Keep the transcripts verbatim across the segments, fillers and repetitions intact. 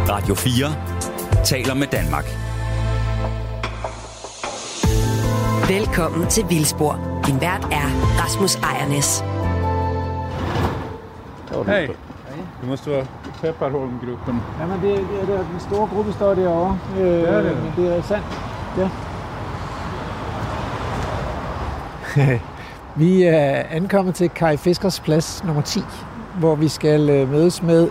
Radio fire taler med Danmark. Velkommen til Vildspor. Din vært er Rasmus Ejernes. Hej. Du måste vara Pepparholm-gruppen. Jamen, det, det, det, den store gruppe står derovre. Øh, det er det. Men det er sandt. Ja. Vi er ankommet til Kari Fiskers plads nummer ti, hvor vi skal mødes med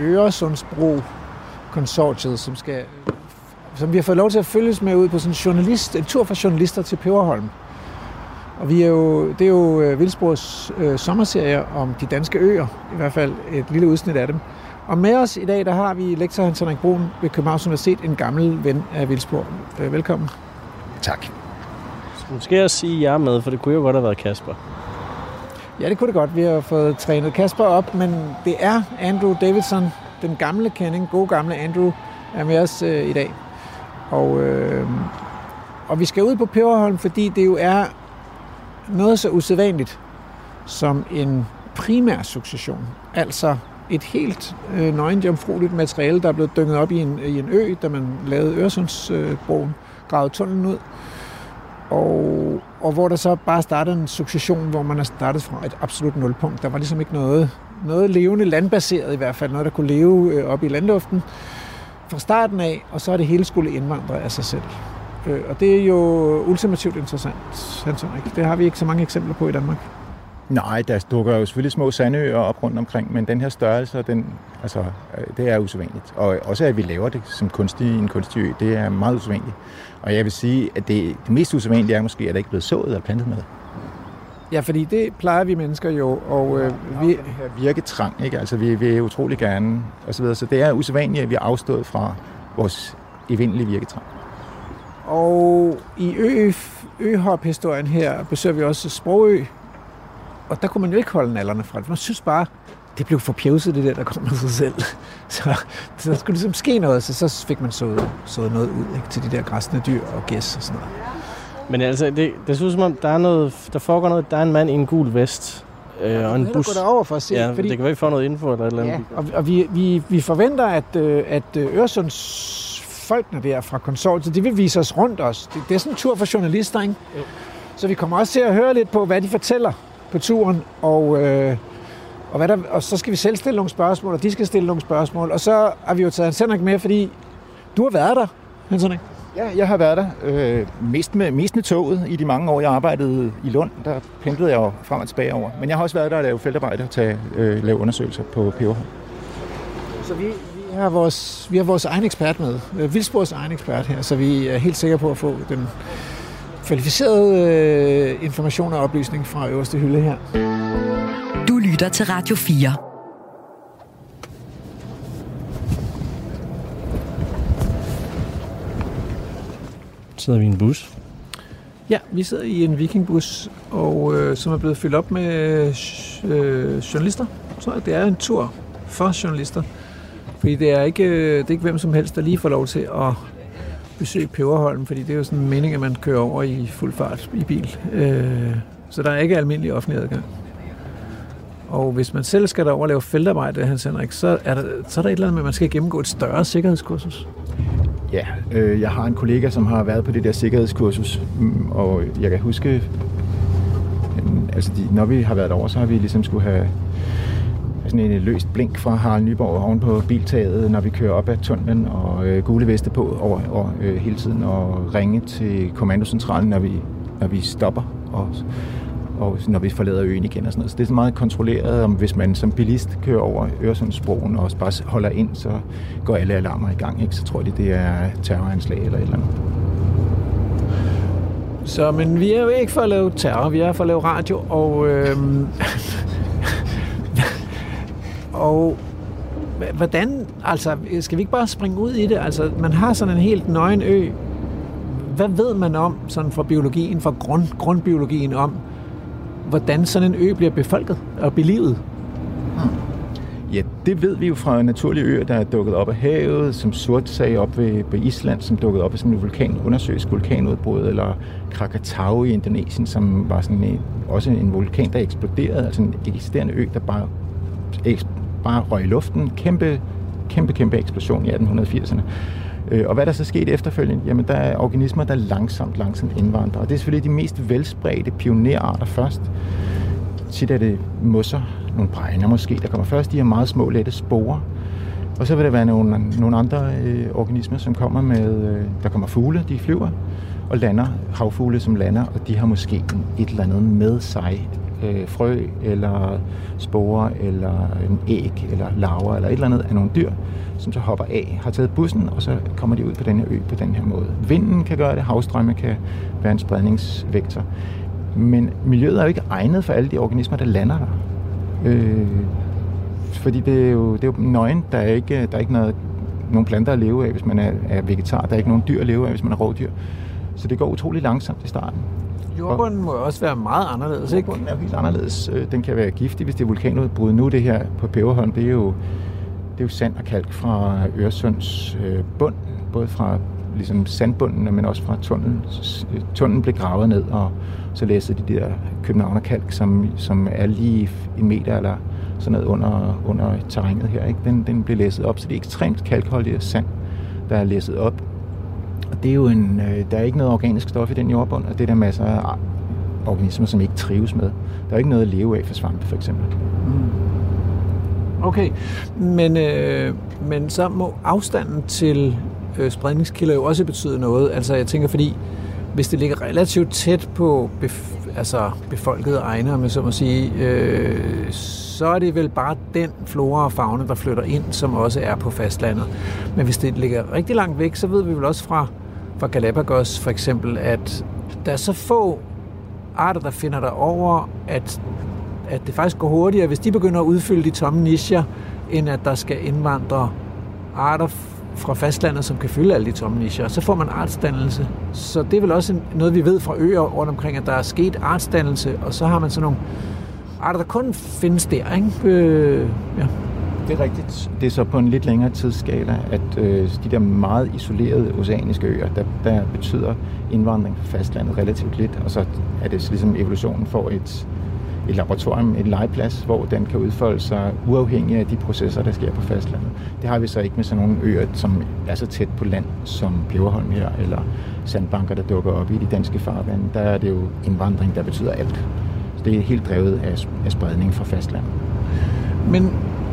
Øresundsbro-konsortiet, som, skal, som vi har fået lov til at følges med ud på sådan en, journalist, en tur fra journalister til Peberholm. Og vi er jo, det er jo Vildspors øh, sommerserie om de danske øer, i hvert fald et lille udsnit af dem. Og med os i dag, der har vi lektor Hans Henrik Bruun ved Københavns Universitet, en gammel ven af Vildspor. Øh, velkommen. Tak. Nu skal jeg sige jer med, for det kunne jo godt have været Kasper. Ja, det kunne det godt. Vi har fået trænet Kasper op, men det er Andrew Davidson, den gamle kending, gode gamle Andrew, er med os øh, i dag. Og, øh, og vi skal ud på Peberholm, fordi det jo er noget så usædvanligt som en primær succession. Altså et helt øh, nøgent jomfrueligt materiale, der er blevet dynget op i en, i en ø, da man lavede Øresundsbroen, gravede tunnelen ud. Og, og hvor der så bare startede en succession, hvor man er startet fra et absolut nulpunkt. Der var ligesom ikke noget, noget levende landbaseret i hvert fald, noget der kunne leve øh, op i landluften fra starten af, og så er det hele skulle indvandre af sig selv. Øh, og det er jo ultimativt interessant, Hans Henrik. Det har vi ikke så mange eksempler på i Danmark. Nej, der dukker jo selvfølgelig små sandøer op rundt omkring, men den her størrelse, den, altså, det er usædvanligt. Og også at vi laver det som kunstig, en kunstig ø, det er meget usædvanligt. Og jeg vil sige, at det, det mest usædvanlige er måske, at der ikke er blevet sået eller plantet med. Ja, fordi det plejer vi mennesker jo, og øh, vi... Den her virketrang, ikke? Altså vi vil utrolig gerne, og så videre. Så det er usædvanligt, at vi har afstået fra vores evindelige virketrang. Og i ø, øhop-historien her besøger vi også Sprogø, og der kunne man jo ikke holde nallerne fra det. Man synes bare, det blev for pjevset, det der, der kom med sig selv. Så, så der skulle ligesom ske noget, så, så fik man sået, sået noget ud, ikke, til de der græsne dyr og gæs og sådan noget. Men altså, det, det synes som om, der er noget, der foregår noget, der er en mand i en gul vest øh, og en bus. Gå derover for at se. Ja, fordi, det kan være, vi får noget info eller et eller andet. Ja, og, og vi, vi, vi forventer, at, at Øresunds folkene der fra konsortiet, de vil vise os rundt os. Det, det er sådan en tur for journalister, ikke? Jo. Så vi kommer også til at høre lidt på, hvad de fortæller på turen, og, øh, og, hvad der, og så skal vi selv stille nogle spørgsmål, og de skal stille nogle spørgsmål, og så har vi jo taget Hans Henrik med, fordi du har været der, Hans Henrik. Ja, jeg har været der. Øh, mest, med, mest med toget i de mange år, jeg arbejdede i Lund. Der pendlede jeg jo frem og tilbage over. Men jeg har også været der og lavet feltarbejde og tage, øh, lave undersøgelser på Peberholm. Så vi, vi, har vores, vi har vores egen ekspert med. Vildspors egen ekspert her, så vi er helt sikre på at få den kvalificerede øh, information og oplysning fra øverste hylde her. Du lytter til Radio fire. Sidder vi i en bus? Ja, vi sidder i en vikingbus, og, øh, som er blevet fyldt op med øh, journalister. Så det er en tur for journalister. Fordi det er ikke, det er ikke hvem som helst, der lige får lov til at besøge Peberholm, fordi det er jo sådan en mening, at man kører over i fuld fart i bil. Øh, så der er ikke almindelig offentlig adgang. Og hvis man selv skal derover og lave feltarbejde, Hans Henrik, så er, der, så er der et eller andet med, at man skal gennemgå et større sikkerhedskursus. Ja, øh, jeg har en kollega, som har været på det der sikkerhedskursus, og jeg kan huske, altså de, når vi har været derovre, så har vi ligesom skulle have sådan en løst blink fra Harald Nyborg oven på biltaget, når vi kører op ad tunnelen, og øh, gule veste på over, over øh, hele tiden, og ringe til kommandocentralen, når vi, når vi stopper, og, og når vi forlader øen igen og sådan noget. Så det er så meget kontrolleret, om hvis man som bilist kører over Øresundsbroen og bare holder ind, så går alle alarmer i gang, ikke? Så tror de, det er terroranslag eller et eller andet. Så, men vi er jo ikke for at lave terror, vi er for at lave radio, og... Øh, Og hvordan, altså, skal vi ikke bare springe ud i det? Altså, man har sådan en helt nøgen ø. Hvad ved man om, sådan fra biologien, fra grund, grundbiologien, om, hvordan sådan en ø bliver befolket og belivet? Ja, det ved vi jo fra naturlige øer, der er dukket op af havet, som Surtsey op ved, ved Island, som dukkede op af sådan en vulkan, undersøisk vulkanudbrud, eller Krakatau i Indonesien, som var sådan en, også en vulkan, der eksploderede, altså en eksisterende ø, der bare, bare røg i luften. Kæmpe kæmpe, kæmpe eksplosion i atten firserne. Og hvad der så skete efterfølgende? Jamen, der er organismer, der langsomt, langsomt indvandrer. Og det er selvfølgelig de mest velspredte pionerarter først. Tit er det mosser, nogle bregner måske, der kommer først. De her meget små, lette sporer. Og så vil der være nogle, nogle andre øh, organismer, som kommer med, øh, der kommer fugle, de flyver, og lander, havfugle, som lander, og de har måske et eller andet med sig. Øh, frø, eller sporer, eller en æg, eller larver, eller et eller andet af nogle dyr, som så hopper af, har taget bussen, og så kommer de ud på den her ø på den her måde. Vinden kan gøre det, havstrømme kan være en spredningsvektor. Men miljøet er jo ikke egnet for alle de organismer, der lander der. Øh, fordi det er jo, det er jo nøgen, der er ikke, der er ikke noget, nogen planter at leve af, hvis man er, er vegetar. Der er ikke nogen dyr at leve af, hvis man er rovdyr. Så det går utrolig langsomt i starten. Jordbunden må også være meget anderledes, ikke? Jordbunden er jo helt anderledes. Den kan være giftig, hvis det er vulkanudbrud. Nu det her på Peberholm, det er jo, det er jo sand og kalk fra Øresunds øh, bund. Både fra ligesom sandbunden, men også fra tunnelen. Tunnelen blev gravet ned, og så læste de der københavnerkalk, som, som er lige en meter eller sådan noget under, under terrænet her. Ikke? Den, den blev læsset op, så det er ekstremt kalkholdigt sand, der er læsset op. Og det er jo en, øh, der er ikke noget organisk stof i den jordbund, og det er der masser af organismer, som ikke trives med. Der er ikke noget at leve af for svampe, for eksempel. Mm. Okay, men, øh, men så må afstanden til øh, spredningskilder jo også betyde noget. Altså jeg tænker, fordi hvis det ligger relativt tæt på bef- altså befolkede egne, om jeg så må sige, øh, så er det vel bare den flora og fauna, der flytter ind, som også er på fastlandet. Men hvis det ligger rigtig langt væk, så ved vi vel også fra, fra Galapagos for eksempel, at der er så få arter, der finder der over, at, at det faktisk går hurtigere, hvis de begynder at udfylde de tomme nicher, end at der skal indvandre arter fra fastlandet, som kan fylde alle de tomme nicher. Så får man artsdannelse. Så det er vel også noget, vi ved fra øer rundt omkring, at der er sket artsdannelse, og så har man sådan nogle arter, der kun findes der, ikke? Øh, ja. Det er rigtigt. Det er så på en lidt længere tidsskala, at øh, de der meget isolerede oceaniske øer, der, der betyder indvandring fra fastlandet relativt lidt, og så er det ligesom evolutionen får et, et laboratorium, et legeplads, hvor den kan udfolde sig uafhængig af de processer, der sker på fastlandet. Det har vi så ikke med sådan nogle øer, som er så tæt på land, som Peberholm her, eller sandbanker, der dukker op i de danske farvande. Der er det jo indvandring, der betyder alt. Så det er helt drevet af, af spredning fra fastlandet. Men,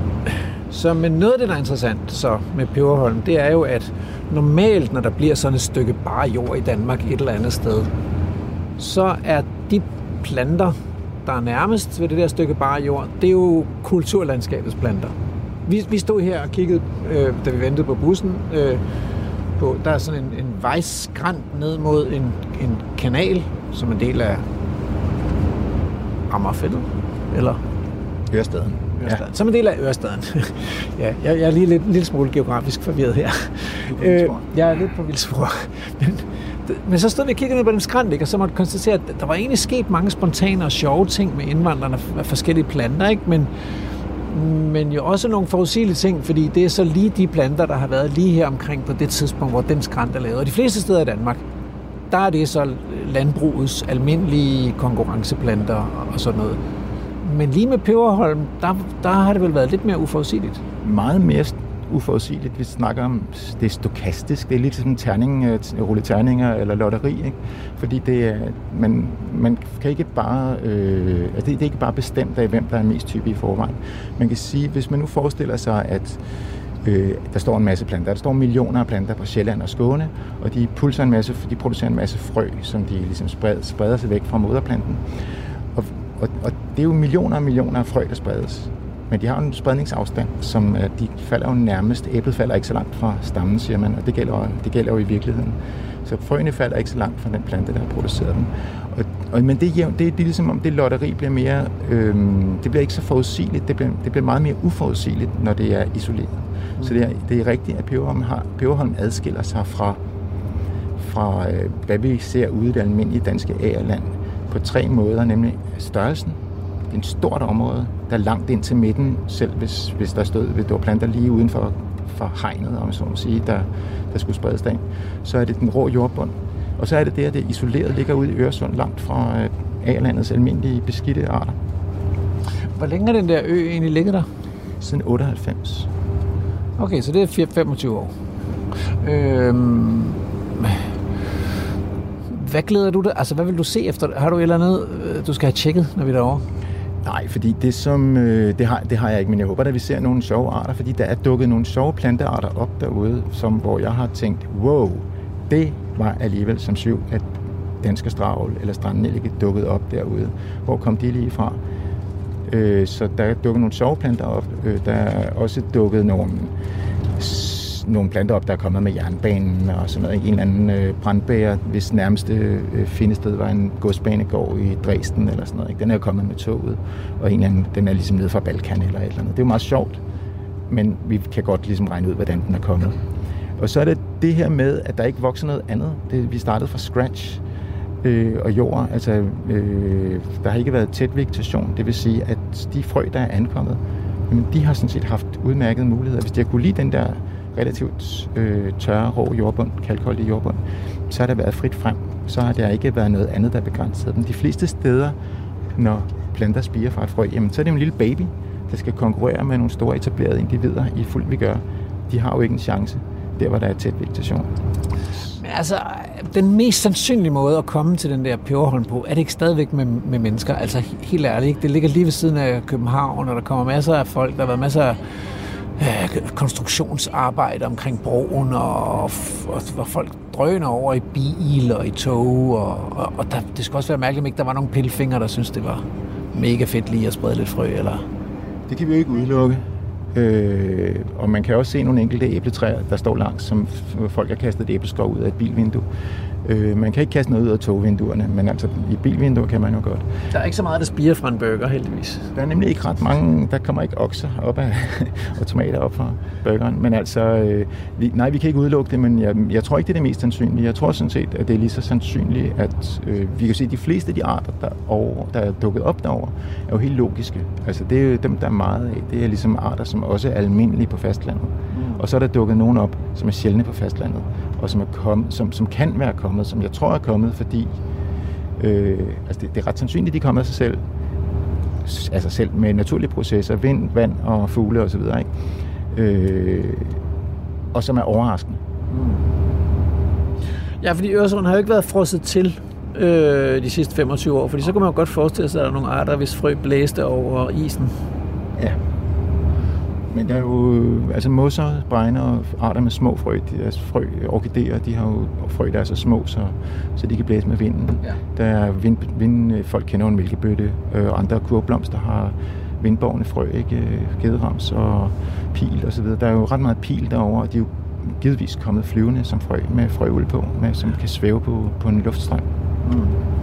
så, men noget af det, der er interessant så med Peberholm, det er jo, at normalt, når der bliver sådan et stykke bare jord i Danmark et eller andet sted, så er de planter, der er nærmest ved det der stykke bare jord, det er jo kulturlandskabets planter. Vi, vi stod her og kiggede, øh, da vi ventede på bussen, øh, på, der er sådan en, en vejskrant ned mod en, en kanal, som en del af Amagerfældet, eller? Ørestaden. Ørestaden. Ja. Som en del af Ørestaden. Ja, jeg, jeg er lige lidt en lille smule geografisk forvirret her. Øh, jeg er lidt på vildspor. Men, men så stod vi og kiggede ned på den skrant, ikke? Og så måtte konstatere, at der var egentlig sket mange spontane og sjove ting med indvandrerne af forskellige planter, ikke? Men, men jo også nogle forudsigelige ting, fordi det er så lige de planter, der har været lige her omkring på det tidspunkt, hvor den skrant er lavet. Og de fleste steder i Danmark, der er det så landbrugets almindelige konkurrenceplanter og sådan noget. Men lige med Peberholm, der, der har det vel været lidt mere uforudsigeligt. Meget mere uforudsigeligt. Vi snakker om, det er stokastisk. Det er lidt som terning, rulleterninger eller lotteri, ikke? Fordi det er, man, man kan ikke bare, øh, altså det, det er ikke bare bestemt af, hvem der er mest type i forvejen. Man kan sige, hvis man nu forestiller sig, at øh, der står en masse planter, der står millioner af planter på Sjælland og Skåne, og de pulser en masse, de producerer en masse frø, som de ligesom spreder, spreder sig væk fra moderplanten. Og, og, og det er jo millioner og millioner af frø, der spredes. Men de har en spredningsafstand, som de falder jo nærmest. Æblet falder ikke så langt fra stammen, siger man, og det gælder, det gælder jo i virkeligheden. Så frøene falder ikke så langt fra den plante, der har produceret dem. Og, og, men det er, jævnt, det er ligesom om det lotteri bliver mere, øhm, det bliver ikke så forudsigeligt, det bliver, det bliver meget mere uforudsigeligt, når det er isoleret. Mm. Så det er, det er rigtigt, at Peberholm, har, Peberholm adskiller sig fra, fra øh, hvad vi ser ude i det almindelige danske agerland på tre måder, nemlig størrelsen. Det er et stort område, der er langt ind til midten, selv hvis, hvis der stod, hvis der var planter lige uden for, for hegnet, om så må sige, der, der skulle spredes derind. Så er det den rå jordbund. Og så er det der, det isoleret ligger ude i Øresund, langt fra agerlandets almindelige beskidte arter. Hvor længe er den der ø egentlig ligget der? Siden otteoghalvfems. Okay, så det er femogtyve år. Øhm, hvad glæder du dig? Altså, hvad vil du se efter? Har du et eller andet, du skal have tjekket, når vi er derovre? Nej, fordi det som øh, det har det har jeg ikke, men jeg håber, at vi ser nogle sjove arter, fordi der er dukket nogle sjove plantearter op derude, som hvor jeg har tænkt, wow, det var alligevel som syv, at danske stravl eller strandnellike dukkede op derude. Hvor kom de lige fra? Øh, så der er dukket nogle sjove planter op. Øh, der er også dukket nogle nogle planter op, der er kommet med jernbanen og sådan noget. En eller anden øh, brandbæger, hvis nærmeste øh, findested var en godsbanegård i Dresden eller sådan noget. Ikke? Den er jo kommet med toget, og en eller anden, den er ligesom nede fra Balkan eller et eller andet. Det er jo meget sjovt, men vi kan godt ligesom regne ud, hvordan den er kommet. Og så er det det her med, at der ikke vokser noget andet. Det, vi startede fra scratch øh, og jord. Altså, øh, der har ikke været tæt vegetation. Det vil sige, at de frø, der er ankommet, jamen, de har sådan set haft udmærkede muligheder. Hvis de har kunne lide den der relativt øh, tørre, rå jordbund, kalkholdig jordbund, så har der været frit frem. Så har der ikke været noget andet, der begrænsede dem. De fleste steder, når planter spirer fra et frø, jamen, så er det en lille baby, der skal konkurrere med nogle store etablerede individer i fuld vigør. De har jo ikke en chance, der hvor der er tæt vegetation. Men altså, den mest sandsynlige måde at komme til den der Peberholm på, er det ikke stadigvæk med, med mennesker? Altså, helt ærligt, ikke? Det ligger lige ved siden af København, og der kommer masser af folk, der har været masser af konstruktionsarbejde omkring broen, og, og, og folk drøner over i bil og i tog, og, og, og der, det skal også være mærkeligt, om ikke der var nogle pilfingre, der synes det var mega fedt lige at sprede lidt frø, eller? Det kan vi jo ikke udelukke. Øh, og man kan også se nogle enkelte æbletræer, der står langs, som folk har kastet et æbleskov ud af et bilvindue. Øh, man kan ikke kaste noget ud af togvinduerne, men altså i bilvinduer kan man jo godt. Der er ikke så meget, der spirer fra en burger, heldigvis. Der er nemlig ikke ret mange, der kommer ikke okser op af, og tomater op fra burgeren. Men altså, øh, vi, nej, vi kan ikke udelukke det, men jeg, jeg tror ikke, det er det mest sandsynlige. Jeg tror sådan set, at det er lige så sandsynligt, at øh, vi kan se, at de fleste af de arter, der, over, der er dukket op derover, er jo helt logiske. Altså det er jo dem, der er meget af. Det er ligesom arter, som også er almindelige på fastlandet. Mm. Og så er der dukket nogen op, som er sjældne på fastlandet, og som, er kommet, som, som kan være kommet, som jeg tror er kommet, fordi øh, altså det, det er ret sandsynligt, at de kommer af sig selv, altså selv med naturlige processer, vind, vand og fugle osv., ikke? Øh, og som er overraskende. Mm. Ja, fordi Øresund har jo ikke været frosset til øh, de sidste femogtyve år, fordi så kan man jo godt forestille sig, at der er nogle arter, hvis frø blæste over isen. Ja. Men der er jo, altså mosser, bregner og arter med små frø, deres frø, orkideer, de har jo frø, der er så små, så, så de kan blæse med vinden. Ja. Der er vind, vind, folk kender jo en mælkebøtte, og andre kurvblomster har vindbårne frø, ikke? Gederams og pil og så videre. Der er jo ret meget pil derovre, og de er jo givetvis kommet flyvende som frø, med frøuld på, med, som kan svæve på, på en luftstrøm. Mm.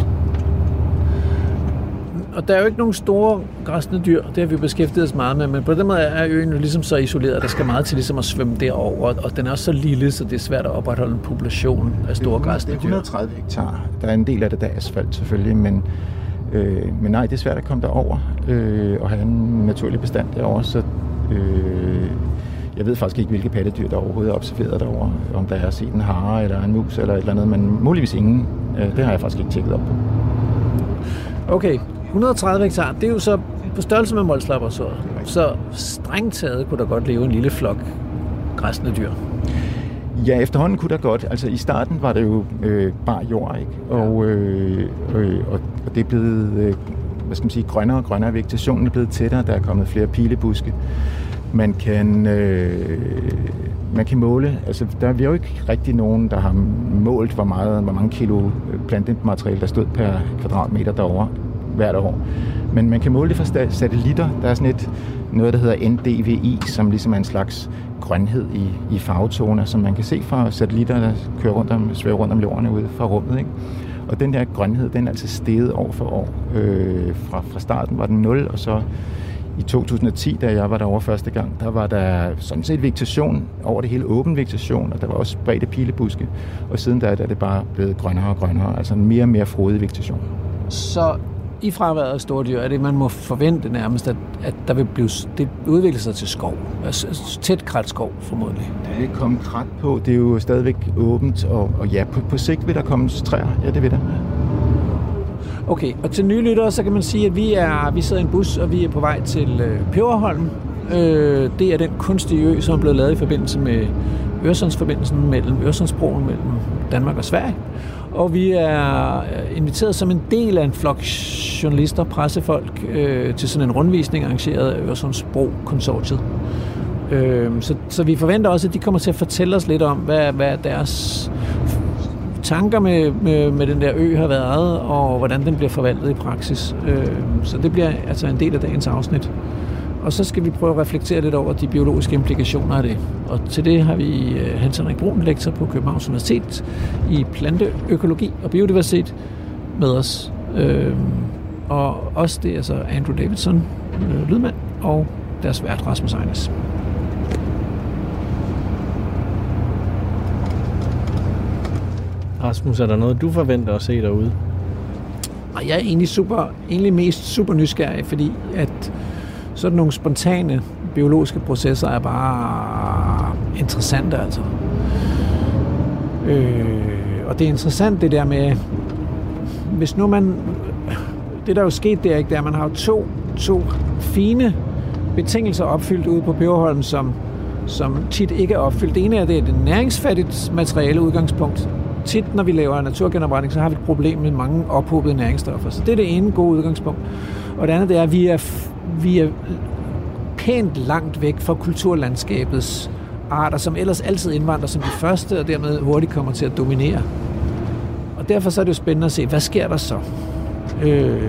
Og der er jo ikke nogen store græsne dyr, det har vi beskæftiget os meget med, men på den måde er øen jo ligesom så isoleret, at der skal meget til ligesom at svømme derover, og den er også så lille, så det er svært at opretholde en population af store græsne dyr. Det er et hundrede og tredive hektar. Der er en del af det, der er asfalt selvfølgelig, men, øh, men nej, det er svært at komme derover øh, og have en naturlig bestand derover, så øh, jeg ved faktisk ikke, hvilke pattedyr, der overhovedet er observeret derover, om der er set en hare eller en mus eller et eller andet, men muligvis ingen. Øh, det har jeg faktisk ikke tjekket op på. Okay. et hundrede og tredive hektar, det er jo så på størrelse med Molslapper, så, så strengt taget kunne der godt leve en lille flok græsne dyr. Ja, efterhånden kunne der godt. Altså i starten var det jo øh, bare jord, ikke? Og, øh, øh, og, og det er blevet, øh, hvad skal man sige, grønnere og grønnere. Vegetationen er blevet tættere, der er kommet flere pilebuske. Man kan, øh, man kan måle, altså der er jo ikke rigtig nogen, der har målt, hvor meget, hvor mange kilo plantemateriale, der stod per kvadratmeter derovre hvert år. Men man kan måle det fra satellitter. Der er sådan et, noget, der hedder N D V I, som ligesom er en slags grønhed i, i farvetoner, som man kan se fra satellitter, der kører rundt om, svæver rundt om jorden ude fra rummet, ikke? Og den der grønhed, den er altså steget år for år. Øh, fra, fra starten var den nul, og så i to tusind og ti, da jeg var derovre første gang, der var der sådan set vegetation over det hele, åben vegetation, og der var også spredte pilebuske. Og siden da er det bare blevet grønnere og grønnere, altså mere og mere frodig vegetation. Så i fraværet af store dyr, er det, man må forvente nærmest, at, at der vil blive, det udvikle sig til skov. Altså tæt kratskov, formodentlig. Der vil komme krat på. Det er jo stadigvæk åbent, og, og ja, på, på sigt vil der komme træer. Ja, det vil der. Okay, og til nye lyttere, så kan man sige, at vi, er, vi sidder i en bus, og vi er på vej til øh, Peberholm. Øh, det er den kunstige ø, som er blevet lavet i forbindelse med Øresundsforbindelsen mellem Øresundsbroen mellem Danmark og Sverige. Og vi er inviteret som en del af en flok journalister, pressefolk, øh, til sådan en rundvisning arrangeret af Øresundsbro-konsortiet. Øh, så, så vi forventer også, at de kommer til at fortælle os lidt om, hvad, hvad deres tanker med, med, med den der ø har været, og hvordan den bliver forvaltet i praksis. Øh, så det bliver altså en del af dagens afsnit. Og så skal vi prøve at reflektere lidt over de biologiske implikationer af det. Og til det har vi Hans Henrik Bruun, lektor på Københavns Universitet i planteøkologi og biodiversitet med os. Øh, og også det er så Andrew Davidson, øh, lydmand, og deres vært Rasmus Ejrnæs. Rasmus, er der noget, du forventer at se derude? Og jeg er egentlig, super, egentlig mest super nysgerrig, fordi at sådan nogle spontane biologiske processer er bare interessante, altså. Øh, og det er interessant det der med, hvis nu man, det der er jo sket der, ikke, det er, at man har to, to fine betingelser opfyldt ude på Peberholm, som, som tit ikke er opfyldt. Det ene er, det er det næringsfattigt materiale udgangspunkt. Tit, når vi laver naturgenopretning, så har vi et problem med mange ophobede næringsstoffer. Så det er det ene gode udgangspunkt. Og det andet, det er, at vi er, vi er pænt langt væk fra kulturlandskabets arter, som ellers altid indvandrer som de første, og dermed hurtigt kommer til at dominere. Og derfor så er det jo spændende at se, hvad sker der så? Øh,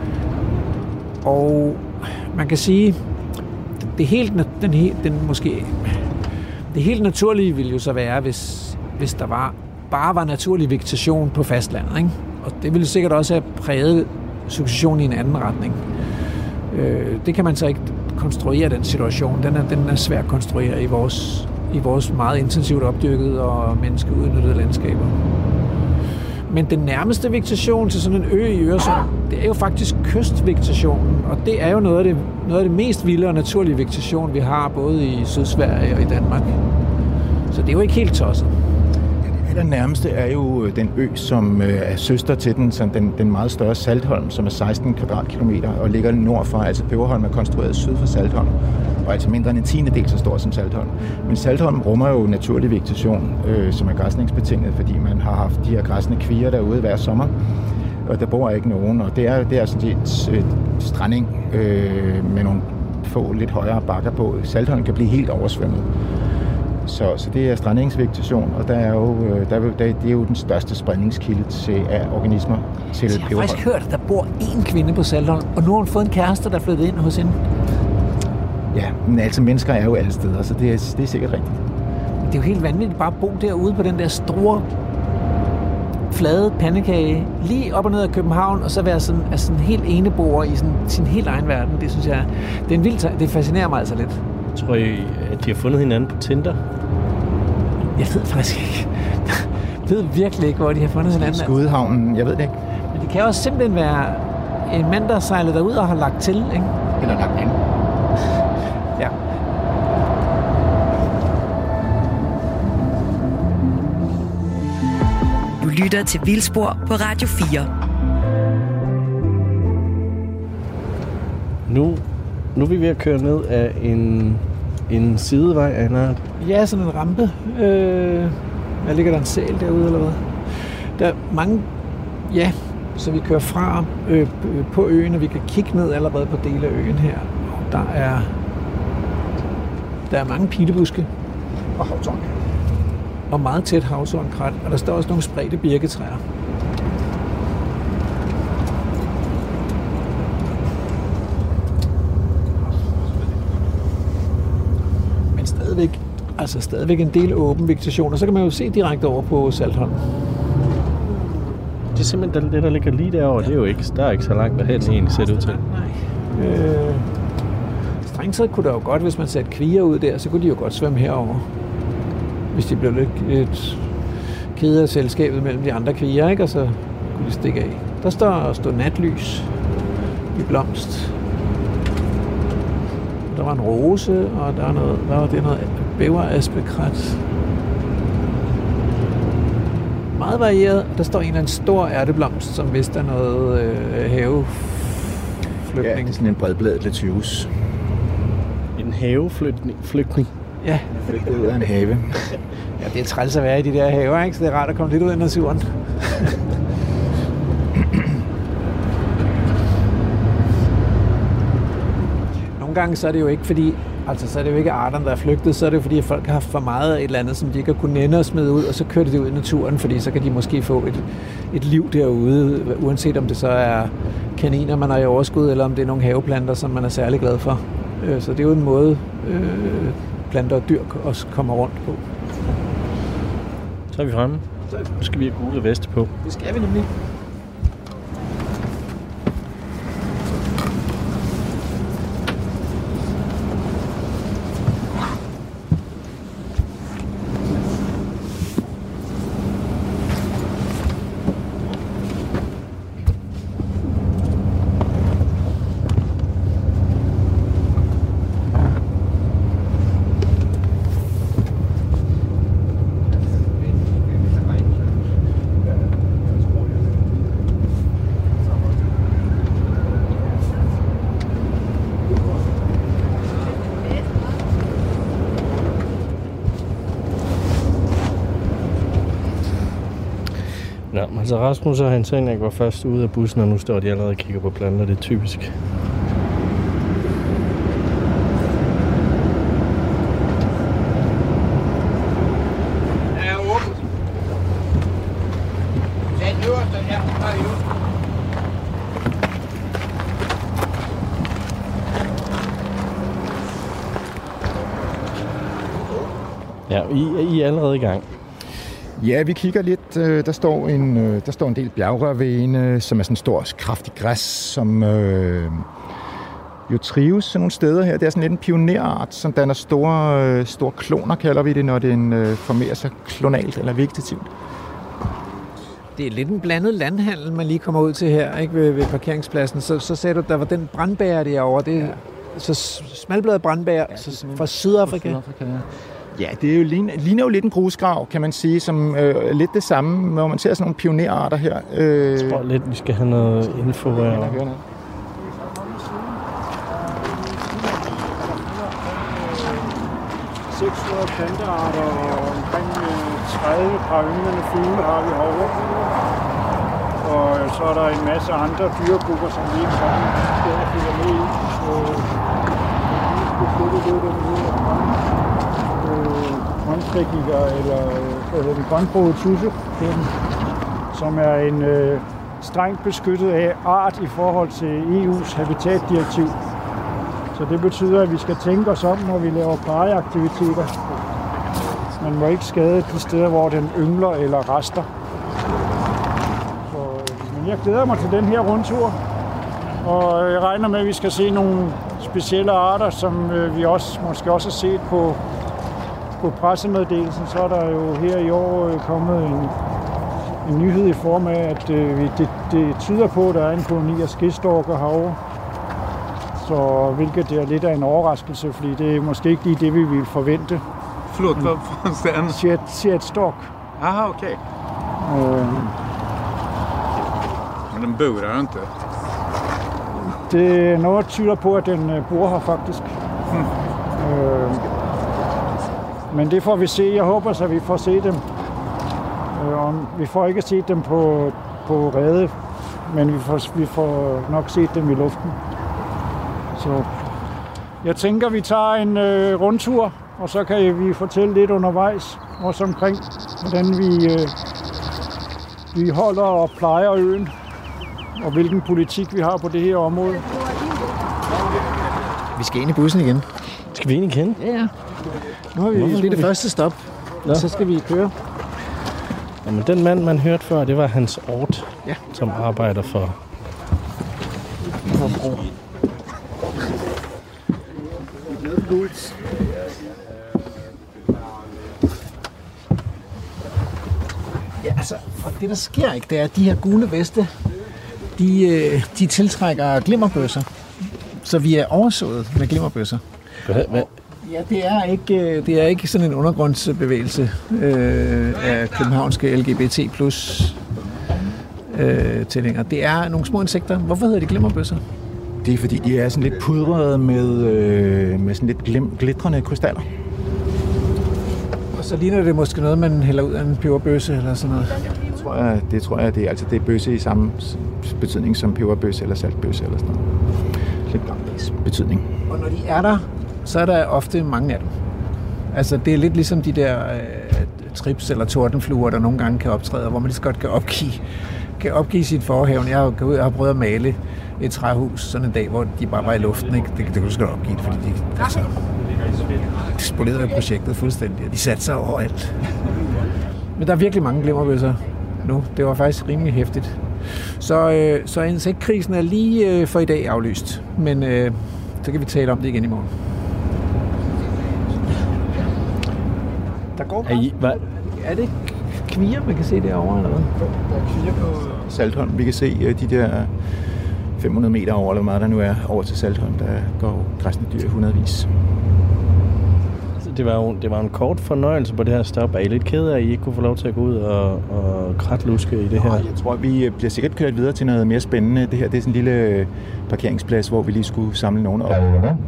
og man kan sige, det helt, den, den måske, det helt naturlige ville jo så være, hvis, hvis der var bare var naturlig vegetation på fastlandet, ikke? Og det ville sikkert også have præget succession i en anden retning. Øh, det kan man så ikke konstruere, den situation. Den er, den er svær at konstruere i vores, i vores meget intensivt opdyrkede og menneskeudnyttede landskaber. Men den nærmeste vegetation til sådan en ø i Øresund, det er jo faktisk kystvegetationen, og det er jo noget af det, noget af det mest vilde og naturlige vegetation, vi har både i Sydsverige og i Danmark. Så det er jo ikke helt tosset. Den nærmeste er jo den ø, som er søster til den, så den, den meget større Saltholm, som er seksten kvadratkilometer og ligger nordfra. Altså Peberholm er konstrueret syd for Saltholm, og altså mindre end en tiende del så stor som Saltholm. Men Saltholm rummer jo naturlig vegetation, øh, som er græsningsbetinget, fordi man har haft de her græsne kvier derude hver sommer, og der bor ikke nogen. Og det er, det er sådan set et stranding øh, med nogle få lidt højere bakker på. Saltholm kan blive helt oversvømmet. Så, så det er strandingsvegetation, og der er jo, der er, der, det er jo den største spredningskilde til, af organismer til Peberholm. Jeg har faktisk hørt, at der bor én kvinde på Saltholm, og nu har hun fået en kæreste, der er flyttet ind hos hende. Ja, men altså mennesker er jo alle steder, så det er, det er sikkert rigtigt. Men det er jo helt vanvittigt bare at bo derude på den der store, flade pandekage, lige op og ned af København, og så være sådan, altså sådan helt eneboer i sådan, sin helt egen verden. Det synes jeg, det er en vild, det fascinerer mig altså lidt. Tror I, at de har fundet hinanden på Tinder? Jeg ved faktisk ikke. Jeg ved virkelig ikke, hvor de har fundet hinanden. Skudehavnen, jeg ved det ikke. Men det kan også simpelthen være en mand, der sejler derud og har lagt til, ikke? Eller lagt ind. Ja. Du lytter til Vildspor på Radio fire. Nu, nu er vi ved at køre ned af en, en sidevej, Anna. Ja, sådan en rampe. Øh, hvad ligger der en sæl derude, eller hvad? Der er mange, ja, så vi kører fra øh, på øen, og vi kan kigge ned allerede på dele af øen her. Og der er, der er mange pilebuske. Og havtorn. Og meget tæt havtornkrat, og der står også nogle spredte birketræer. Men stadigvæk, altså stadigvæk en del åben vegetation, og så kan man jo se direkte over på Saltholm. Det er simpelthen det, der ligger lige derovre. Ja. Det er jo ikke, der er ikke så langt derhen egentlig ser det ud til. Nej. Øh, strengt taget kunne der jo godt, hvis man satte kvier ud der, så kunne de jo godt svømme herover. Hvis de blev lidt et kede af selskabet mellem de andre kvier, ikke? Og så kunne de stikke af. Der står, står natlys i blomst. Der var en rose, og der er noget, hvad var det, noget bæveraspekrat. Meget varieret. Der står en eller anden stor ærteblomst, som vist er noget øh, haveflygtning. Ja, det er sådan en bredbladet lettuce. En, haveflygtning. Ja. Flygtet ud af en have. Ja, det er træls at være i de der haver, ikke? Så det er rart at komme lidt ud af naturen. Nogle gange så er det jo ikke fordi, altså så er det jo ikke arterne, der er flygtet, så er det jo fordi, at folk har haft for meget af et eller andet, som de ikke har kunnet nænde og smide ud, og så kører de det ud i naturen, fordi så kan de måske få et, et liv derude, uanset om det så er kaniner, man har i overskud, eller om det er nogle haveplanter, som man er særlig glad for. Så det er jo en måde, øh, planter og dyr også kommer rundt på. Så er vi fremme. Nu skal vi have gule veste på. Det skal vi nemlig. Ja, altså Rasmus og Hans Henrik var først ude af bussen, og nu står de allerede og kigger på planter. Det er typisk. Ja, åbent. Den øverste, ja, der er jo. Ja, I, I er allerede i gang. Ja, vi kigger lidt. Der står en, der står en del bjergrørvæne, som er sådan en stor, kraftig græs, som øh, jo trives sådan nogle steder her. Det er sådan lidt en pionerart, som danner store, store kloner, kalder vi det, når den øh, formerer sig klonalt eller vegetativt. Det er lidt en blandet landhandel, man lige kommer ud til her, ikke, ved, ved parkeringspladsen. Så, så sagde du, der var den brandbær derovre. Det er så smalbladet brandbær ja, fra Sydafrika. Fra Sydafrika ja. Ja, det er jo, ligner jo lidt en grusgrav, kan man sige, som øh, lidt det samme, hvor man ser sådan nogle pionerarter her. Øh... Jeg tror lidt, vi skal have noget info her. seks hundrede plantearter og omkring tredive par ynglende fugle har vi herovre. Og så er der en masse andre dyregrupper, som vi ikke sådan skal følge med i. Så vi skal flytte lidt den her grønflækkiger, eller hvad hedder det, grønbroget tudse, som er en øh, strengt beskyttet art i forhold til E U's habitatdirektiv. Så det betyder, at vi skal tænke os om, når vi laver plejeaktiviteter. Man må ikke skade de steder, hvor den yngler eller rester. Så, men jeg glæder mig til den her rundtur, og jeg regner med, at vi skal se nogle specielle arter, som øh, vi også måske også har set på På pressemeddelelsen. Så er der jo her i år øh, kommet en, en nyhed i form af, at øh, det, det tyder på, at der er en koloni af skestorker herovre. Så hvilket er lidt af en overraskelse, fordi det er måske ikke lige det, vi ville forvente. Förlåt, vad fanns det en? Sjetstock. Aha, okej. Okay. Øh, Men den bor der inte? Det er noget, der tyder på, at den øh, bor her faktisk. Hmm. Øh, Men det får vi se. Jeg håber, at vi får se dem. Vi får ikke set dem på, på rede, men vi får, vi får nok set dem i luften. Så jeg tænker, vi tager en øh, rundtur, og så kan vi fortælle lidt undervejs, også omkring, hvordan vi, øh, vi holder og plejer øen, og hvilken politik vi har på det her område. Vi skal ind i bussen igen. Skal vi ind igen? Ja, ja. Nu har vi, det er det første stop, og så skal vi køre. Jamen, den mand, man hørte før, det var Hans Ort, ja. Som arbejder for... for ja, altså, og det der sker ikke, det er, at de her gule veste, de, de tiltrækker glimmerbøsser. Så vi er oversået med glimmerbøsser. Hvad? Hvad? Ja, det er ikke, det er ikke sådan en undergrundsbevægelse øh, af københavnske L G B T plus øh, tilhængere. Det er nogle små insekter. Hvorfor hedder de glimmerbøsser? Det er fordi, de er sådan lidt pudrede med, øh, med sådan lidt glim, glitrende krystaller. Og så ligner det måske noget, man hælder ud af en peberbøsse eller sådan noget. Det tror jeg, det, tror jeg, det er, altså, det er bøsse i samme betydning som peberbøsse eller saltbøsse eller sådan noget. Lidt gammeldags betydning. Og når de er der, så er der ofte mange af dem. Altså, det er lidt ligesom de der øh, trips eller tordenfluer, der nogle gange kan optræde, hvor man lige så godt kan opgive, kan opgive sit forhaven. Jeg har gået ud og har prøvet at male et træhus sådan en dag, hvor de bare var i luften. Ikke? Det, det kunne du sgu da opgive, fordi de altså, de spolerede projektet fuldstændig, og de satte sig overalt. Men der er virkelig mange glimmerbøsser nu. Det var faktisk rimelig hæftigt. Så, øh, så insektkrisen er lige øh, for i dag aflyst, men øh, så kan vi tale om det igen i morgen. Der går er, I, hvad? er det kvier, man kan se derovre eller hvad? Der er kvier på Saltholm. Vi kan se øh, de der fem hundrede meter over, eller hvor meget der nu er, over til Saltholm. Der går græsne dyr hundredvis. Det var, jo, det var en kort fornøjelse på det her stop. Er I lidt kede af, at I ikke kunne få lov til at gå ud og, og kratluske i det her? Nå, jeg tror, vi bliver sikkert kørt videre til noget mere spændende. Det her det er sådan en lille parkeringsplads, hvor vi lige skulle samle nogen op.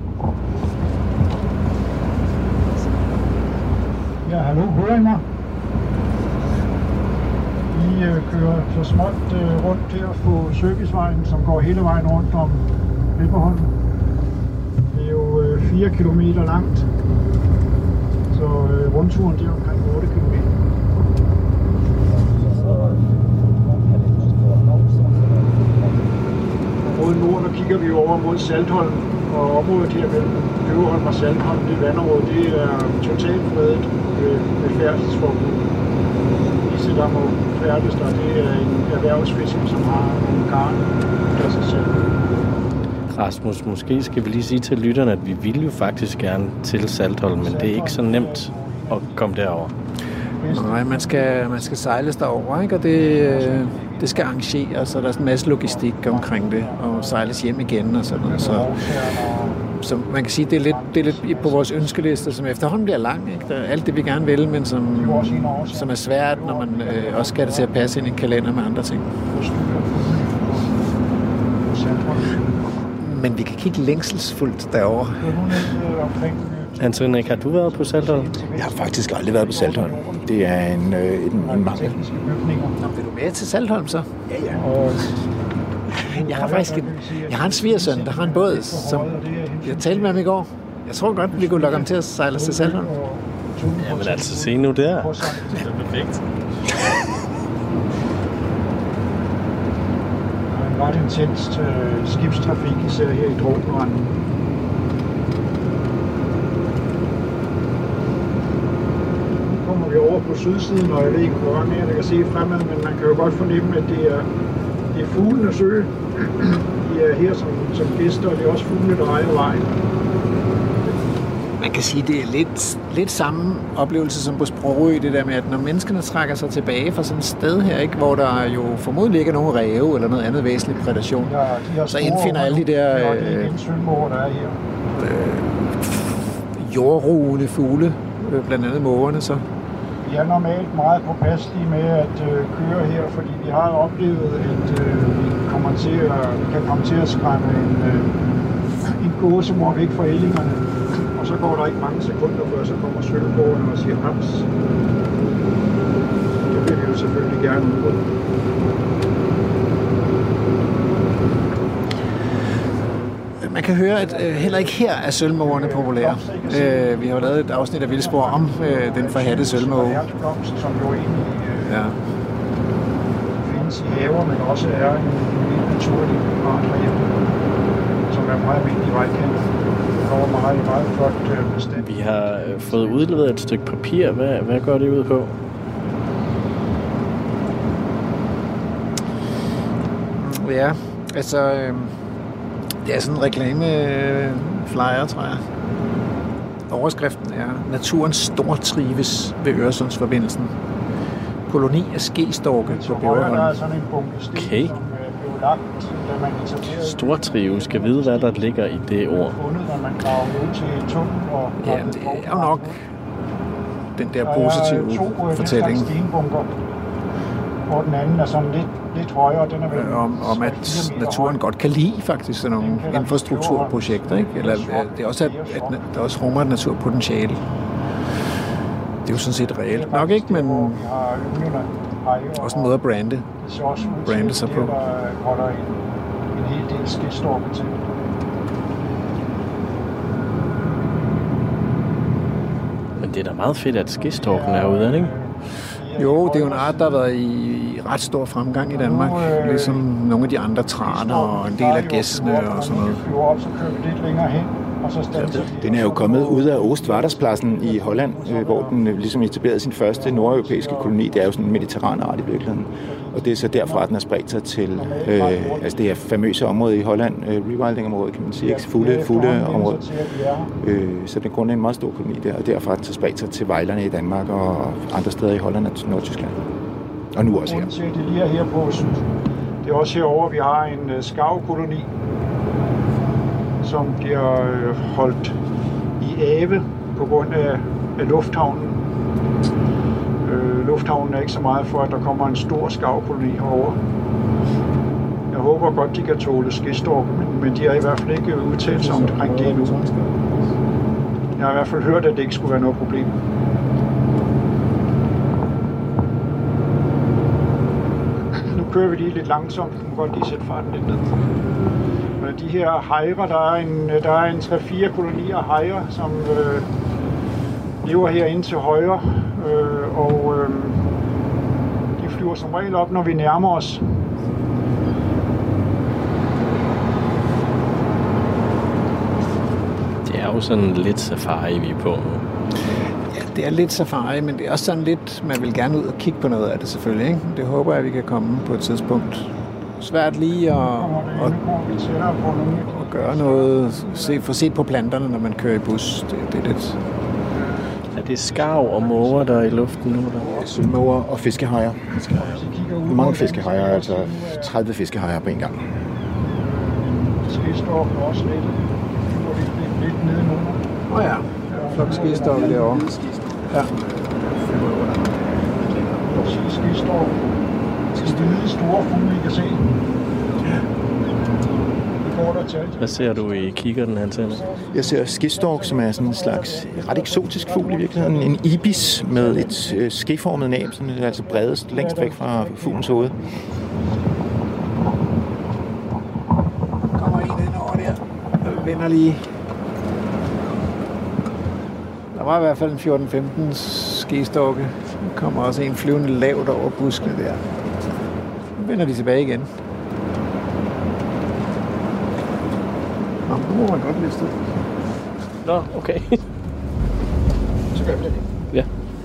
Ja, hallo, hører I mig? Vi øh, kører så småt øh, rundt her på Servicevejen, som går hele vejen rundt om Vipperholm. Det er jo øh, fire kilometer langt, så øh, rundturen det er omkring otte kilometer. Mod nord, der kigger vi over mod Saltholm, og området her mellem Øverholm og Saltholm, det vandområde, det er totalt fredet med færdselsforbud. Disse, der må færdes der, det er en erhvervsfisker, som har nogle garn af sig selv. Rasmus, måske skal vi lige sige til lytterne, at vi vil jo faktisk gerne til Saltholm, men det er ikke så nemt at komme derover. Nej, man skal, man skal sejles derover, ikke? Og det, det skal arrangeres, og der er en masse logistik omkring det, og sejles hjem igen og sådan noget. Så, så man kan sige, det er lidt, det er lidt på vores ønskeliste, som efterhånden bliver lang, ikke? Der er alt det, vi gerne vil, men som, som er svært, når man øh, også skal det til at passe ind i en kalender med andre ting. Men vi kan kigge længselsfuldt derovre. Hans Henrik, har du været på Saltholm? Jeg har faktisk aldrig været på Saltholm. Det er en, øh, en, en mangel. Nå, vil du med til Saltholm så? Ja, ja. Jeg har faktisk en, jeg har en svigersøn, der har en båd, som jeg talte med ham i går. Jeg tror godt, vi kunne lukke ham til at sejle til Saltholm. Jamen altså, se nu der. Det er perfekt. Der er ret intenst øh, skibstrafik, især her i Dråbenranden. Nu kommer vi over på sydsiden, og jeg ved ikke, hvor meget mere jeg kan se fremad, men man kan jo godt fornemme, at det er, det er fuglenes ø. De er her som, som gæster, og det er også fugle, der ejer vejen. Man kan sige, at det er lidt, lidt samme oplevelse som på Sprogø, det der med, at når menneskene trækker sig tilbage fra sådan et sted her, ikke, hvor der jo formodentlig ikke er nogen ræve eller noget andet væsentligt prædation, ja, de så indfinder alle de der ja, det er en sølvmåger, der er her. Øh, jordrugende fugle, øh, blandt andet mågerne så. Vi er normalt meget påpasselige med at øh, køre her, fordi vi har oplevet, at øh, vi, kommer til at, vi kan komme til at skræmme en, øh, en gåsemor væk fra ællingerne. Og så går der ikke mange sekunder før, så kommer sølvmågerne og siger haps. Det vil vi jo selvfølgelig gerne ud. Man kan høre, at øh, heller ikke her er sølvmågerne populære. Øh, vi har lavet et afsnit af Vildspor om øh, den forhatte sølvmåge. Som jo egentlig øh, ja. findes i haver, men også er en helt naturlig art herhjemme, som er meget vigtig i vejkanten. Og meget, meget flot øh, bestand. Vi har øh, fået udleveret et stykke papir. Hvad, hvad går det ud på? Ja, altså... Øh, det er sådan en reklameflyer, tror jeg. Overskriften er: Naturen stortrives ved Øresundsforbindelsen. Koloni af skestorke på Bæverholm. Der er sådan en bunke sten, okay. som blev lagt, da man etablerede... Stortrives. Skal vide, hvad der ligger i det ord. Fundet, når man graver ud til tungt og... Ja, det er jo nok den der positive der er to, fortælling. stenbunker. hvor den anden er sådan lidt, lidt højere. Den er vel om, om at naturen godt kan lide faktisk sådan nogle infrastrukturprojekter, ikke? Eller det er også, at, at der også rummer et naturpotentiale. Det er jo sådan set reelt nok, ikke? Men også en måde at brande, brande sig på. Der holder en, en hel del skidtstorke til. Men det er da meget fedt, at skidtstorken er ude, ikke? Jo, det er jo en art, der har været i ret stor fremgang i Danmark. Ligesom nogle af de andre traner og en del af gæstene og sådan noget. Den er jo kommet ud af Oostvaarderspladsen i Holland, hvor den ligesom etablerede sin første nordeuropæiske koloni. Det er jo sådan en mediterran art i virkeligheden. Og det er så derfra, at den har spredt sig til øh, altså det her famøse område i Holland, øh, rewilding-området, kan man sige, ikke? Fulde, fulde område. Øh, så den grund er en meget stor koloni der, og derfra har den spredt sig til vejlerne i Danmark og andre steder i Holland og Nordtyskland. Og nu også her. Det lige er her på syd. Det er også herovre, vi har en uh, skarvkoloni, som bliver øh, holdt i ave på grund af, af lufthavnen. Øh, lufthavnen er ikke så meget for, at der kommer en stor skarvkoloni herover. Jeg håber godt, de kan tåle skidtstorken, men, men de har i hvert fald ikke udtalt sig omkring det endnu. Jeg har i hvert fald hørt, at det ikke skulle være noget problem. Nu kører vi lige lidt langsomt. Du må godt lige sætte farten lidt ned. De her hejrer, der er en, der er en tre fire kolonier hejrer, som øh, lever herinde til højre, øh, og øh, de flyver som regel op, når vi nærmer os. Det er jo sådan lidt safari, vi er på nu. Ja, det er lidt safari, men det er også sådan lidt, man vil gerne ud og kigge på noget af det selvfølgelig, ikke? Det håber jeg, vi kan komme på et tidspunkt. Svært lige at, at, at gøre noget, se, få set på planterne, når man kører i bus. Det, det er lidt... Er det skarv og måger, der er i luften nu? Der? Sølvmåger og fiskehajer. Mange fiskehajer, altså tredive fiskehajer på en gang. Skidtstorken er også lidt, lidt, lidt nede nu. Åh oh ja, flok skidtstorke derovre. Ja. Skidtstorken. Det er hvide store fugle, I kan se. Hvad ser du i kikkerten, han tænder? Jeg ser skidtstork, som er sådan en slags ret eksotisk fugl i virkeligheden. En ibis med et øh, skeformet næb, som er altså bredest længst væk fra fuglens hoved. Kommer en ind over der. Jeg vender lige. Der var i hvert fald en fjorten femten skidtstorke. Der kommer også en flyvende lavt over buskene der. Nu vender de tilbage igen. Nå, nu må man godt liste det. Nå, okay. Så gør vi det. Ja.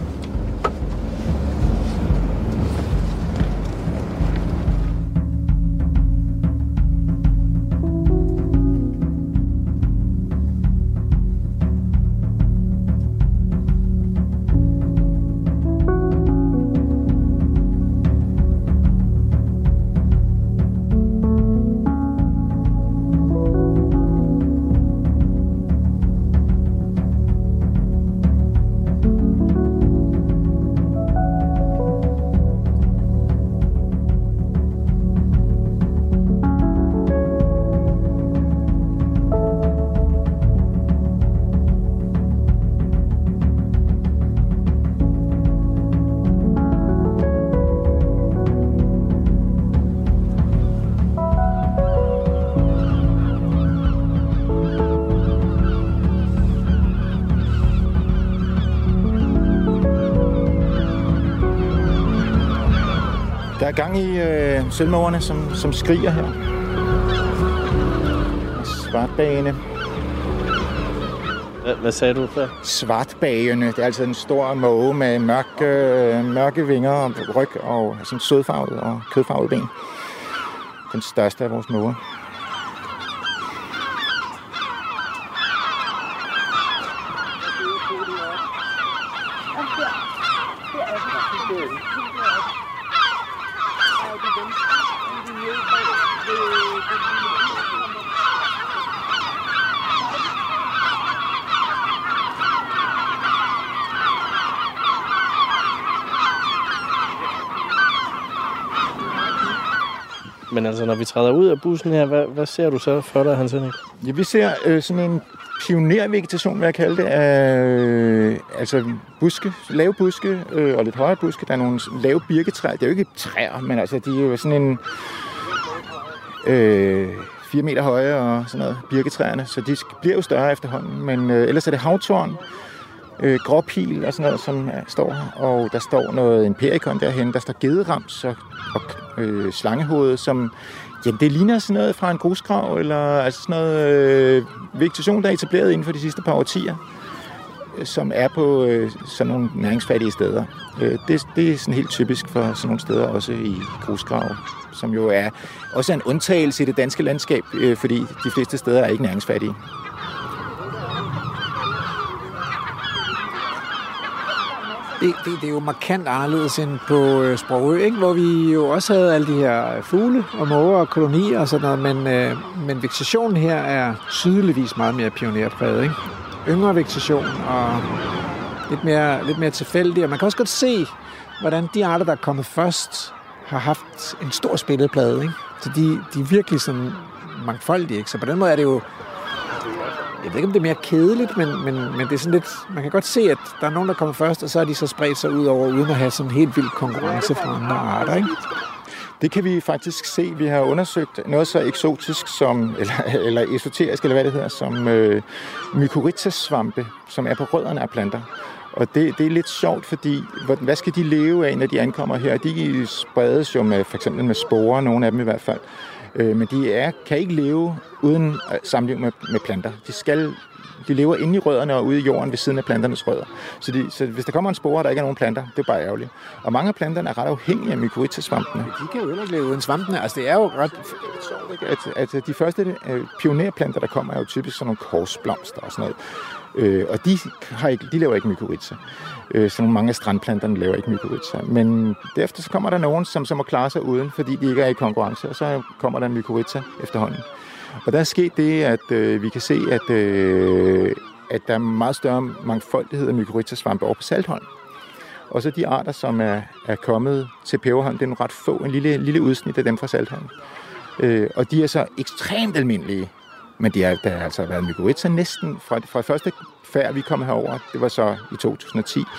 Der er gang i øh, sølvmågerne, som, som skriger her. Svartbagene. Hvad, hvad sagde du før? Svartbagene. Det er altså en stor måge med mørke, øh, mørke vinger og ryg og sådan sødfarvet og kødfarvet ben. Den største af vores måger. Men altså, når vi træder ud af bussen her, hvad, hvad ser du så for dig, Hans Henrik? Ja, vi ser øh, sådan en pionervegetation, vil jeg kalde det, af øh, altså buske, lave buske øh, og lidt højere buske. Der er nogle lave birketræer. Det er jo ikke træer, men altså, de er jo sådan en øh, fire meter høje og sådan noget, birketræerne, så de bliver jo større efterhånden. Men øh, ellers er det havtorn, øh, gråpil og sådan noget, som er, står her. Og der står noget imperikon derhen, der står gederams og, og øh, slangehoved, som jamen, det ligner sådan noget fra en grusgrav, eller altså sådan noget øh, vegetation, der er etableret inden for de sidste par årtier, øh, som er på øh, sådan nogle næringsfattige steder. Øh, det, det er sådan helt typisk for sådan nogle steder, også i grusgrav, som jo er også en undtagelse i det danske landskab, øh, fordi de fleste steder er ikke næringsfattige. Det, det, det er jo markant anderledes end på øh, Sprogø, ikke? Hvor vi jo også havde alle de her fugle og måger og kolonier og sådan noget, men, øh, men vegetationen her er tydeligvis meget mere pionerpræget, ikke? Yngre vegetation og lidt mere, lidt mere tilfældig, og man kan også godt se, hvordan de arter, der er kommet først, har haft en stor spilleplade, ikke? Så de, de er virkelig sådan mangfoldige, ikke? Så på den måde er det jo, jeg ved ikke, om det er mere kedeligt, men, men, men det er sådan lidt, man kan godt se, at der er nogen, der kommer først, og så er de så spredt sig ud over, uden at have sådan en helt vild konkurrence fra andre arter, ikke? Det kan vi faktisk se. Vi har undersøgt noget så eksotisk som, eller, eller esoterisk, eller hvad det hedder, som øh, mykorrhizasvampe, som er på rødderne af planter. Og det, det er lidt sjovt, fordi hvad skal de leve af, når de ankommer her? De spredes jo med, for eksempel med sporer, nogle af dem i hvert fald. Men de er, kan ikke leve uden samliv med, med planter. De, skal, de lever inde i rødderne og ude i jorden ved siden af planternes rødder. Så, de, så hvis der kommer en spore, og der ikke er nogen planter, det er bare ærgerligt. Og mange af planterne er ret afhængige af mykorrhizasvampene. De kan jo heller ikke leve uden svampene. Altså det er jo ret sjovt, at, at de første pionerplanter, der kommer, er jo typisk sådan nogle korsblomster og sådan noget. Øh, og de, har ikke, de laver ikke mykorrhiza. Øh, så mange af strandplanterne laver ikke mykorrhiza. Men derefter så kommer der nogen, som så må klare sig uden, fordi de ikke er i konkurrence, og så kommer der en mykorrhiza efterhånden. Og der er sket det, at øh, vi kan se, at, øh, at der er meget større mangfoldighed af mykorrhizasvampe over på Saltholm. Og så de arter, som er, er kommet til Peberholm, det er nogle ret få, en lille, lille udsnit af dem fra Saltholm. Øh, og de er så ekstremt almindelige. Men de er, der har altså været mykorrhiza næsten fra, fra første færd, vi kom herover. Det var så i to tusind og ti,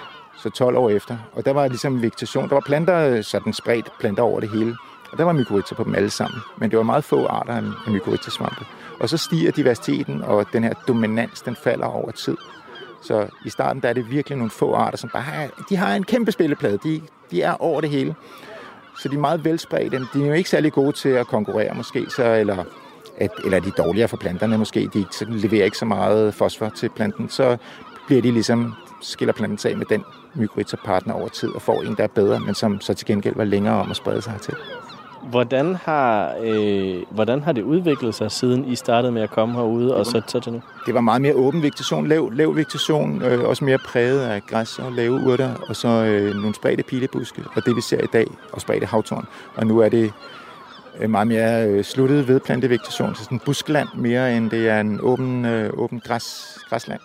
så tolv år efter. Og der var ligesom vegetation. Der var planter, sådan spredt planter over det hele. Og der var mykorrhiza på dem alle sammen. Men det var meget få arter af mykorrhizasvampe. Og så stiger diversiteten, og den her dominans, den falder over tid. Så i starten der er det virkelig nogle få arter, som bare har, de har en kæmpe spilleplade. De, de er over det hele. Så de er meget velspredte. De er jo ikke særlig gode til at konkurrere måske, så, eller... At, eller de er dårligere for planterne måske, de så leverer ikke så meget fosfor til planten, så bliver de ligesom, skiller planten af med den mykorrhiza-partner over tid, og får en, der er bedre, men som så til gengæld var længere om at sprede sig hertil. Hvordan har, øh, hvordan har det udviklet sig, siden I startede med at komme herude, og så, så til nu? Det var meget mere åben vegetation, lav, lav vegetation, øh, også mere præget af græs og lave urter, og så øh, nogle spredte pilebuske, og det vi ser i dag, og spredte havtorn, og nu er det meget mere øh, sluttet vedplantevegetation, så sådan en buskland mere, end det er en åben, øh, åben græs, græsland.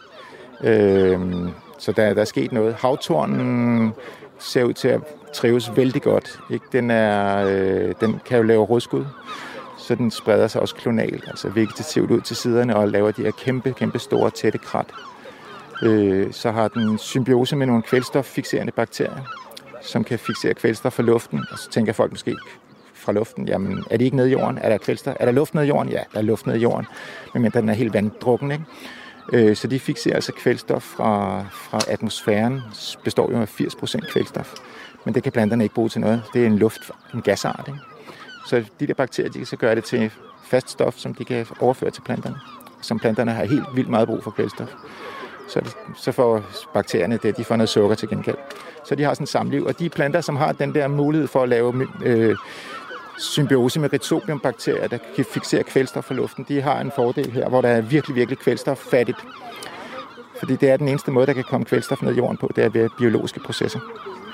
Øh, så der, der er sket noget. Havtornen ser ud til at trives vældig godt. Ikke? Den, er, øh, den kan jo lave rodskud, så den spreder sig også klonalt, altså vegetativt ud til siderne, og laver de her kæmpe, kæmpe store, tætte krat. Øh, så har den symbiose med nogle kvælstoffikserende bakterier, som kan fiksere kvælstof fra luften, og så tænker folk måske, fra luften, jamen er det ikke nede i jorden? Er der kvælstof? Er der luft nede i jorden? Ja, der er luft nede i jorden, men den er helt vanddrukken, ikke? Øh, så de fikserer altså kvælstof fra, fra atmosfæren, består jo af firs procent kvælstof, men det kan planterne ikke bruge til noget. Det er en luft, en gasart, ikke? Så de der bakterier, de kan så gøre det til fast stof, som de kan overføre til planterne, som planterne har helt vildt meget brug for kvælstof. Så, så får bakterierne det, de får noget sukker til gengæld. Så de har sådan en samliv, og de planter, som har den der mulighed for at lave øh, symbiose med rhizobiumbakterier, der kan fiksere kvælstof fra luften, de har en fordel her, hvor der er virkelig, virkelig kvælstoffattigt. Fordi det er den eneste måde, der kan komme kvælstof ned i jorden på, det er ved biologiske processer.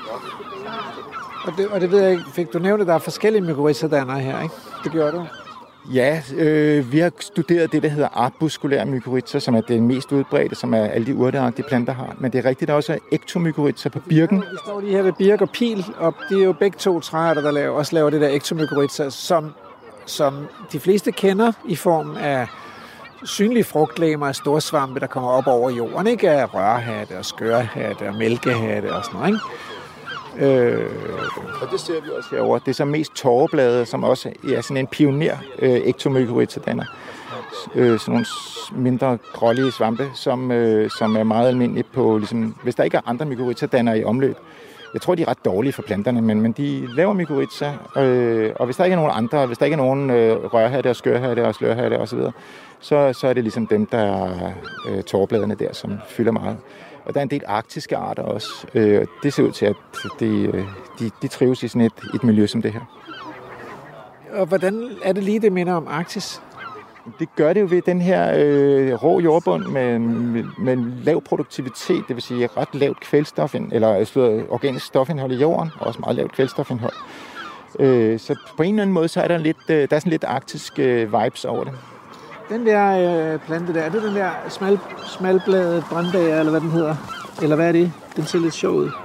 Og det, og det ved jeg ikke, fik du nævnt, at der er forskellige mykorrhizadanner her, ikke? Det gjorde du. Ja, øh, vi har studeret det, der hedder arbuskulære mykorrhizer, som er det mest udbredte, som er alle de urteagtige planter har. Men det er rigtigt, der også er ektomykorrhizer på birken. Vi står lige her ved birk og pil, og det er jo begge to træarter, der laver, også laver det der ektomykorrhizer, som, som de fleste kender i form af synlige frugtlegemer af storsvampe, der kommer op over jorden, ikke? Af rørhatte og skørhatte og mælkehatte og sådan noget, ikke? Øh, og det ser vi også herovre. Det er så mest tåreblade, som også er sådan en pioner øh, ektomykorrhizadanner. Øh, sådan nogle mindre grålige svampe, som, øh, som er meget almindelige på, ligesom, hvis der ikke er andre mykorrhizadanner i omløb. Jeg tror, de er ret dårlige for planterne, men, men de laver mykorrhiza, øh, og hvis der ikke er nogen andre, hvis der ikke er nogen øh, rørhatte og skørhatte og slørhatte osv., så, så er det ligesom dem, der er øh, tårebladene der, som fylder meget. Og der er en del arktiske arter også. Øh, det ser ud til, at de, de, de trives i sådan et, et miljø som det her. Og hvordan er det lige, det minder om Arktis? Det gør det jo ved den her øh, rå jordbund med, med, med lav produktivitet, det vil sige ret lavt kvælstof, eller øh, organisk stofindhold i jorden, og også meget lavt kvælstofindhold. Øh, så på en eller anden måde, så er der, lidt, øh, der er sådan lidt arktiske øh, vibes over det. Den der øh, plante der, er det den der smal, smalbladet brandbager, eller hvad den hedder? Eller hvad er det? Den ser lidt sjov ud.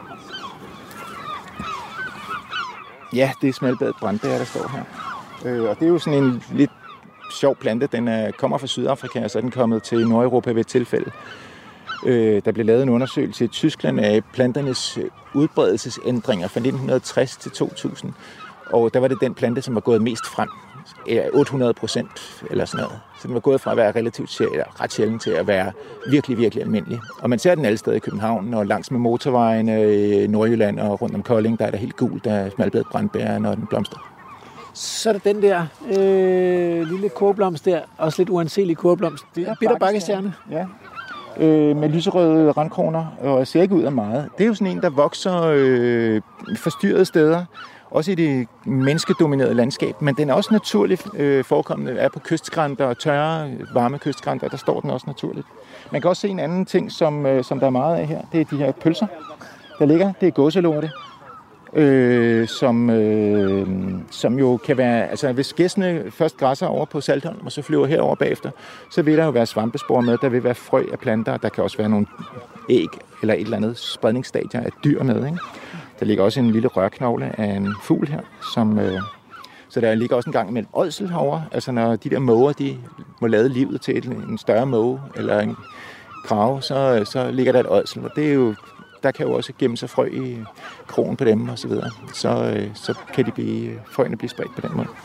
Ja, det er smalbladet brandbager, der står her. Øh, og det er jo sådan en lidt sjov plante. Den er, kommer fra Sydafrika, og så er den kommet til Nordeuropa ved et tilfælde. Øh, der blev lavet en undersøgelse i Tyskland af planternes udbredelsesændringer fra nitten tres til to tusind. Og der var det den plante, som var gået mest frem. otte hundrede procent eller sådan noget. Så den var gået fra at være relativt sjældent, ret sjældent til at være virkelig, virkelig almindelig. Og man ser den alle steder i København, og langs med motorvejene i Nordjylland og rundt om Kolding, der er der helt gult, der er smalbladet brandbær, når den blomster. Så er der den der øh, lille kurblomst der, også lidt uanselig kurblomst. Det er bitter bakkestjerne. Ja. Øh, med lyserøde randkroner, og ser ikke ud af meget. Det er jo sådan en, der vokser øh, forstyrrede steder, også i det menneskedominerede landskab, men den er også naturligt øh, forekommende, er på kystskrænter og tørre, varme kystskrænter, der står den også naturligt. Man kan også se en anden ting, som, øh, som der er meget af her, det er de her pølser, der ligger, det er gåselorte, øh, som, øh, som jo kan være, altså hvis gæstene først græsser over på Saltholm, og så flyver herover bagefter, så vil der jo være svampespor med, der vil være frø af planter, der kan også være nogle æg eller et eller andet spredningsstadier af dyr med, ikke? Der ligger også en lille rørknogle af en fugl her, som, øh, så der ligger også en gang med en ådsel herovre. Altså når de der måger, de må lade livet til en større måge eller en krage, så, så ligger der et ådsel. Og det er jo, der kan jo også gemme sig frø i krogen på dem og så videre. Så, øh, så kan de blive, frøene blive spredt på den måde.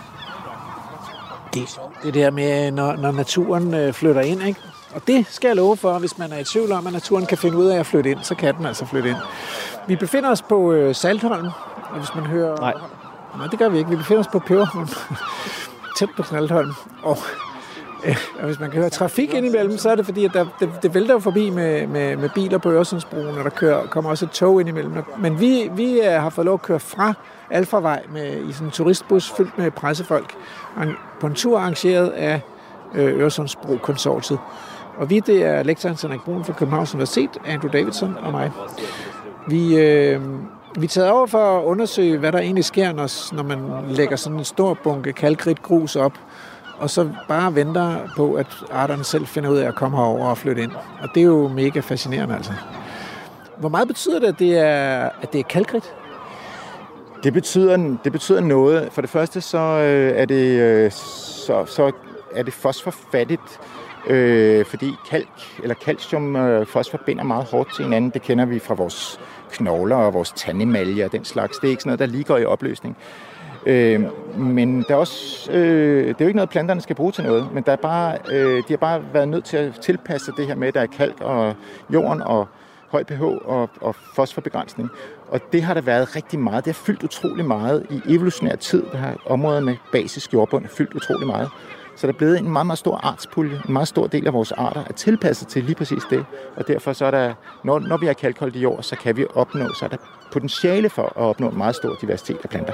Det, det der med, når, når naturen øh, flytter ind, ikke? Og det skal jeg love for, hvis man er i tvivl om, at naturen kan finde ud af at flytte ind, så kan den altså flytte ind. Vi befinder os på øh, Saltholm, og hvis man hører... Nej. Nej, det gør vi ikke. Vi befinder os på Peberholm, tæt på Saltholm. Og, øh, og hvis man kan høre trafik indimellem, så er det fordi, at der, det, det vælter jo forbi med, med, med biler på Øresundsbroen, og der kører, kommer også et tog indimellem. Men vi, vi har fået lov at køre fra Alfarvej med, i sådan en turistbus fyldt med pressefolk, på en tur arrangeret af øh, Øresundsbro-konsortiet. Og vi, det er lektor Henrik Brun fra Københavns Universitet, Andrew Davidson og mig. Vi, øh, vi er taget over for at undersøge, hvad der egentlig sker, når, når man lægger sådan en stor bunke kalkrit grus op, og så bare venter på, at arterne selv finder ud af at komme herover og flytte ind. Og det er jo mega fascinerende, altså. Hvor meget betyder det, at det er, at det er kalkrit? Det betyder, det betyder noget. For det første, så er det, øh, så, så er det fosforfattigt, Øh, fordi kalk eller calcium øh, fosfor binder meget hårdt til hinanden. Det kender vi fra vores knogler og vores tandemalje og den slags. Det er ikke sådan noget, der lige går i opløsning. Øh, men der er også, øh, det er jo ikke noget, planterne skal bruge til noget, men der er bare, øh, de har bare været nødt til at tilpasse det her med, at der er kalk og jorden og høj pH og, og fosforbegrænsning. Og det har der været rigtig meget. Det har fyldt utrolig meget i evolutionær tid. Der har områder med basisk jordbund fyldt utrolig meget. Så der er blevet en meget, meget stor artspulje. En meget stor del af vores arter er tilpasset til lige præcis det. Og derfor så er der, når, når vi har kalkholdig jord, så kan vi opnå, så er der potentiale for at opnå en meget stor diversitet af planter.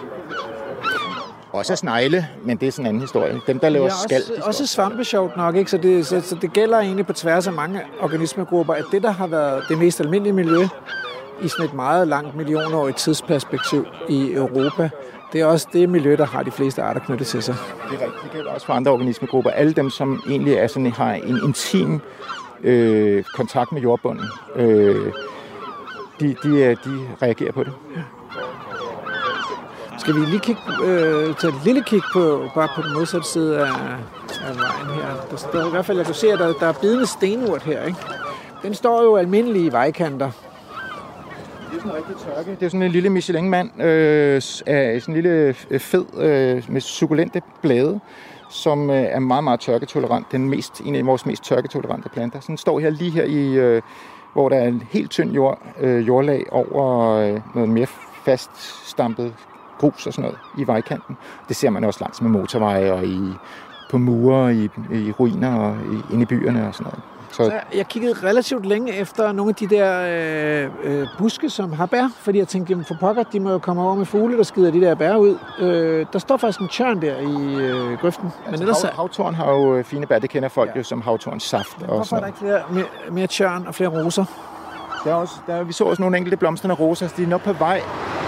Også snegle, men det er sådan en anden historie. Dem, der laver ja, skal. Også, også svampe sjovt nok, ikke? Så, det, så, så det gælder egentlig på tværs af mange organismegrupper, at det, der har været det mest almindelige miljø i sådan et meget langt millionårigt tidsperspektiv i Europa, det er også det miljø, der har de fleste arter knyttet til sig. Det er rigtigt. Det gælder også for andre organismegrupper. Alle dem, som egentlig er sådan, har en intim øh, kontakt med jordbunden, øh, de, de, de reagerer på det. Skal vi lige kigge, øh, tage et lille kig på, bare på den modsatte side af, af vejen her. Der står i hvert fald, jeg kan se, at der, der er bidende stenurt her, ikke? Den står jo almindelige i vejkanter. Det er sådan en rigtig tørke. Det er sådan en lille Michelin-mand, øh, sådan en lille fed øh, med sukulente blade, som øh, er meget, meget tørketolerant. Den mest, en af vores mest tørketolerante planter. Sådan står her lige her i, øh, hvor der er en helt tynd jord, øh, jordlag over øh, noget mere faststampet grus og sådan noget i vejkanten. Det ser man også langs med motorveje og i, på mure, i, i ruiner og i, inde i byerne og sådan noget. Så... Så jeg kiggede relativt længe efter nogle af de der øh, øh, buske, som har bær, fordi jeg tænkte, jamen for pokker, de må jo komme over med fugle, der skider de der bær ud. Øh, der står faktisk en tjørn der i øh, grøften. Altså, men ellers... hav, havtorn har jo fine bær, det kender folk ja. jo som havtorns saft. Men hvorfor er der ikke flere, mere, mere tjørn og flere roser? Der er også, der, vi så også nogle enkelte blomstrende roser, de er nok på vej.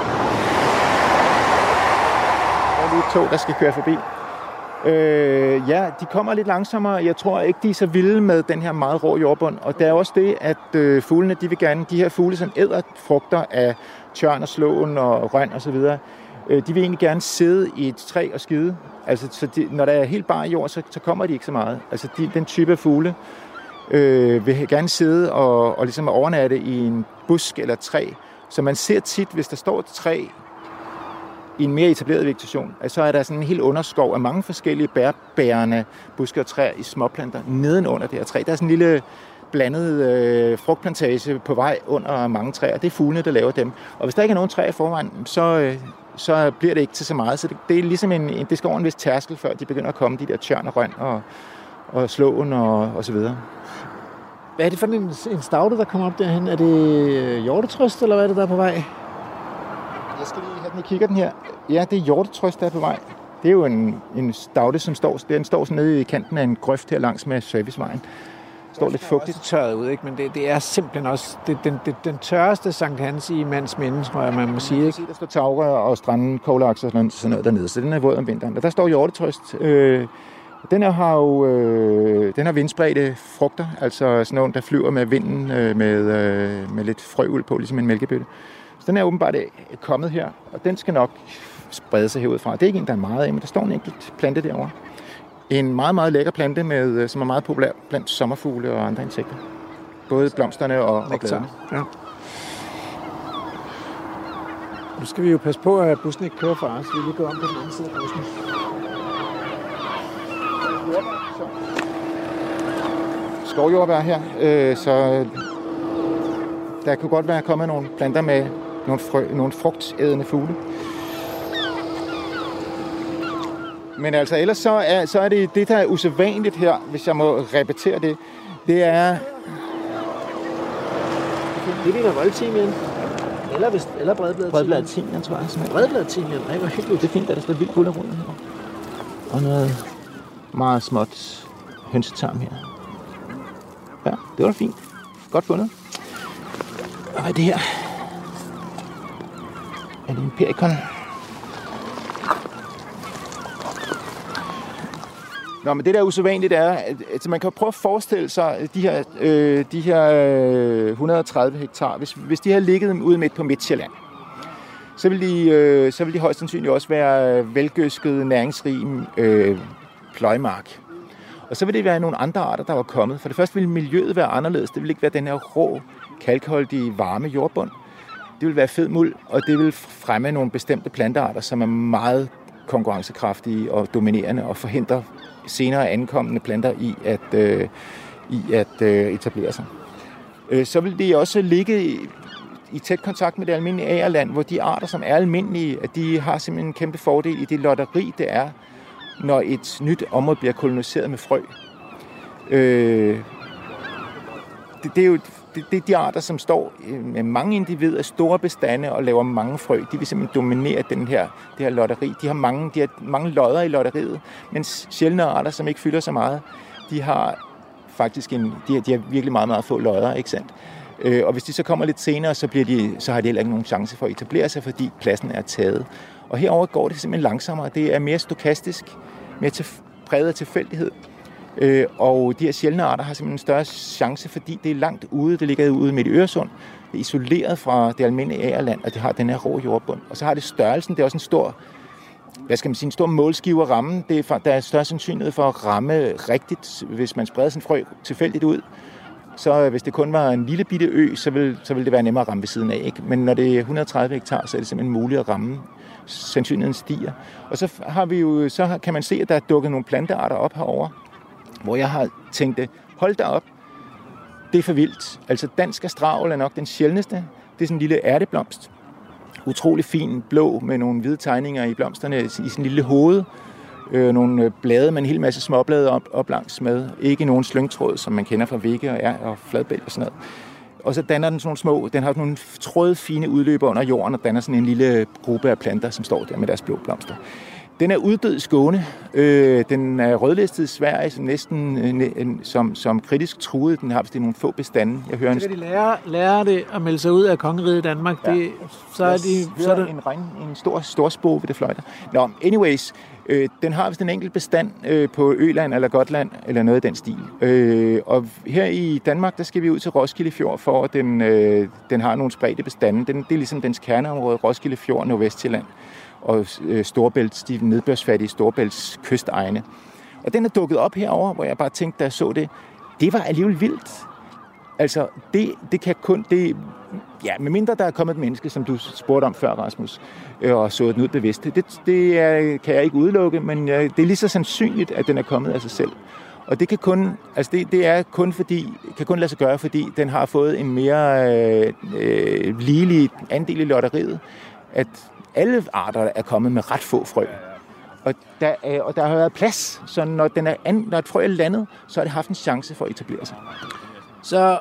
Der er lige et tog, der skal køre forbi. Øh, ja, de kommer lidt langsommere. Jeg tror ikke, de er så vilde med den her meget rå jordbund. Og det er også det, at øh, fuglene, de vil gerne, de her fugle, som æder frugter af tjørn og slåen og røn og så videre, øh, de vil egentlig gerne sidde i et træ og skide. Altså, så de, når der er helt bar jord, så, så kommer de ikke så meget. Altså, de, den type af fugle øh, vil gerne sidde og, og ligesom overnatte i en busk eller et træ. Så man ser tit, hvis der står et træ i en mere etableret vegetation, så er der sådan en helt underskov af mange forskellige bærbærende buske og træer i småplanter nedenunder det her træ. Der er sådan en lille blandet øh, frugtplantage på vej under mange træer. Det er fuglene, der laver dem. Og hvis der ikke er nogen træer i forvejen, så, øh, så bliver det ikke til så meget. Så det, det er ligesom en, en, det skal over en vis tærskel, før de begynder at komme, de der tjørn og røn og, og slåen og, og så videre. Hvad er det for en, en stavte, der kommer op derhen? Er det hjortetrøst, eller hvad er det, der er på vej? Jeg skal lige have den, I kigger den her. Ja, det er hjortetrøst, der er på vej. Det er jo en, en stavte, som står, den står sådan nede i kanten af en grøft her langs med servicevejen. Står lidt fugtigt. Det er tørret ud, ikke? Men det, det er simpelthen også det, den, det, den tørreste Sankt Hans i mands minde, tror jeg, man må sige. Ikke? Der står tagrør og stranden, koglaks og sådan noget dernede, så den er våd om vinteren. Og der står hjortetrøst. Øh, den her har jo øh, den har vindspredte frugter, altså sådan nogle, der flyver med vinden øh, med, øh, med lidt frøuld på, ligesom en mælkebøtte. Så den er åbenbart kommet her, og den skal nok sprede sig herudfra. Det er ikke en, der er meget af, men der står en enkelt plante derovre. En meget, meget lækker plante, med, som er meget populær blandt sommerfugle og andre insekter. Både blomsterne og, og bladene. Ja. Nu skal vi jo passe på, at bussen ikke kører fra os. Vi lige går om på den anden side af bussen. Skovjordbær her, øh, så der kunne godt være kommet nogle planter med nogle, frø, nogle frugtædende fugle. Men altså ellers så er, så er det det, der er usædvanligt her, hvis jeg må repetere det, det er... Det ligner voldtimian. Eller, hvis, eller bredbladet bredbladet timian, tror jeg. Bredbladet timian, nej, hvor hyggeligt. Det er fint, at der står vildt gulerod her. Og noget meget småt hønsetarm her. Ja, det var fint. Godt fundet. Og hvad er det her? Er det en perikon? Nå, men det der er usædvanligt er, at altså man kan prøve at forestille sig de her, øh, de her øh, et hundrede og tredive hektar. Hvis, hvis de har ligget ude midt på Midtsjælland, så vil de, øh, så vil de højst sandsynligt også være velgøsket, næringsrig øh, pløjmark. Og så vil det være nogle andre arter, der var kommet. For det første vil miljøet være anderledes. Det vil ikke være den her rå, kalkholdige, varme jordbund. Det vil være fed muld, og det vil fremme nogle bestemte plantearter, som er meget konkurrencekraftige og dominerende og forhindre senere ankommende planter i at, øh, i at øh, etablere sig. Øh, så vil de også ligge i, i tæt kontakt med det almindelige agerland, hvor de arter, som er almindelige, at de har simpelthen en kæmpe fordel i det lotteri, det er, når et nyt område bliver koloniseret med frø. Øh, det, det er jo det, det er de arter, som står med mange individer, store bestande og laver mange frø. De vil simpelthen dominere den her, det her lotteri. De har mange, de har mange lodder i lotteriet, mens sjældne arter, som ikke fylder så meget, de har faktisk en, de har, de har virkelig meget, meget få lodder, ikke sandt? Øh, og hvis de så kommer lidt senere, så, bliver de, så har de heller ikke nogen chance for at etablere sig, fordi pladsen er taget. Og herover går det simpelthen langsommere. Det er mere stokastisk, mere til, præget af tilfældighed. Øh, og de her sjældne arter har simpelthen en større chance, fordi det er langt ude. Det ligger ude midt i Øresund. Det er isoleret fra det almindelige agerland, og det har den her rå jordbund. Og så har det størrelsen. Det er også en stor, hvad skal man sige, en stor målskive at ramme. Det er for, der er større sandsynlighed for at ramme rigtigt, hvis man spreder sådan en frø tilfældigt ud. Så hvis det kun var en lille bitte ø, så vil, så vil det være nemmere at ramme ved siden af. Ikke? Men når det er et hundrede og tredive hektar, så er det simpelthen muligt at ramme. Sandsynligheden stiger. Og så, har vi jo, så kan man se, at der er dukket nogle plantearter op herover, hvor jeg har tænkt, hold da op, det er for vildt. Altså dansk astravl er nok den sjældneste. Det er sådan en lille ærteblomst. Utrolig fin, blå, med nogle hvide tegninger i blomsterne i sådan en lille hoved. Øh, nogle blade med en hel masse småblade op, op langs med. Ikke nogen slyngtråd, som man kender fra vægge og, er, og fladbæl og sådan noget. Og så danner den sådan nogle små, den har nogle trådfine udløber under jorden og danner sådan en lille gruppe af planter, som står der med deres blå blomster. Den er uddød i Skåne. Øh, den er rødlistet i Sverige som næsten øh, som, som kritisk truet. Den har vist nogle få bestande. Jeg hører så kan en... de lære, lære det at melde sig ud af kongeriget Danmark. Ja. Det, så er de, så er det... en, regn, en stor, stor spor ved det fløjter. Nå, anyways, øh, den har vist en enkelt bestand øh, på Øland eller Gotland, eller noget af den stil. Øh, og her i Danmark, der skal vi ud til Roskilde Fjord, for at den, øh, den har nogle spredte bestande. Den, det er ligesom dens kerneområde, Roskilde Fjord, Nordvestjylland. Og Storebælts, de nedbørsfattige Storebælts kystegne. Og den er dukket op herover, hvor jeg bare tænkte, da jeg så det, det var alligevel vildt. Altså, det, det kan kun, det, ja, medmindre der er kommet et menneske, som du spurgte om før, Rasmus, og så den ud bevidst. Det, det er, kan jeg ikke udelukke, men det er lige så sandsynligt, at den er kommet af sig selv. Og det kan kun, altså det, det er kun fordi, kan kun lade sig gøre, fordi den har fået en mere øh, øh, ligelig andel i lotteriet, at alle arter er kommet med ret få frø. Og der, er, og der har været plads, så når, den er an, når et frø er landet, så har det haft en chance for at etablere sig. Så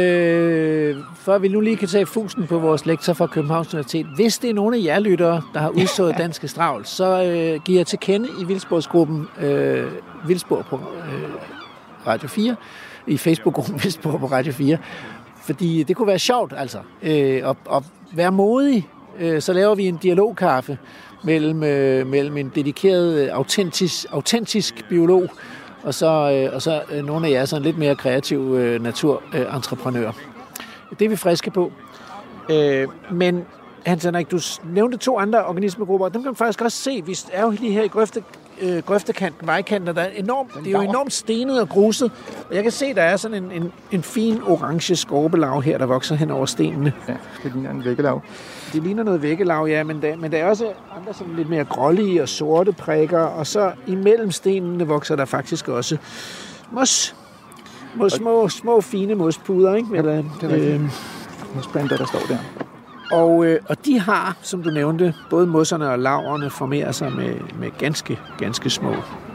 øh, for at vi nu lige kan tage fusen på vores lektor fra Københavns Universitet, hvis det er nogle af jer lyttere, der har udsået danske stravl, så øh, giver jeg til kende i Vildsporsgruppen øh, Vildspor på øh, Radio fire, i Facebook-gruppen Vildspor på Radio fire, fordi det kunne være sjovt altså, øh, at, at være modig. Så laver vi en dialogkaffe mellem, øh, mellem en dedikeret, autentisk, autentisk biolog og så, øh, og så øh, nogle af jer sådan lidt mere kreative øh, naturentreprenører. Det er vi friske på. Øh, men Hans Henrik, du nævnte to andre organismegrupper, dem kan man faktisk også se. Vi er jo lige her i grøfte, øh, grøftekanten, vejkanten, der er enormt, det er jo enormt stenet og gruset. Og jeg kan se, der er sådan en, en, en fin orange skorpelav her, der vokser hen over stenene. Ja, det ligner en væggelav. Det ligner noget væggelav, ja, men der, men der er også andre sådan lidt mere grålige og sorte prikker, og så imellem stenene vokser der faktisk også mos. Mos små, små, fine mospuder, ikke? Eller, ja, det er øh, mosplanter, der står der. Og, øh, og de har, som du nævnte, både mosserne og laverne formerer sig med, med ganske, ganske små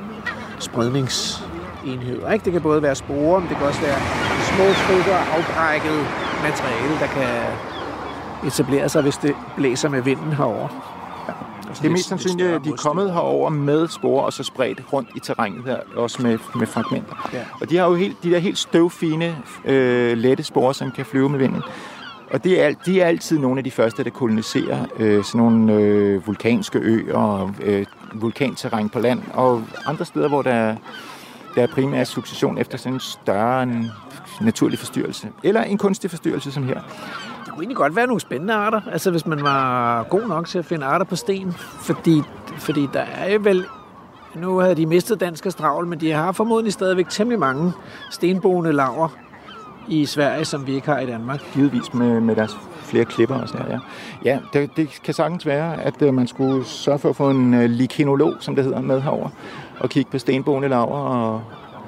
spredningsenheder. Ikke? Det kan både være sporer, men det kan også være små stykker afbrækket materiale, der kan etablere sig, hvis det blæser med vinden herover. Ja. Det er mest sandsynligt, at de er kommet herover med sporer og så spredt rundt i terrænet her, også med, med fragmenter. Ja. Og de har jo helt, de der helt støvfine, øh, lette sporer, som kan flyve med vinden. Og det er, de er altid nogle af de første, der koloniserer øh, sådan nogle øh, vulkanske øer og øh, vulkanterræn på land, og andre steder, hvor der, der er primær succession efter sådan en større en naturlig forstyrrelse. Eller en kunstig forstyrrelse, som her. Det kunne egentlig godt være nogle spændende arter, altså hvis man var god nok til at finde arter på sten, fordi, fordi der er jo vel, nu havde de mistet dansk astravl, men de har formodentlig stadigvæk temmelig mange stenboende laver i Sverige, som vi ikke har i Danmark. Givetvis med, med deres flere klipper og sådan noget, ja. Ja, det, det kan sagtens være, at uh, man skulle sørge for at få en uh, lichenolog, som det hedder, med herover og kigge på stenboende laver, og,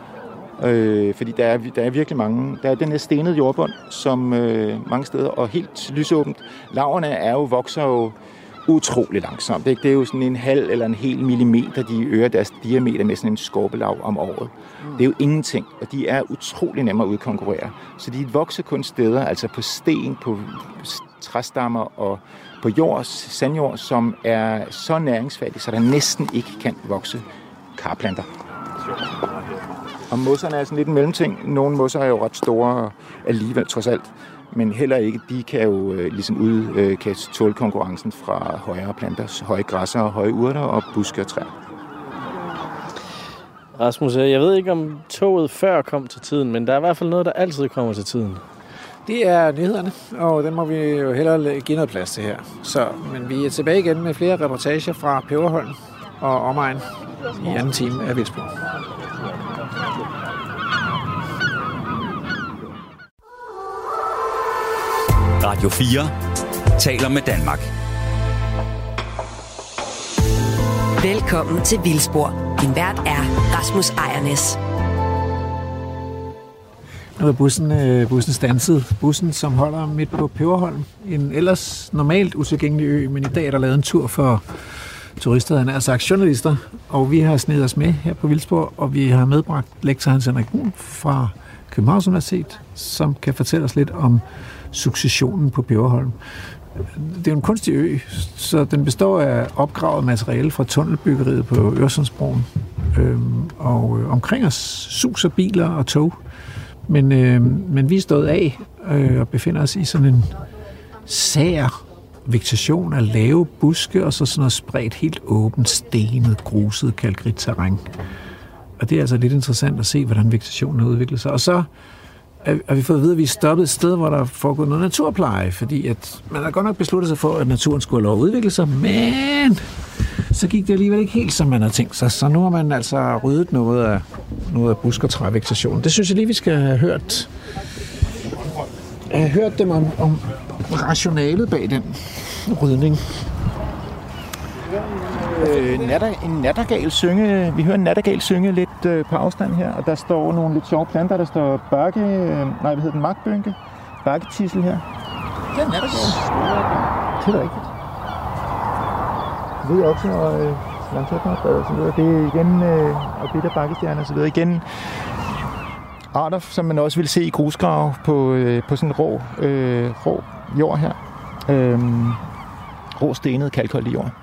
øh, fordi der er, der er virkelig mange. Der er den her stenede jordbund, som øh, mange steder, og helt lysåbent. Laverne er jo, vokser jo utrolig langsomt. Ikke? Det er jo sådan en halv eller en hel millimeter, de øger deres diameter med sådan en skorpelav om året. Mm. Det er jo ingenting, og de er utrolig nemme at udkonkurrere. Så de vokser kun steder, altså på sten, på træstammer og på jord, sandjord, som er så næringsfattige, så der næsten ikke kan vokse karplanter. Og mosserne er sådan lidt en mellemting. Nogle mosser er jo ret store alligevel, trods alt. men heller ikke, de kan jo øh, ligesom ud, øh, kan tåle konkurrencen fra højere planter, høje græsser, høje urter og buske og træer. Rasmus, jeg ved ikke, om toget før kom til tiden, men der er i hvert fald noget, der altid kommer til tiden. Det er nyhederne, og den må vi jo hellere give noget plads til her. Så, men vi er tilbage igen med flere reportager fra Peberholm og omegn i anden time af Vildspor. Radio fire taler med Danmark. Velkommen til Vildspor. Din vært er Rasmus Ejernes. Nu er bussen, øh, bussen standset. Bussen, som holder midt på Peberholm. En ellers normalt utilgængelig ø, men i dag er der lavet en tur for turister, han er sagt journalister. Og vi har snedet os med her på Vildspor, og vi har medbragt lektor Hans Henrik Bruun fra Københavns Universitet, som kan fortælle os lidt om successionen på Peberholm. Det er jo en kunstig ø, så den består af opgravet materiale fra tunnelbyggeriet på Øresundsbroen. Øhm, og øh, omkring os suser biler og tog. Men, øh, men vi er stået af øh, og befinder os i sådan en sær vegetation af lave buske og så sådan noget spredt helt åbent, stenet, gruset, kalkrit terræn. Og det er altså lidt interessant at se, hvordan vegetationen har udviklet sig. Og så har vi fået at vide, at vi er stoppet et sted, hvor der er foregået noget naturpleje, fordi at man har godt nok besluttet sig for, at naturen skulle have lov at udvikle sig, men så gik det alligevel ikke helt, som man havde tænkt sig. Så nu har man altså ryddet noget af, noget af busk- og trævegetationen. Det synes jeg lige, vi skal have hørt, have hørt dem om, om rationalet bag den rydning. Øh, natter, en nattergal synge. Vi hører en nattergal synge lidt øh, på afstand her, og der står nogle lidt sjove planter. Der står bakke, øh, nej, hvad hedder den, magtbønke, bakketissel her. Det er en nattergal. Det er rigtigt. Det er også noget øh, landtætnarbad og så videre. Det er igen, øh, og bitter bakkestjerner og så videre. Igen arter, som man også vil se i grusgrave på, øh, på sådan en rå, øh, rå jord her. Øh, rå stenet, kalkholdig jord.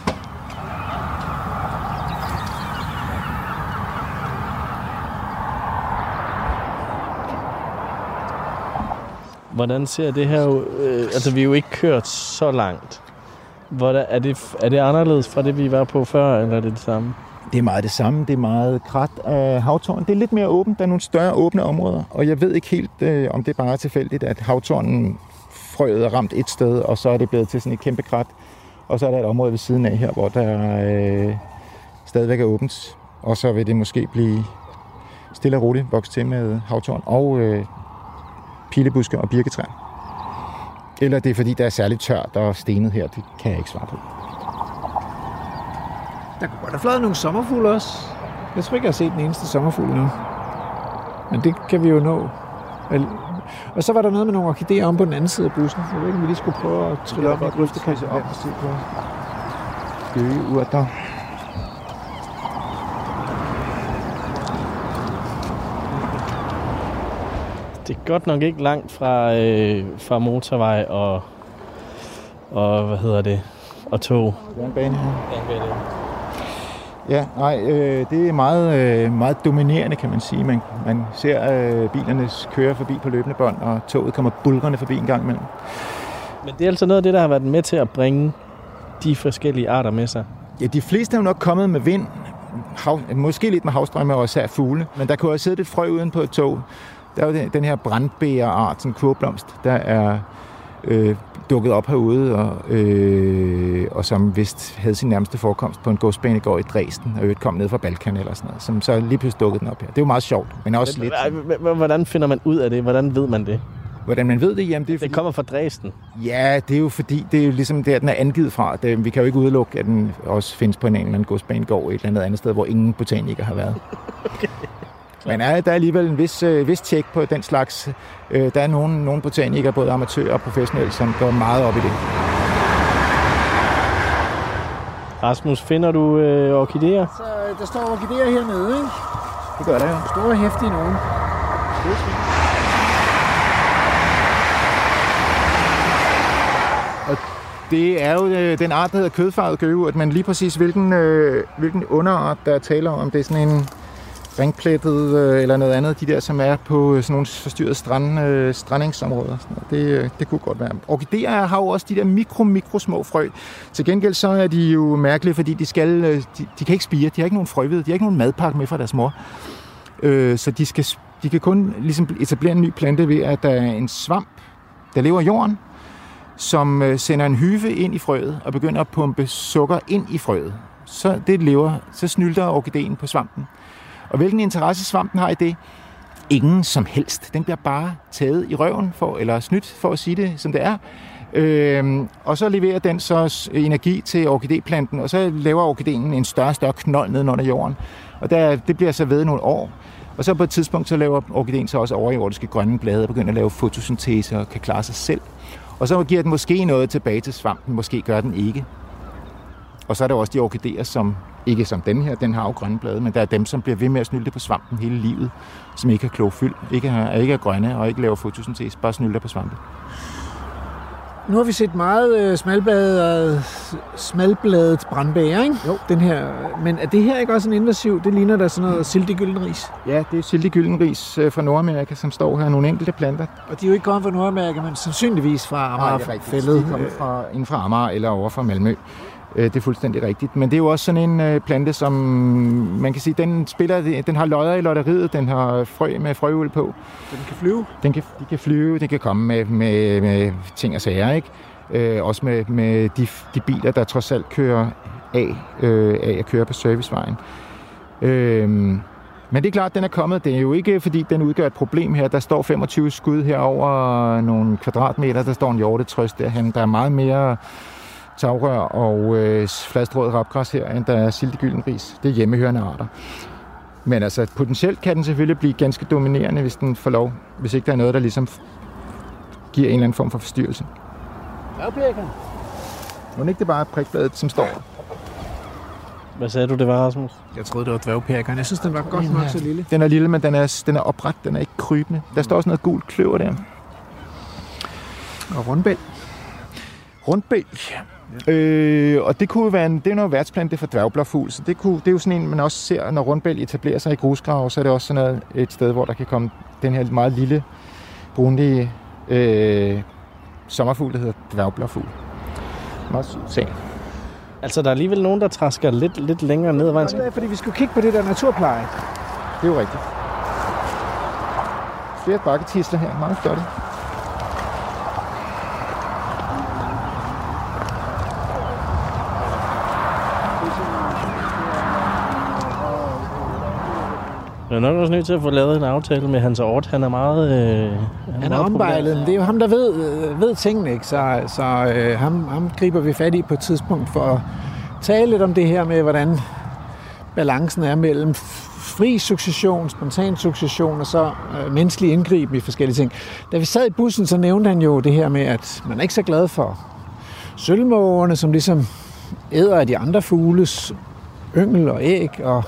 Hvordan ser det her ud? Altså, vi er jo ikke kørt så langt. Hvordan, er, det, er det anderledes fra det, vi var på før, eller er det det samme? Det er meget det samme. Det er meget krat af havtårn. Det er lidt mere åbent. Der er nogle større åbne områder, og jeg ved ikke helt, øh, om det er bare tilfældigt, at havtårnen frøet er ramt et sted, og så er det blevet til sådan et kæmpe krat. Og så er der et område ved siden af her, hvor der øh, stadigvæk er åbent. Og så vil det måske blive stille og roligt vokset til med havtårn og øh, pilebusker og birketræer. Eller det er fordi, der er særligt tørt og stenet her. Det kan jeg ikke svare på. Der kunne godt have fløjet nogle sommerfugle også. Jeg tror ikke, jeg har set den eneste sommerfugl endnu. Men det kan vi jo nå. Og så var der noget med nogle orkideer om på den anden side af bussen. Jeg ved ikke, om vi lige skulle prøve at trille op i grøftekasse op og se på skøgeurter. Det er godt nok ikke langt fra, øh, fra motorvej og, og, hvad hedder det, og tog. Jernbane her. Ja, nej, øh, det er meget, øh, meget dominerende, kan man sige. Man, man ser øh, bilerne køre forbi på løbende bånd, og toget kommer bulrende forbi en gang imellem. Men det er altså noget af det, der har været med til at bringe de forskellige arter med sig. Ja, de fleste er jo nok kommet med vind. Hav, måske lidt med havstrømme og især fugle. Men der kunne have siddet et frø uden på et tog. Der er jo den her brandbægerart, sådan en kurvblomst, der er øh, dukket op herude, og, øh, og som vist havde sin nærmeste forekomst på en godsbanegård i Dresden, og øvrigt kom ned fra Balkan eller sådan noget, som så lige pludselig dukkede den op her. Det er jo meget sjovt, men også lidt... Hvordan finder man ud af det? Hvordan ved man det? Hvordan man ved det? Jamen, det, er fordi... det kommer fra Dresden. Ja, det er jo fordi, det er jo ligesom der, den er angivet fra. Det, vi kan jo ikke udelukke, at den også findes på en eller anden godsbanegård et eller andet andet sted, hvor ingen botanikere har været. Okay. Men er, der er alligevel en vis, øh, vis tjek på den slags. Øh, der er nogle, nogle botanikere, både amatører og professionelle, som går meget op i det. Rasmus, finder du øh, orkideer? Så der står orkideer hernede, ikke? Det gør der, ja. Store, hæftige nogen. Og det er jo øh, den art, der hedder kødfarvet gøgeurt, men lige præcis hvilken, øh, hvilken underart, der taler om, det er sådan en... ringplettet øh, eller noget andet, de der, som er på sådan nogle forstyrrede strand, øh, strandingsområder. Det, det kunne godt være. Orkideer har jo også de der mikro, mikro små frø. Til gengæld så er de jo mærkelige, fordi de skal, de, de kan ikke spire, de har ikke nogen frøved, de har ikke nogen madpakke med fra deres mor. Øh, så de, skal, de kan kun ligesom etablere en ny plante ved, at der er en svamp, der lever i jorden, som øh, sender en hyve ind i frøet og begynder at pumpe sukker ind i frøet. Så det lever, så snylter orkideen på svampen. Og hvilken interesse svampen har i det? Ingen som helst. Den bliver bare taget i røven, for, eller snydt, for at sige det, som det er. Øhm, og så leverer den så energi til orkidéplanten, og så laver orkideen en større og større knold ned under jorden. Og der, det bliver så ved nogle år. Og så på et tidspunkt, så laver orkideen så også overjordiske grønne blade og begynder at lave fotosyntese og kan klare sig selv. Og så giver den måske noget tilbage til svampen, måske gør den ikke. Og så er der også de orkideer, som ikke som den her, den har jo grønne blade, men der er dem, som bliver ved med at snylte på svampen hele livet, som ikke har klorofyld, ikke er, ikke er grønne og ikke laver fotosyntese, bare snylter på svampen. Nu har vi set meget øh, smalbladet, smalbladet brandbæger, ikke? Jo. Den her, men er det her ikke også en invasiv? Det ligner da sådan noget siltegyldenris. Ja, det er siltegyldenris fra Nordamerika, som står her, nogle enkelte planter. Og de er jo ikke kommet fra Nordamerika, men sandsynligvis fra Amagerfældet. De er kommet fra, inden fra Amager eller over fra Malmø. Det er fuldstændig rigtigt. Men det er jo også sådan en plante, som man kan sige, den spiller, den har lodder i lotteriet, den har frø med frøuld på. Den kan flyve? Den kan, de kan flyve, det kan komme med, med, med ting og sager, ikke? Øh, også med, med de, de biler, der trods alt kører af, øh, af at køre på servicevejen. Øh, men det er klart, at den er kommet. Det er jo ikke, fordi den udgør et problem her. Der står femogtyve skud her over nogle kvadratmeter. Der står en hjortetrøst derhen. Der er meget mere tagrør og øh, fladstrået rapgræs her, end der er siltegyldenris. Det er hjemmehørende arter. Men altså, potentielt kan den selvfølgelig blive ganske dominerende, hvis den får lov. Hvis ikke der er noget, der ligesom giver en eller anden form for forstyrrelse. Dværgpelikan. Må ikke det bare prikbladet, som står? Hvad sagde du, det var, Rasmus? Jeg troede, det var dværgpelikan. Jeg synes, den var godt nok så lille. Den er lille, men den er, den er opret. Den er ikke krybende. Der står også noget gult kløver der. Og rundbæl. Rundbæl. Ja. Øh, og det kunne være en, det er noget værtsplante for dværgblåfugl, så det, kunne, det er jo sådan en, man også ser, når rundbæl etablerer sig i grusgrave, så er det også sådan noget, et sted, hvor der kan komme den her meget lille, brunlige øh, sommerfugl, der hedder dværgblåfugl. Meget sød sag. Altså, der er alligevel nogen, der træsker lidt, lidt længere ned ad vejen. Det er, fordi vi skulle kigge på det der naturpleje. Det er jo rigtigt. Flere bakketisler her, meget flotte. Jeg er nok også nødt til at få lavet en aftale med Hans Ort. Han er meget... Øh, han, han er ombejlet, men det er jo ham, der ved, ved tingene, ikke? Så, så øh, ham, ham griber vi fat i på et tidspunkt for at tale lidt om det her med, hvordan balancen er mellem fri succession, spontan succession og så øh, menneskelig indgreb i forskellige ting. Da vi sad i bussen, så nævnte han jo det her med, at man er ikke så glad for sølvmågerne, som ligesom æder af de andre fugles yngel og æg, og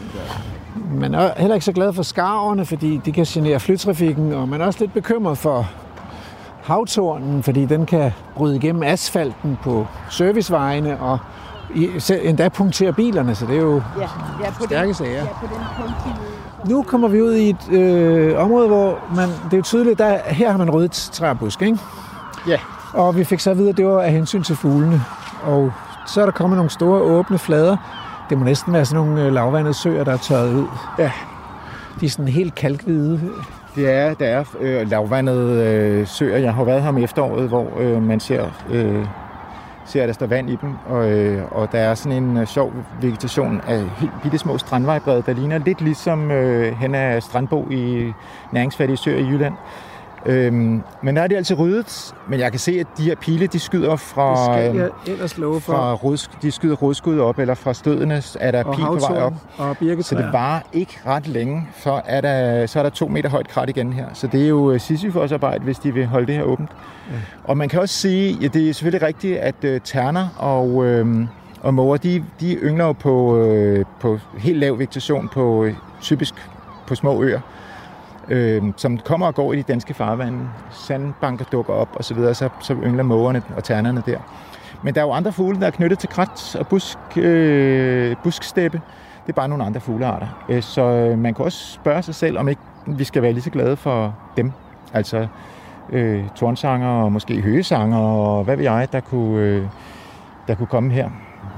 man er heller ikke så glad for skarverne, fordi de kan genere flytrafikken, og man er også lidt bekymret for havtornen, fordi den kan bryde igennem asfalten på servicevejene og endda punktere bilerne, så det er jo ja, ja, stærke sager. Ja, nu kommer vi ud i et øh, område, hvor man, det er jo tydeligt, der her har man ryddet træbusk, ikke? Ja. Og vi fik så at vide, at det var af hensyn til fuglene. Og så er der kommet nogle store åbne flader. Det må næsten være sådan nogle lavvandede søer, der er tørret ud. Ja. De er sådan helt kalkhvide. Det er, der er øh, lavvandede øh, søer. Jeg har været her om efteråret, hvor øh, man ser, øh, ser, at der står vand i dem. Og, øh, og der er sådan en øh, sjov vegetation af helt bitte små strandvejbred, der ligner lidt ligesom øh, hen ad Strandbo i næringsfattige søer i Jylland. Øhm, men der er de altid ryddet, men jeg kan se, at de her pile, de skyder fra, det skal jeg ellers love for. fra rod, de skyder rodskud op, eller fra stødene er der pil på vej op. Og så det varer ikke ret længe, så er der, så er der to meter højt krat igen her. Så det er jo Sisyfos arbejde, hvis de vil holde det her åbent. Ja. Og man kan også sige, ja, det er selvfølgelig rigtigt, at uh, terner og, øh, og måger, de, de yngler jo på, øh, på helt lav vegetation, på, typisk på små øer. Øh, som kommer og går i de danske farvande. Sandbanker dukker op og så videre, så, så yngler mågerne og ternerne der. Men der er jo andre fugle, der er knyttet til krat og busk, øh, busksteppe. Det er bare nogle andre fuglearter. Øh, så man kan også spørge sig selv, om ikke vi skal være lige så glade for dem. Altså øh, tornsanger og måske høgesanger og hvad ved jeg, der kunne, øh, der kunne komme her.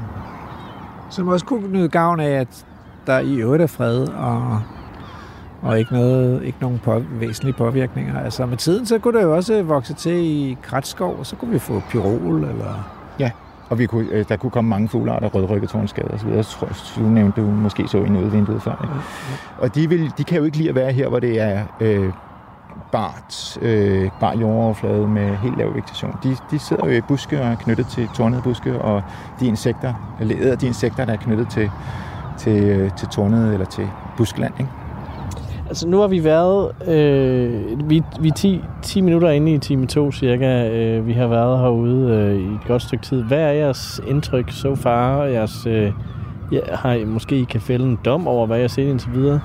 Som også kunne nyde gavn af, at der i øvrigt er fred og, og ikke, noget, ikke nogen på, væsentlige påvirkninger. Altså med tiden, så kunne der jo også vokse til i kratskov, og så kunne vi få pyrol eller... Ja, og vi kunne, der kunne komme mange fuglearter, rødrygget tornskade og så videre. Jeg tror, du nævnte, du måske så en ude i vinduet før. Ikke? Ja, ja. Og de, vil, de kan jo ikke lide at være her, hvor det er øh, bart, øh, bar jordoverflade med helt lav vegetation. De, de sidder jo i buske og er knyttet til tornede buske, og de insekter, eller de insekter, der er knyttet til, til, til tornede eller til buskland, ikke? Altså nu har vi været, øh, vi, vi er ti, ti minutter inde i time to cirka, øh, vi har været herude øh, i et godt stykke tid. Hvad er jeres indtryk så so far? Jeres, øh, ja, har I måske I kan fælde en dom over, hvad jeg har set indtil videre?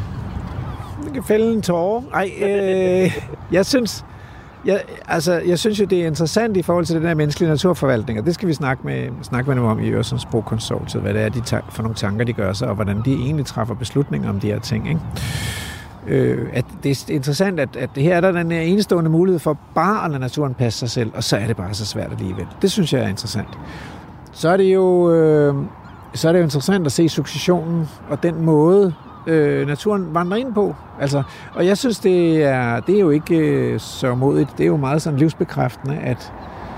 Jeg kan fælde en tåre. Ej, øh, jeg synes, jeg, altså, jeg synes jo, det er interessant i forhold til den der menneskelige naturforvaltning, og det skal vi snakke med, snakke med dem om i Øresundsbrokonsortiet, hvad det er de ta- for nogle tanker, de gør sig, og hvordan de egentlig træffer beslutninger om de her ting, ikke? Øh, at det er interessant, at, at her er der den enestående mulighed for bare at lade naturen passe sig selv, og så er det bare så svært alligevel. Det synes jeg er interessant. Så er det jo, øh, så er det jo interessant at se successionen og den måde, øh, naturen vandrer ind på. Altså, og jeg synes, det er, det er jo ikke øh, så modigt. Det er jo meget sådan livsbekræftende, at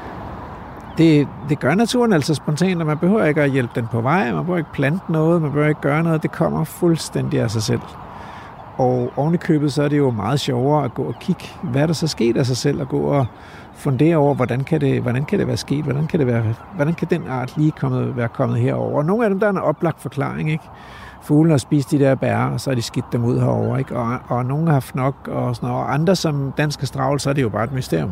det, det gør naturen altså spontant, og man behøver ikke at hjælpe den på vej, man behøver ikke plante noget, man behøver ikke gøre noget. Det kommer fuldstændig af sig selv. Og oven i købet, så er det jo meget sjovere at gå og kigge, hvad der så sket af sig selv, og gå og fundere over, hvordan kan det, hvordan kan det være sket, hvordan kan, det være, hvordan kan den art lige kommet, være kommet herover. Og nogle af dem, der er en oplagt forklaring, ikke? Fuglene har spist de der bær, og så har de skidt dem ud herover, ikke? Og, og nogle har haft nok, og sådan noget. Og andre som danske stravl, så er det jo bare et mysterium.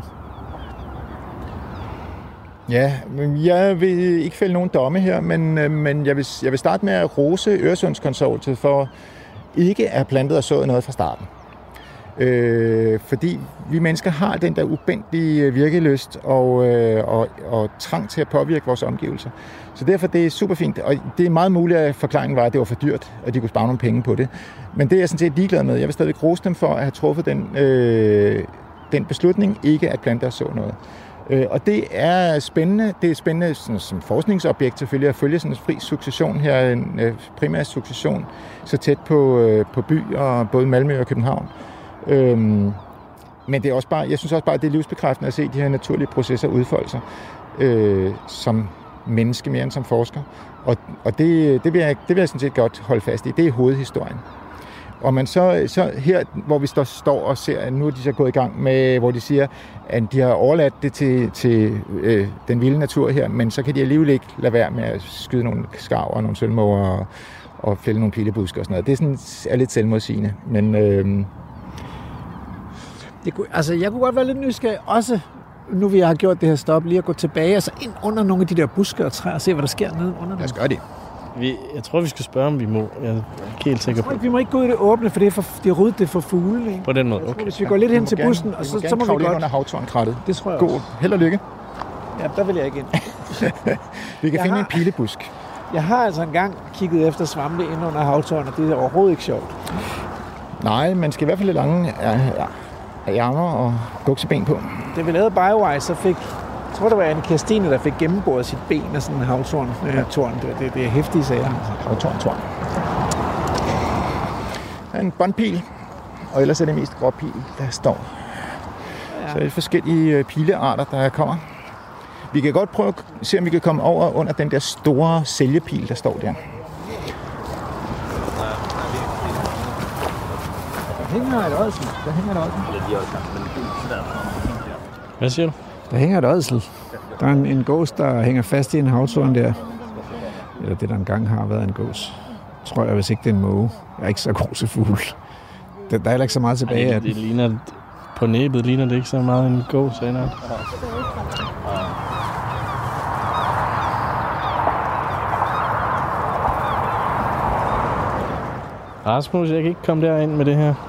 Ja, jeg vil ikke fælde nogen domme her, men, men jeg, vil, jeg vil starte med at rose Øresundskonsortiet for ikke at have plantet og sået noget fra starten. Øh, fordi vi mennesker har den der ubændige virkelyst og, øh, og, og trang til at påvirke vores omgivelser. Så derfor det er super fint, og det er meget muligt, at forklaringen var, at det var for dyrt, og de kunne spare nogle penge på det. Men det er jeg sådan set ligeglad med. Jeg vil stadig rose dem for at have truffet den, øh, den beslutning, ikke at plante og så noget. Øh, og det er spændende. Det er spændende sådan, som forskningsobjekt selvfølgelig at følge sådan en fri succession her, en øh, primær succession, så tæt på, øh, på by og både Malmø og København. Øhm, men det er også bare, jeg synes også bare, at det er livsbekræftende at se de her naturlige processer udfolde sig øh, som menneske mere end som forsker. Og, og det, det, vil jeg, det vil jeg sådan set godt holde fast i. Det er hovedhistorien. Og man så, så her, hvor vi står, står og ser, at nu er de så gået i gang med, hvor de siger, at de har overladt det til, til øh, den vilde natur her, men så kan de alligevel ikke lade være med at skyde nogle skarver og nogle sølvmåger og, og fælde nogle pilebusker og sådan noget. Det er, sådan, er lidt selvmodsigende, men... Øh, Det kunne, altså, jeg kunne godt være lidt nysgerrig, også nu vi har gjort det her stop, lige at gå tilbage og så ind under nogle af de der buske og træer og se, hvad der sker nede under dem. Lad os gøre det. Vi, jeg tror, vi skal spørge, om vi må. Jeg er ikke helt sikker på. Vi må ikke gå ud i det åbne, for det er, for, det er ryddet, det er for fugle. Ikke? På den måde, okay. okay. Hvis vi går lidt hen til gerne, bussen, og så, må så må vi godt... under havtornkrattet. Det tror jeg God. også. Held og lykke. Ja, der vil jeg ikke ind. Vi kan jeg finde har, en pilebusk. Jeg har altså engang kigget efter svampe ind under havtorn, og det er overhovedet ikke sjovt. Nej, man skal i hvert fald lidt lange ja, ja, ærmer og bukseben på. Da vi lavede BioWise, så fik... Jeg tror, det var Anne Kirstine, der fik gennemboret sit ben af sådan en havtorn. Ja. Øh, torn. Det, det, det er hæftige sager. Havtorn, torn. Der er en båndpil, og ellers er det mest gråpil, der står. Ja. Så er det forskellige pilearter, der kommer. Vi kan godt prøve at se, om vi kan komme over under den der store sælgepil, der står der. Der hænger et ådsel. Der hænger et ådsel. Hvad siger du? Der hænger et ådsel. Der er en, en gås, der hænger fast i en havtorn der. Eller det, der engang har været en gås. Tror jeg, hvis ikke det er en måge. Jeg er ikke så god til fugle. Der, der er heller ikke så meget tilbage Ej, af det, det ligner, på næbet ligner det ikke så meget en gås. Eller? Rasmus, jeg kan ikke komme derind med det her.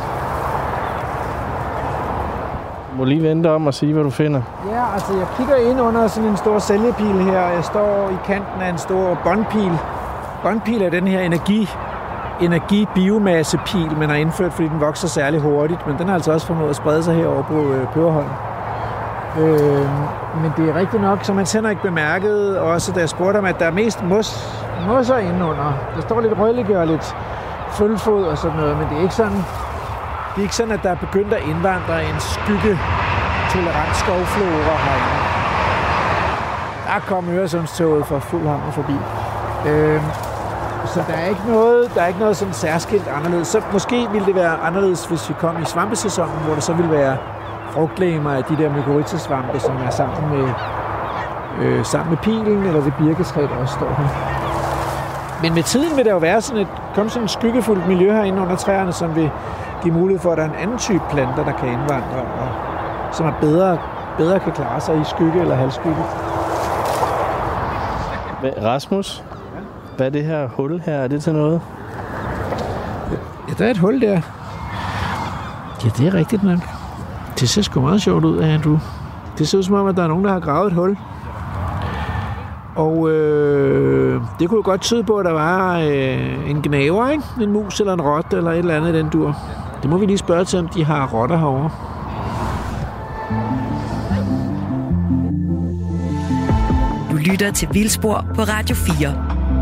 Du må lige vente om og sige, hvad du finder. Ja, altså jeg kigger ind under sådan en stor sælgepil her, og jeg står i kanten af en stor båndpil. grønpil er den her energi, energi-biomassepil, man har indført, fordi den vokser særlig hurtigt, men den har altså også formået at sprede sig herover på øh, Peberholm. Øh, men det er rigtigt nok, som man sender ikke bemærket, også da jeg spurgte om, at der er mest mos, mosser indenunder. Der står lidt rødligge og lidt følfod og sådan noget, men det er ikke sådan, det er ikke sådan, at der er begyndt at indvandre en skygge-tolerant skovflora herinde. Der kom Øresundstoget for fuld hammer forbi. Øh, Så der er ikke noget, der er ikke noget sådan særskilt anderledes. Så måske ville det være anderledes, hvis vi kom i svampesæsonen, hvor der så ville være frugtlegemer af de der mykorrhizasvampe, som er sammen med, øh, sammen med pilen, eller det birketræ, der også står her. Men med tiden vil der jo være sådan et, komme sådan et skyggefuldt miljø herinde under træerne, som vil give mulighed for, at der er en anden type planter, der kan indvandre, og som er bedre, bedre kan klare sig i skygge eller halvskygge. Rasmus? Hvad er det her hul her? Er det til noget? Ja, der er et hul der. Ja, det er rigtigt nok. Det ser sgu meget sjovt ud, Andrew. Det ser ud som om, at der er nogen, der har gravet et hul. Og øh, det kunne jo godt tyde på, at der var øh, en gnaver, ikke? En mus eller en rotte eller et eller andet i den dur. Det må vi lige spørge til, om de har rotter herovre. Du lytter til Vildspor på Radio fire.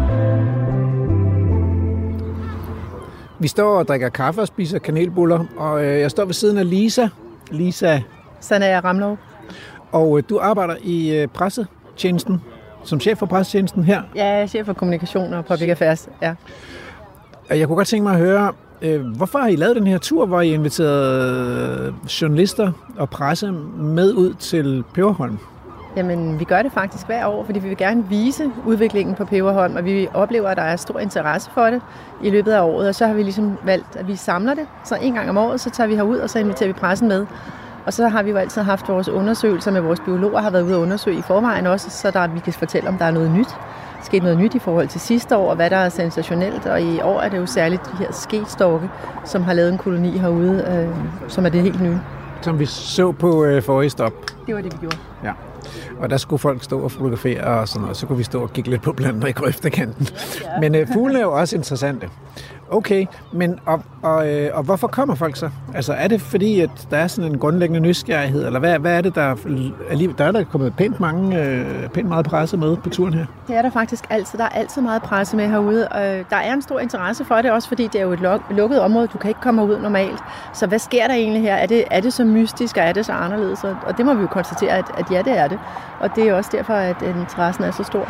Vi står og drikker kaffe og spiser kanelbuller, og øh, jeg står ved siden af Lisa. Lisa. Sandager Ramlov. Og øh, du arbejder i øh, pressetjenesten, som chef for pressetjenesten her. Ja, jeg er chef for kommunikation og public affairs, ja. Jeg kunne godt tænke mig at høre, øh, hvorfor har I lavet den her tur, hvor I inviterede journalister og presse med ud til Peberholm? Jamen, vi gør det faktisk hver år, fordi vi vil gerne vise udviklingen på Peberholm, og vi oplever, at der er stor interesse for det i løbet af året, og så har vi ligesom valgt, at vi samler det. Så en gang om året, så tager vi herud, og så inviterer vi pressen med. Og så har vi jo altid haft vores undersøgelser med vores biologer, har været ude at undersøge i forvejen også, så der, vi kan fortælle, om der er noget nyt. Sket noget nyt i forhold til sidste år, og hvad der er sensationelt. Og i år er det jo særligt de her sketstorke, som har lavet en koloni herude, øh, som er det helt nye. Som vi så på øh, forrige stop. Det var det, vi gjorde. Ja. Og der skulle folk stå og fotografere og sådan noget. Så kunne vi stå og kigge lidt på planter i grøftekanten. Ja. Men øh, fuglene er jo også interessante. Okay, men og, og, øh, og hvorfor kommer folk så? Altså er det fordi, at der er sådan en grundlæggende nysgerrighed? Eller hvad, hvad er det, der er lige... Der er der kommet pænt, mange, øh, pænt meget presse med på turen her? Det er der faktisk altid. Der er altid meget presse med herude. Og der er en stor interesse for det, også fordi det er jo et lukket område. Du kan ikke komme ud normalt. Så hvad sker der egentlig her? Er det, er det så mystisk, og er det så anderledes? Og det må vi jo konstatere, at, at ja, det er det. Og det er også derfor, at interessen er så stor.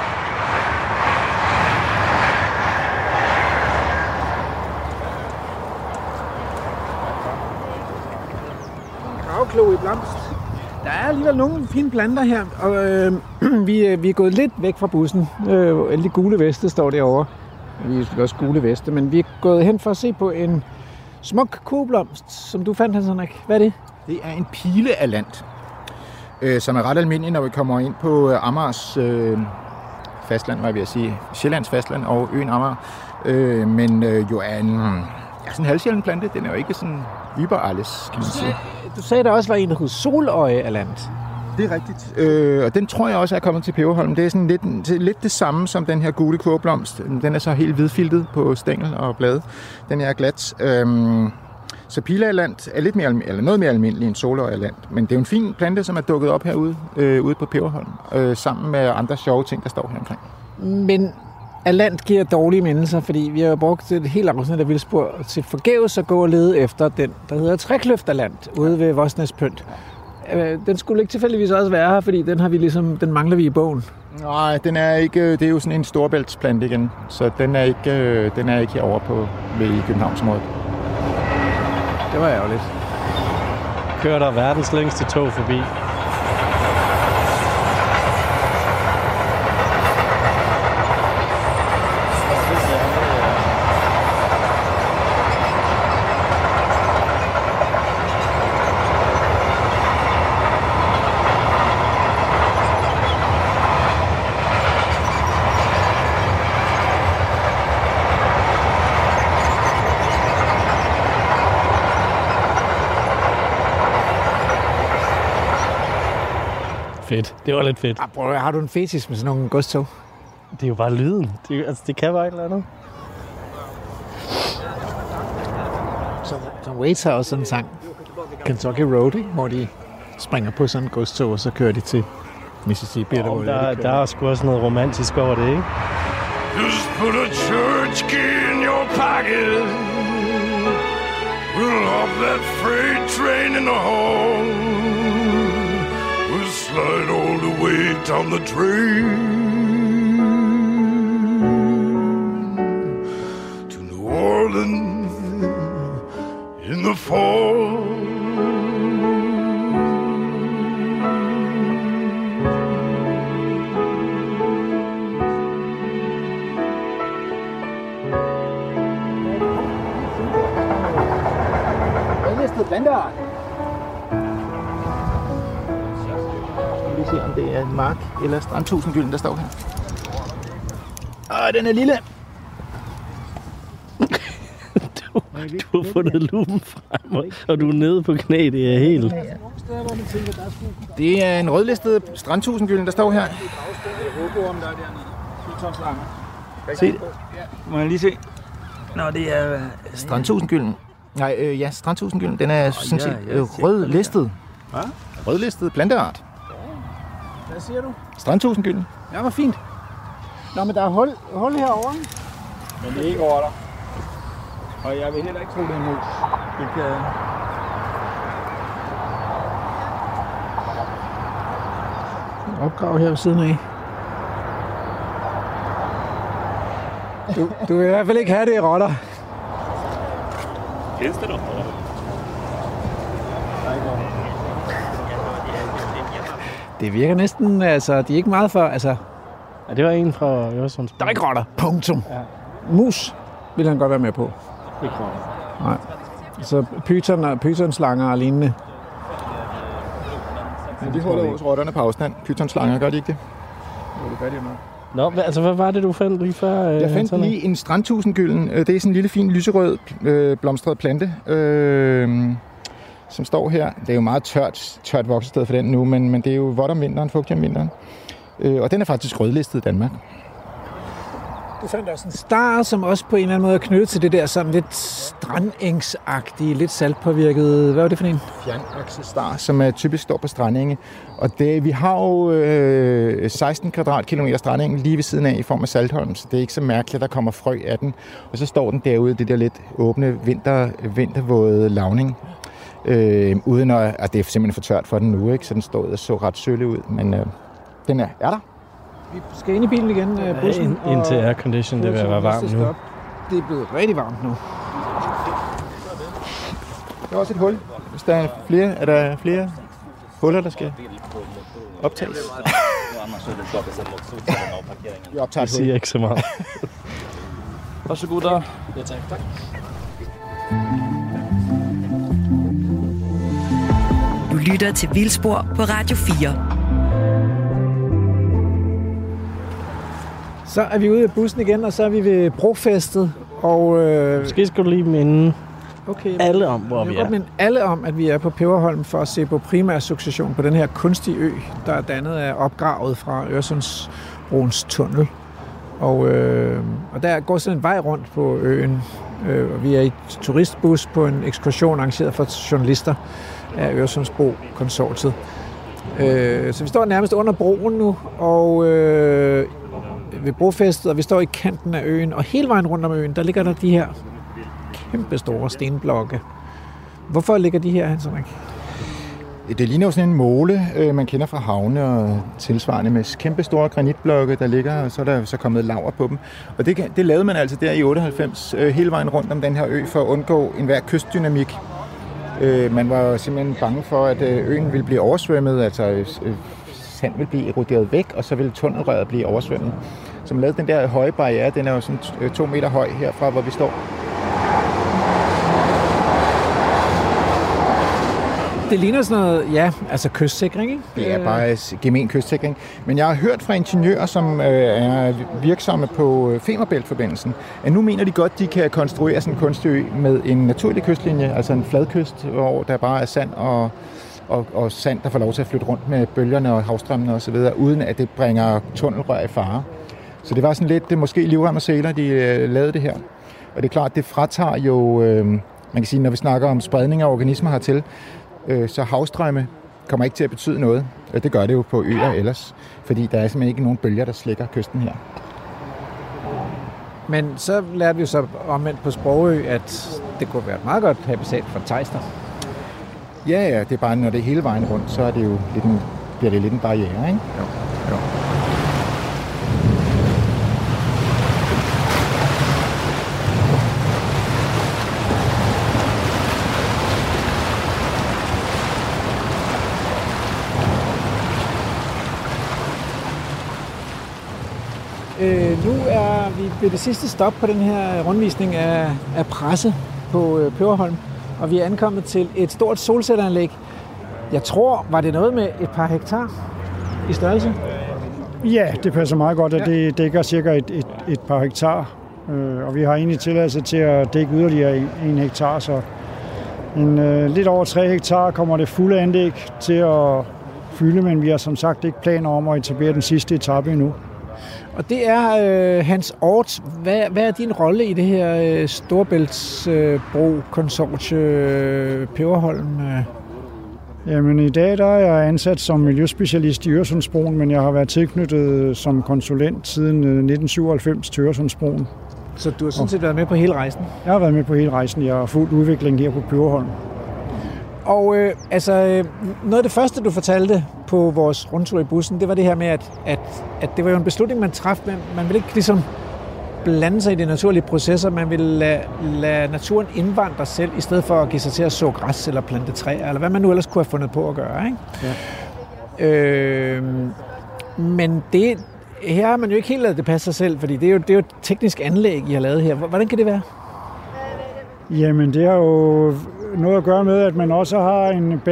Gravklo i blomst. Der er alligevel nogle fine planter her, og øh, vi, vi er gået lidt væk fra bussen. Øh, alle de gule veste står derovre. Vi er også gule veste, men vi er gået hen for at se på en smuk koblomst, som du fandt, Hans Henrik. Hvad er det? Det er en pilealant, øh, som er ret almindelig, når vi kommer ind på Amagers øh, fastland, hvad jeg vil sige, Sjællands fastland og øen Amager. Øh, men øh, jo er en, ja, sådan en halvsjælden plante. Den er jo ikke sådan überalles, kan man sige. Du sagde, der også var en, der hed soløjealant. Det er rigtigt. Øh, og den tror jeg også er kommet til Peberholm. Det er sådan lidt, det er lidt det samme som den her gule kurvblomst. Den er så helt hvidfiltet på stængel og blade. Den er glat. Øhm, så pilealant er lidt mere, eller noget mere almindelig end soløjealant. Men det er jo en fin plante, som er dukket op herude øh, ude på Peberholm. Øh, sammen med andre sjove ting, der står her omkring. Men alant giver dårlige mindelser, fordi vi har brugt et helt afsnit af Vildspor til forgæves at gå og lede efter den, der hedder Trækløftalant, ude ved Vosnes Pynt. Den skulle ikke tilfældigvis også være her, fordi den har vi ligesom, den mangler vi i bogen. Nej, den er ikke, det er jo sådan en storbæltsplante igen, så den er ikke, den er ikke herovre på ved Københavnsområdet. Det var ærgerligt. Kører der verdens længste tog forbi. Fedt. Det var lidt fedt. Ah, prøv, har du en fetis med sådan nogle godstog? Det er jo bare lyden. Det, altså, det kan bare et eller andet. Så, så Waits har også sådan en sang, Kentucky Road, ikke? Hvor de springer på sådan en godstog, og så kører de til Mississippi. Eller Oh, der, der er sgu også noget romantisk over det, ikke? Just put a church key in your pocket. We'll hop that freight train in the hall. We'll slide all the way down the train to New Orleans in the fall. Planteart. Skal vi se, om det er en mark eller strandtusindgylden, der står her. Åh, den er lille. du, du har fundet lupen frem, og du er nede på knæ. Det er helt... Det er en rødlistet strandtusindgylden, der står her. Se det. Må jeg lige se? Nå, det er... Strandtusindgylden. Nej, øh, ja, strandtusindgylden, den er sådan set øh, rødlistet. Hvad? Rødlistet planteart. Hvad siger du? Strandtusindgylden. Ja, hvor fint. Nå, men der er hul, hul herovre. Men det er ikke over der. Og jeg vil heller ikke tro, det er en mus. Det kan... Opgrav her ved siden af. Du, du vil i hvert fald ikke have det i rotter. Finns det råttor? Det virker næsten, altså, de er ikke meget for, altså... Ja, det var en fra Øresunds. Der er ikke rotter. Punktum. Ja. Mus vil han godt være med på. Ikke rotter. Nej. Så pyton og pytonslanger og lignende. Men de holder også rotterne på afstand. Pytonslanger, gør de ikke det? Jo, det gør de jo nok. Nå, hva, altså hvad var det, du fandt lige før? Jeg fandt sådan lige en strandtusindgylden. Det er sådan en lille, fin, lyserød, øh, blomstret plante, øh, som står her. Det er jo meget tørt, tørt voksested for den nu, men, men det er jo vådt om vinteren, fugtigt om vinteren. Øh, og den er faktisk rødlistet i Danmark. Du fandt også en star, som også på en eller anden måde er knyttet til det der sådan lidt strandengsagtige, lidt saltpåvirkede. Hvad var det for en? Fjernaksestar, som er typisk står på strandenge. Og det, vi har jo øh, seksten kvadratkilometer strandenge lige ved siden af i form af Saltholm, så det er ikke så mærkeligt, at der kommer frø af den. Og så står den derude, det der lidt åbne, vinter, vintervåde lavning. Øh, uden at, at det er simpelthen for tørt for den nu, ikke? Så den står og så ret sølle ud, men øh, den er, er der. Vi skal ind i bilen igen, bussen. Ja, indtil aircondition, det vil være varmt nu. Det er blevet rigtig varmt nu. Der er også et hul. Hvis der er flere, er der flere huller, der skal optages. Vi optager det siger ikke så meget. Varsågod der. Ja, tak. tak. Du lytter til Vildspor på Radio fire. Så er vi ude af bussen igen, og så er vi ved Brofæstet. Og, øh, Måske skal du lige minde okay, alle om, hvor vi er. Jeg vil minde alle om, at vi er på Peberholm for at se på primær succession på den her kunstige ø, der er dannet af opgravet fra Øresundsbroens tunnel. Og, øh, og der går sådan en vej rundt på øen. Øh, vi er i turistbus på en ekskursion arrangeret for journalister af Øresundsbro-konsortiet. Øh, så vi står nærmest under broen nu, og øh, ved brofæstet, og vi står i kanten af øen, og hele vejen rundt om øen, der ligger der de her kæmpe store stenblokke. Hvorfor ligger de her, Hans Henrik? Det ligner jo sådan en måle, man kender fra havne og tilsvarende med kæmpe store granitblokke, der ligger, og så er der så kommet laver på dem. Og det, det lavede man altså der i otteoghalvfems hele vejen rundt om den her ø for at undgå enhver kystdynamik. Man var simpelthen bange for, at øen ville blive oversvømmet, altså sand ville blive eroderet væk, og så ville tunnelrøret blive oversvømmet. Så man lavede den der høje barriere, den er jo sådan to meter høj herfra, hvor vi står. Det ligner sådan noget, ja, altså kystsikring, ikke? Det er bare gemen kystsikring. Men jeg har hørt fra ingeniører, som øh, er virksomme på Femernbælt-forbindelsen, at nu mener de godt, de kan konstruere sådan en kunstig ø med en naturlig kystlinje, altså en fladkyst, hvor der bare er sand og, og, og sand, der får lov til at flytte rundt med bølgerne og havstrømmene osv., uden at det bringer tunnelrør i fare. Så det var sådan lidt, det måske livrem og sæler, de øh, lavede det her. Og det er klart, det fratager jo, øh, man kan sige, når vi snakker om spredning af organismer hertil, øh, så havstrømme kommer ikke til at betyde noget. Det gør det jo på øer ellers, fordi der er simpelthen ikke nogen bølger, der slækker kysten her. Men så lærte vi jo så omvendt på Sprogø, at det kunne være et meget godt habitat for tejster. Ja, ja, det er bare, når det er hele vejen rundt, så er det jo lidt en, bliver det lidt en barriere, ikke? Jo, jo. Øh, nu er vi ved det sidste stop på den her rundvisning af, af presse på øh, Peberholm, og vi er ankommet til et stort solcelleanlæg. Jeg tror, var det noget med et par hektar i størrelse? Ja, det passer meget godt, at det dækker cirka et, et, et par hektar, øh, og vi har egentlig tilladelse til at dække yderligere en, en hektar, så en, øh, lidt over tre hektar kommer det fulde anlæg til at fylde, men vi har som sagt ikke planer om at etablere den sidste etape endnu. Og det er øh, Hans Ort. Hvad, hvad er din rolle i det her øh, Storebæltsbro-konsortie øh, Peberholm? Øh? Jamen i dag der er jeg ansat som miljøspecialist i Øresundsbroen, men jeg har været tilknyttet som konsulent siden nitten syvoghalvfems til Øresundsbroen. Så du har sådan set været med på hele rejsen? Jeg har været med på hele rejsen. Jeg har fulgt udviklingen her på Peberholm. Og øh, altså, øh, noget af det første, du fortalte på vores rundtur i bussen, det var det her med, at, at, at det var jo en beslutning, man træffede, men man ville ikke ligesom blande sig i de naturlige processer. Man ville lade, lade naturen indvandre selv, i stedet for at give sig til at så græs eller plante træer, eller hvad man nu ellers kunne have fundet på at gøre, ikke? Ja. Øh, men det, her har man jo ikke helt ladet det passe sig selv, fordi det er jo, det er jo et teknisk anlæg, I har lavet her. Hvordan kan det være? Jamen, det har jo noget at gøre med, at man også har en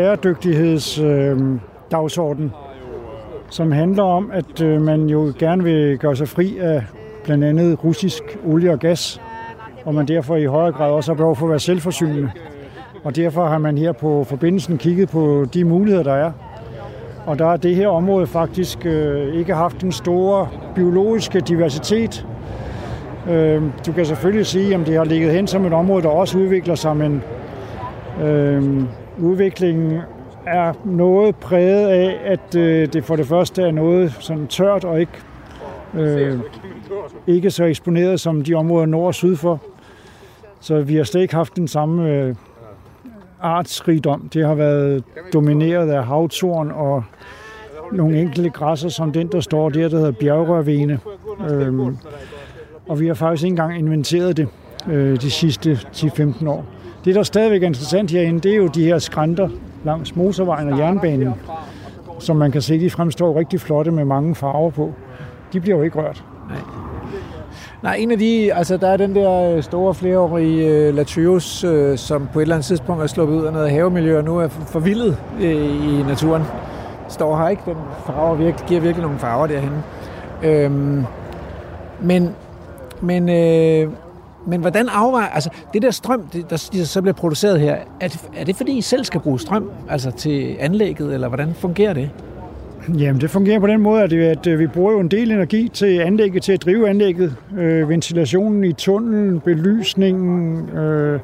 bæredygtighedsdagsorden, øh, som handler om, at øh, man jo gerne vil gøre sig fri af blandt andet russisk olie og gas, og man derfor i højere grad også har behov for at være selvforsynende. Og derfor har man her på forbindelsen kigget på de muligheder, der er. Og der har det her område faktisk øh, ikke haft den store biologiske diversitet. Øh, du kan selvfølgelig sige, at det har ligget hen som et område, der også udvikler sig, men øh, udviklingen er noget præget af, at øh, det for det første er noget sådan tørt og ikke, øh, ikke så eksponeret som de områder nord og syd for. Så vi har slet ikke haft den samme øh, artsrigdom. Det har været domineret af havtorn og nogle enkelte græsser, som den, der står der, der hedder bjergrørvene. Øhm, og vi har faktisk ikke engang inventeret det øh, de sidste ti til femten år. Det, der stadigvæk er interessant herinde, det er jo de her skrænter langs motorvejen og jernbanen, som man kan se, de fremstår rigtig flotte med mange farver på. De bliver jo ikke rørt. Nej. Nej, en af de, altså der er den der store flereårige uh, Latyrius, uh, som på et eller andet tidspunkt er sluppet ud af noget havemiljø, og nu er forvildet uh, i naturen. Står her ikke, den farver virkelig, giver virkelig nogle farver derhenne. Øhm, men, men, øh, men hvordan afvejer, altså det der strøm, det, der så bliver produceret her, er det, er det fordi I selv skal bruge strøm, altså til anlægget, eller hvordan fungerer det? Jamen, det fungerer på den måde, at, at vi bruger jo en del energi til anlægget, til at drive anlægget. Øh, ventilationen i tunnelen, belysningen, øh,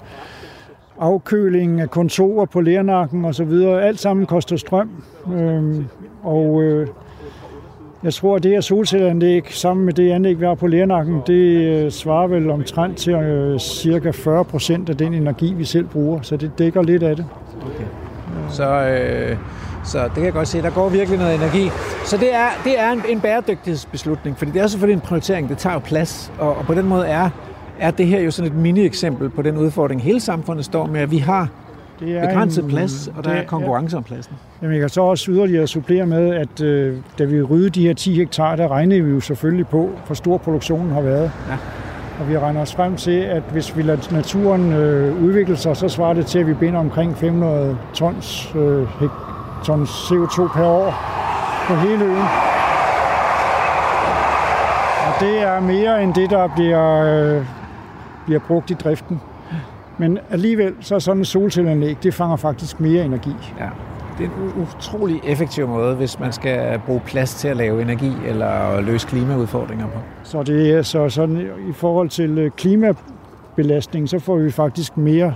afkølingen af kontorer på Lernakken osv. Alt sammen koster strøm. Øh, og øh, jeg tror, at det her solcelleanlæg, sammen med det anlæg, vi har på Lernakken, det øh, svarer vel omtrent til øh, cirka fyrre procent af den energi, vi selv bruger. Så det dækker lidt af det. Okay. Så... Øh Så det kan jeg godt se, der går virkelig noget energi. Så det er, det er en, en bæredygtighedsbeslutning, fordi det er selvfølgelig en prioritering, det tager jo plads, og, og på den måde er, er det her jo sådan et mini-eksempel på den udfordring, hele samfundet står med, at vi har begrænset en, plads, og der det, er konkurrence ja. om pladsen. Jamen jeg kan så også yderligere supplere med, at øh, da vi ryddede de her ti hektar, der regnede vi jo selvfølgelig på, hvor stor produktionen har været. Ja. Og vi regner os frem til, at hvis vi lader naturen øh, udvikle sig, så svarer det til, at vi binder omkring fem hundrede tons øh, hektar. Ton C O to per år på hele øen. Og det er mere end det, der bliver, øh, bliver brugt i driften. Men alligevel, så er sådan et solcelleanlæg, det fanger faktisk mere energi. Ja. det er en utrolig effektiv måde, hvis man skal bruge plads til at lave energi eller løse klimaudfordringer på. Så det er så sådan, i forhold til klimabelastning, så får vi faktisk mere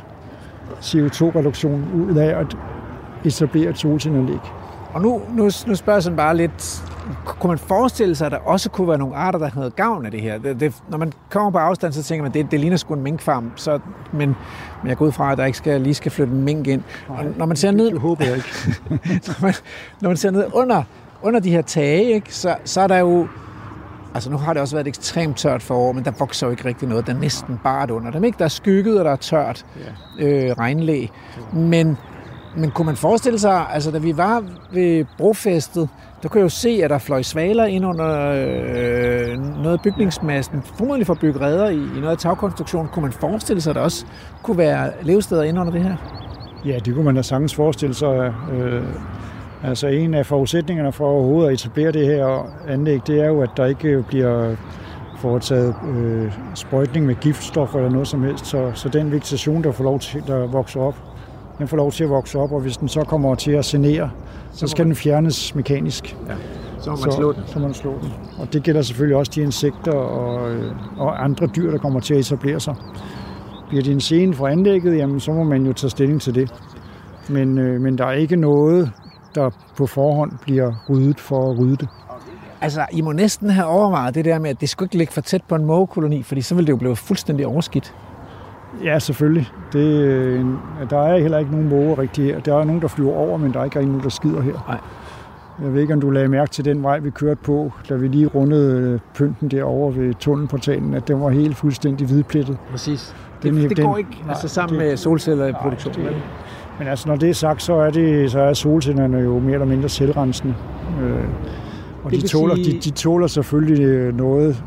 C O to reduktion ud af at etablere et solcelleanlæg. Og nu, nu, nu spørger jeg sådan bare lidt, kunne man forestille sig, at der også kunne være nogle arter, der havde gavn af det her? Det, det, når man kommer på afstand, så tænker man, det, det ligner sgu en minkfarm, så, men, men jeg går ud fra, at der ikke skal, lige skal flytte en mink ind. Nej, og når man ser ned, det håber jeg ikke. når, man, når man ser ned under, under de her tage, ikke, så, så er der jo, altså nu har det også været et ekstremt tørt forår, men der vokser jo ikke rigtig noget. Der er næsten bare under dem, ikke? Der er skygget, og der er tørt øh, regnlæg. Men Men kunne man forestille sig, altså da vi var ved brofæstet, der kunne jeg jo se, at der fløj svaler ind under øh, noget af bygningsmassen, formodentlig for at bygge reder i, i noget af tagkonstruktionen. Kunne man forestille sig, at der også kunne være levesteder ind under det her? Ja, det kunne man da sagtens forestille sig. Øh, altså en af forudsætningerne for overhovedet at etablere det her anlæg, det er jo, at der ikke bliver foretaget øh, sprøjtning med giftstoffer eller noget som helst. Så, så den vegetation, der får lov til, der vokser op, den får lov til at vokse op, og hvis den så kommer til at senere, så skal den fjernes mekanisk. Ja. Så må man slå den. Så må man slå den. Og det gælder selvfølgelig også de insekter og, og andre dyr, der kommer til at etablere sig. Bliver det en scene for anlægget, jamen så må man jo tage stilling til det. Men, øh, men der er ikke noget, der på forhånd bliver ryddet for at rydde det. Altså, I må næsten have overvejet det der med, at det skulle ikke ligge for tæt på en mågekoloni, fordi så ville det jo blive fuldstændig overskidt. Ja, selvfølgelig. Det, der er heller ikke nogen måger rigtig her. Der er nogen, der flyver over, men der er ikke nogen, der skider her. Nej. Jeg ved ikke, om du lagde mærke til den vej, vi kørte på, da vi lige rundede pynten derovre ved tunnelportalen, at den var helt fuldstændig hvidplettet. Præcis. Den, det, det den, går ikke nej, altså sammen det, med solceller i produktionen. Nej, det, men altså, når det er sagt, så er, det, så er solcellerne jo mere eller mindre selvrensende. Øh, og de tåler, sige... de, de tåler selvfølgelig noget,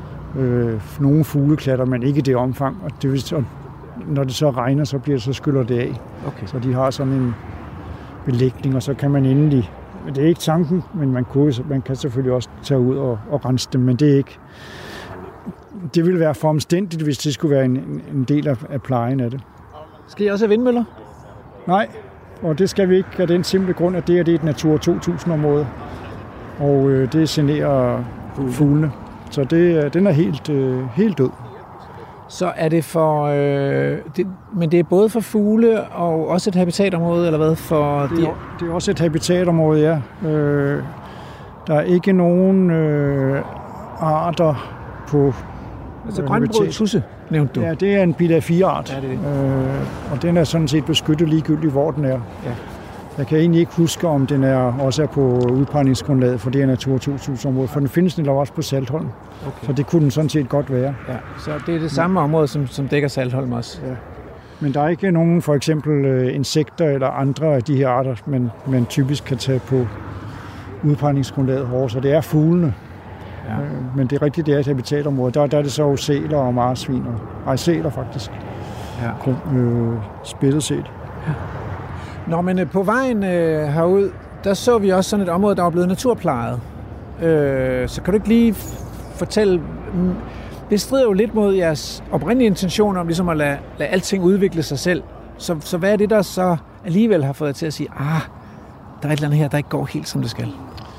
øh, nogle fugleklatter, men ikke det omfang. Og, det, og når det så regner, så bliver det, så skyller det af. Okay. Så de har sådan en belægning, og så kan man endelig... Det er ikke tanken, men man, kunne, man kan selvfølgelig også tage ud og, og rense dem, men det er ikke... Det ville være for omstændigt, hvis det skulle være en, en del af, af plejen af det. Skal I også have vindmøller? Nej, og det skal vi ikke af den simple grund, at det her det er et Natura to tusind-område. Og øh, det generer fuglene. Så det, den er helt, øh, helt død. Så er det for... Øh, det, men det er både for fugle og også et habitatområde, eller hvad? For det, er, det er også et habitatområde, ja. Øh, der er ikke nogen øh, arter på... Altså grønbroget tudse, nævnte du? Ja, det er en bilag fire-art. Ja, det er det. Øh, og den er sådan set beskyttet ligegyldigt, hvor den er. Ja. Jeg kan egentlig ikke huske, om den er også er på udpegningsgrundlaget for det her Natura to tusind-område, for den findes netop også på Saltholm. Okay. Så det kunne den sådan set godt være. Ja, så det er det samme område, som, som dækker Saltholm også? Ja. Men der er ikke nogen, for eksempel øh, insekter eller andre af de her arter, men man typisk kan tage på udpegningsgrundlaget hårdt, så det er fuglene. Ja. Øh, men det er rigtigt, det er et habitatområde. Der, der er det så sæler og marsvin. Og, nej, sæler faktisk. Ja. Øh, spættesæl. Ja. Nå, men på vejen øh, herud, der så vi også sådan et område, der var blevet naturplejet. Øh, så kan du ikke lige fortælle... Det strider jo lidt mod jeres oprindelige intention om ligesom at lade, lade alting udvikle sig selv. Så, så hvad er det, der så alligevel har fået jer til at sige, ah, der er et eller andet her, der ikke går helt, som det skal?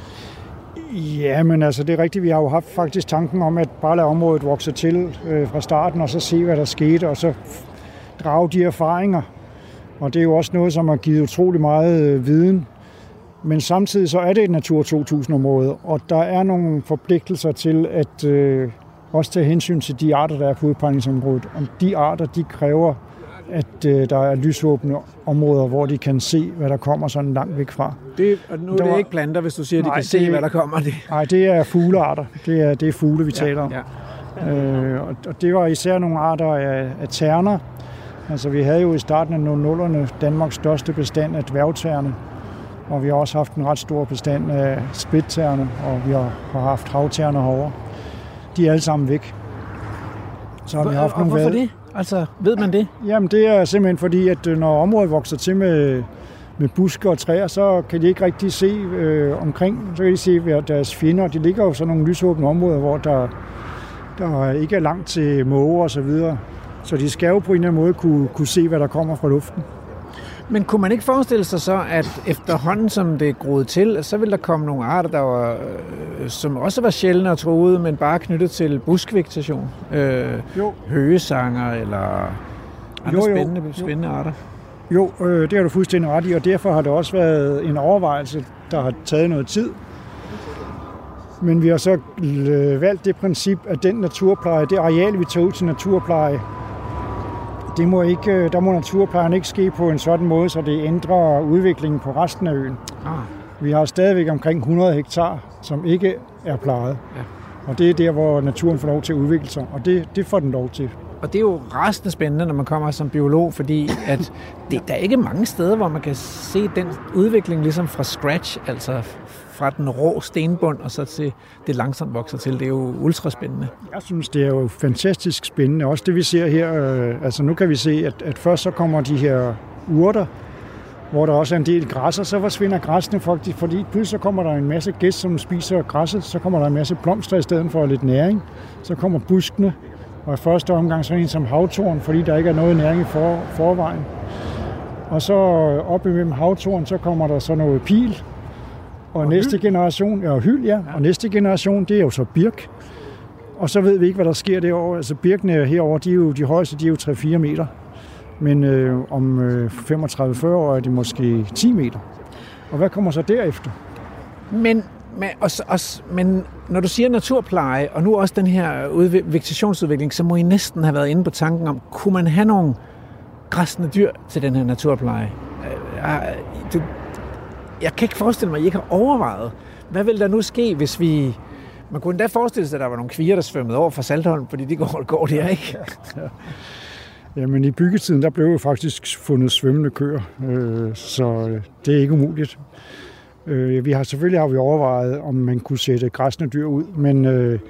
Ja, men altså det er rigtigt. Vi har jo haft faktisk tanken om, at bare lade området vokse til øh, fra starten, og så se, hvad der skete, og så drage de erfaringer. Og det er jo også noget, som har givet utrolig meget øh, viden. Men samtidig så er det et Natura to tusind-område, og der er nogle forpligtelser til at øh, også tage hensyn til de arter, der er på udpegningsområdet. Om de arter, de kræver, at øh, der er lysåbne områder, hvor de kan se, hvad der kommer sådan langt væk fra. Det, og nu er det var, ikke planter, hvis du siger, at de nej, kan se, det, hvad der kommer. Det. Nej, det er fuglearter. Det er, det er fugle, vi ja, taler om. Ja. Øh, og, og det var især nogle arter af, af terner. Altså, vi havde jo i starten af nullerne Danmarks største bestand af dværgterne, og vi har også haft en ret stor bestand af splitterne, og vi har, har haft havterner herovre. De er alle sammen væk. Så har vi haft og, nogle og hvorfor det? Altså, ved man det? Jamen, det er simpelthen fordi, at når området vokser til med, med buske og træer, så kan de ikke rigtig se øh, omkring. Så kan de se hvad deres fjender. De ligger jo sådan nogle lysåbne områder, hvor der, der ikke er langt til måger og så videre. Så de skal jo på en eller anden måde kunne, kunne se, hvad der kommer fra luften. Men kunne man ikke forestille sig så, at efterhånden som det er groet til, så vil der komme nogle arter, der var, øh, som også var sjældne og truede, men bare knyttet til buskvegetation? Øh, jo. Høgesanger eller andre jo, jo. spændende, spændende arter? Jo, øh, det har du fuldstændig ret i, og derfor har det også været en overvejelse, der har taget noget tid. Men vi har så valgt det princip, at den naturpleje, det areal, vi tager ud til naturpleje, det må ikke, der må naturplejen ikke ske på en sådan måde, så det ændrer udviklingen på resten af øen. Ah. Vi har stadigvæk omkring hundrede hektar, som ikke er plejet. Ja. Og det er der, hvor naturen får lov til at udvikle sig, og det, det får den lov til. Og det er jo resten spændende, når man kommer som biolog, fordi at det, der er ikke mange steder, hvor man kan se den udvikling ligesom fra scratch, altså fra den rå stenbund og så til det langsomt vokser til. Det er jo ultraspændende. Jeg synes, det er jo fantastisk spændende. Også det, vi ser her, øh, altså nu kan vi se, at, at først så kommer de her urter, hvor der også er en del græsser, så forsvinder græssene faktisk, fordi pludselig så kommer der en masse gæst, som spiser græsset, så kommer der en masse blomster i stedet for lidt næring, så kommer buskene, og i første omgang så en som havtorn, fordi der ikke er noget næring i for, forvejen. Og så op imellem havtorn, så kommer der så noget pil, og, og næste hyld. generation, ja, hyld, ja, og næste generation, det er jo så birk. Og så ved vi ikke, hvad der sker derovre. Altså birkene herovre, de er jo de højeste, de er jo tre til fire meter. Men øh, om øh, femogtredive til fyrre år er det måske ti meter. Og hvad kommer så derefter? Men, men, også, også, men når du siger naturpleje, og nu også den her udv- vegetationsudvikling, så må I næsten have været inde på tanken om, kunne man have nogle græsne dyr til den her naturpleje? Jeg, det, jeg kan ikke forestille mig, at I ikke har overvejet, hvad vil der nu ske, hvis vi... Man kunne endda forestille sig, at der var nogle kvier, der svømmede over fra Saltholm, fordi de går, går der, ikke? Ja. Jamen i byggetiden, der blev jo faktisk fundet svømmende køer, øh, så det er ikke umuligt. Øh, vi har selvfølgelig har vi overvejet, om man kunne sætte græsne dyr ud, men øh,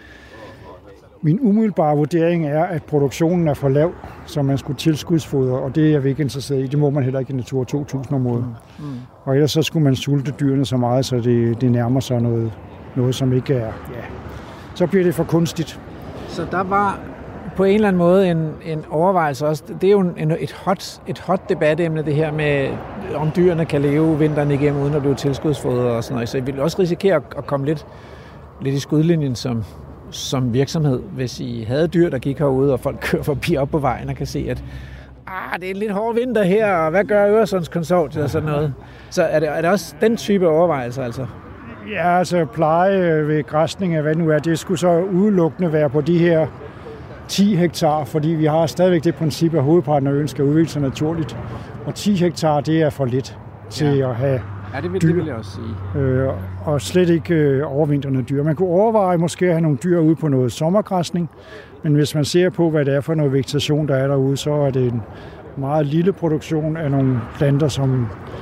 min umiddelbare vurdering er, at produktionen er for lav, så man skulle tilskudsfodre, og det er vi ikke interesseret i. Det må man heller ikke i Natura to tusind området. Mm. Mm. Og ellers så skulle man sulte dyrene så meget, så det, det nærmer sig noget, noget, som ikke er... Ja. Så bliver det for kunstigt. Så der var på en eller anden måde en, en overvejelse også. Det er jo en, et, hot, et hot debatemne, det her med, om dyrene kan leve vinteren igennem, uden at blive tilskudsfodret og sådan noget. Så I vil også risikere at komme lidt, lidt i skudlinjen som, som virksomhed, hvis I havde dyr, der gik herude, og folk kører forbi op på vejen og kan se, at ah, det er en lidt hård vinter her, og hvad gør Øresundskonsortiet og sådan noget. Så er det, er det også den type overvejelser, altså? Ja, altså pleje ved græsning af hvad nu er, det skulle så udelukkende være på de her ti hektar, fordi vi har stadigvæk det princip, at hovedparten af øen skal udvikle sig naturligt. Og ti hektar, det er for lidt til ja. at have ja, det vil, dyr. Det vil jeg også sige. Øh, og slet ikke øh, overvintrende dyr. Man kunne overveje måske at have nogle dyr ude på noget sommergræsning, men hvis man ser på, hvad det er for noget vegetation, der er derude, så er det en meget lille produktion af nogle planter, som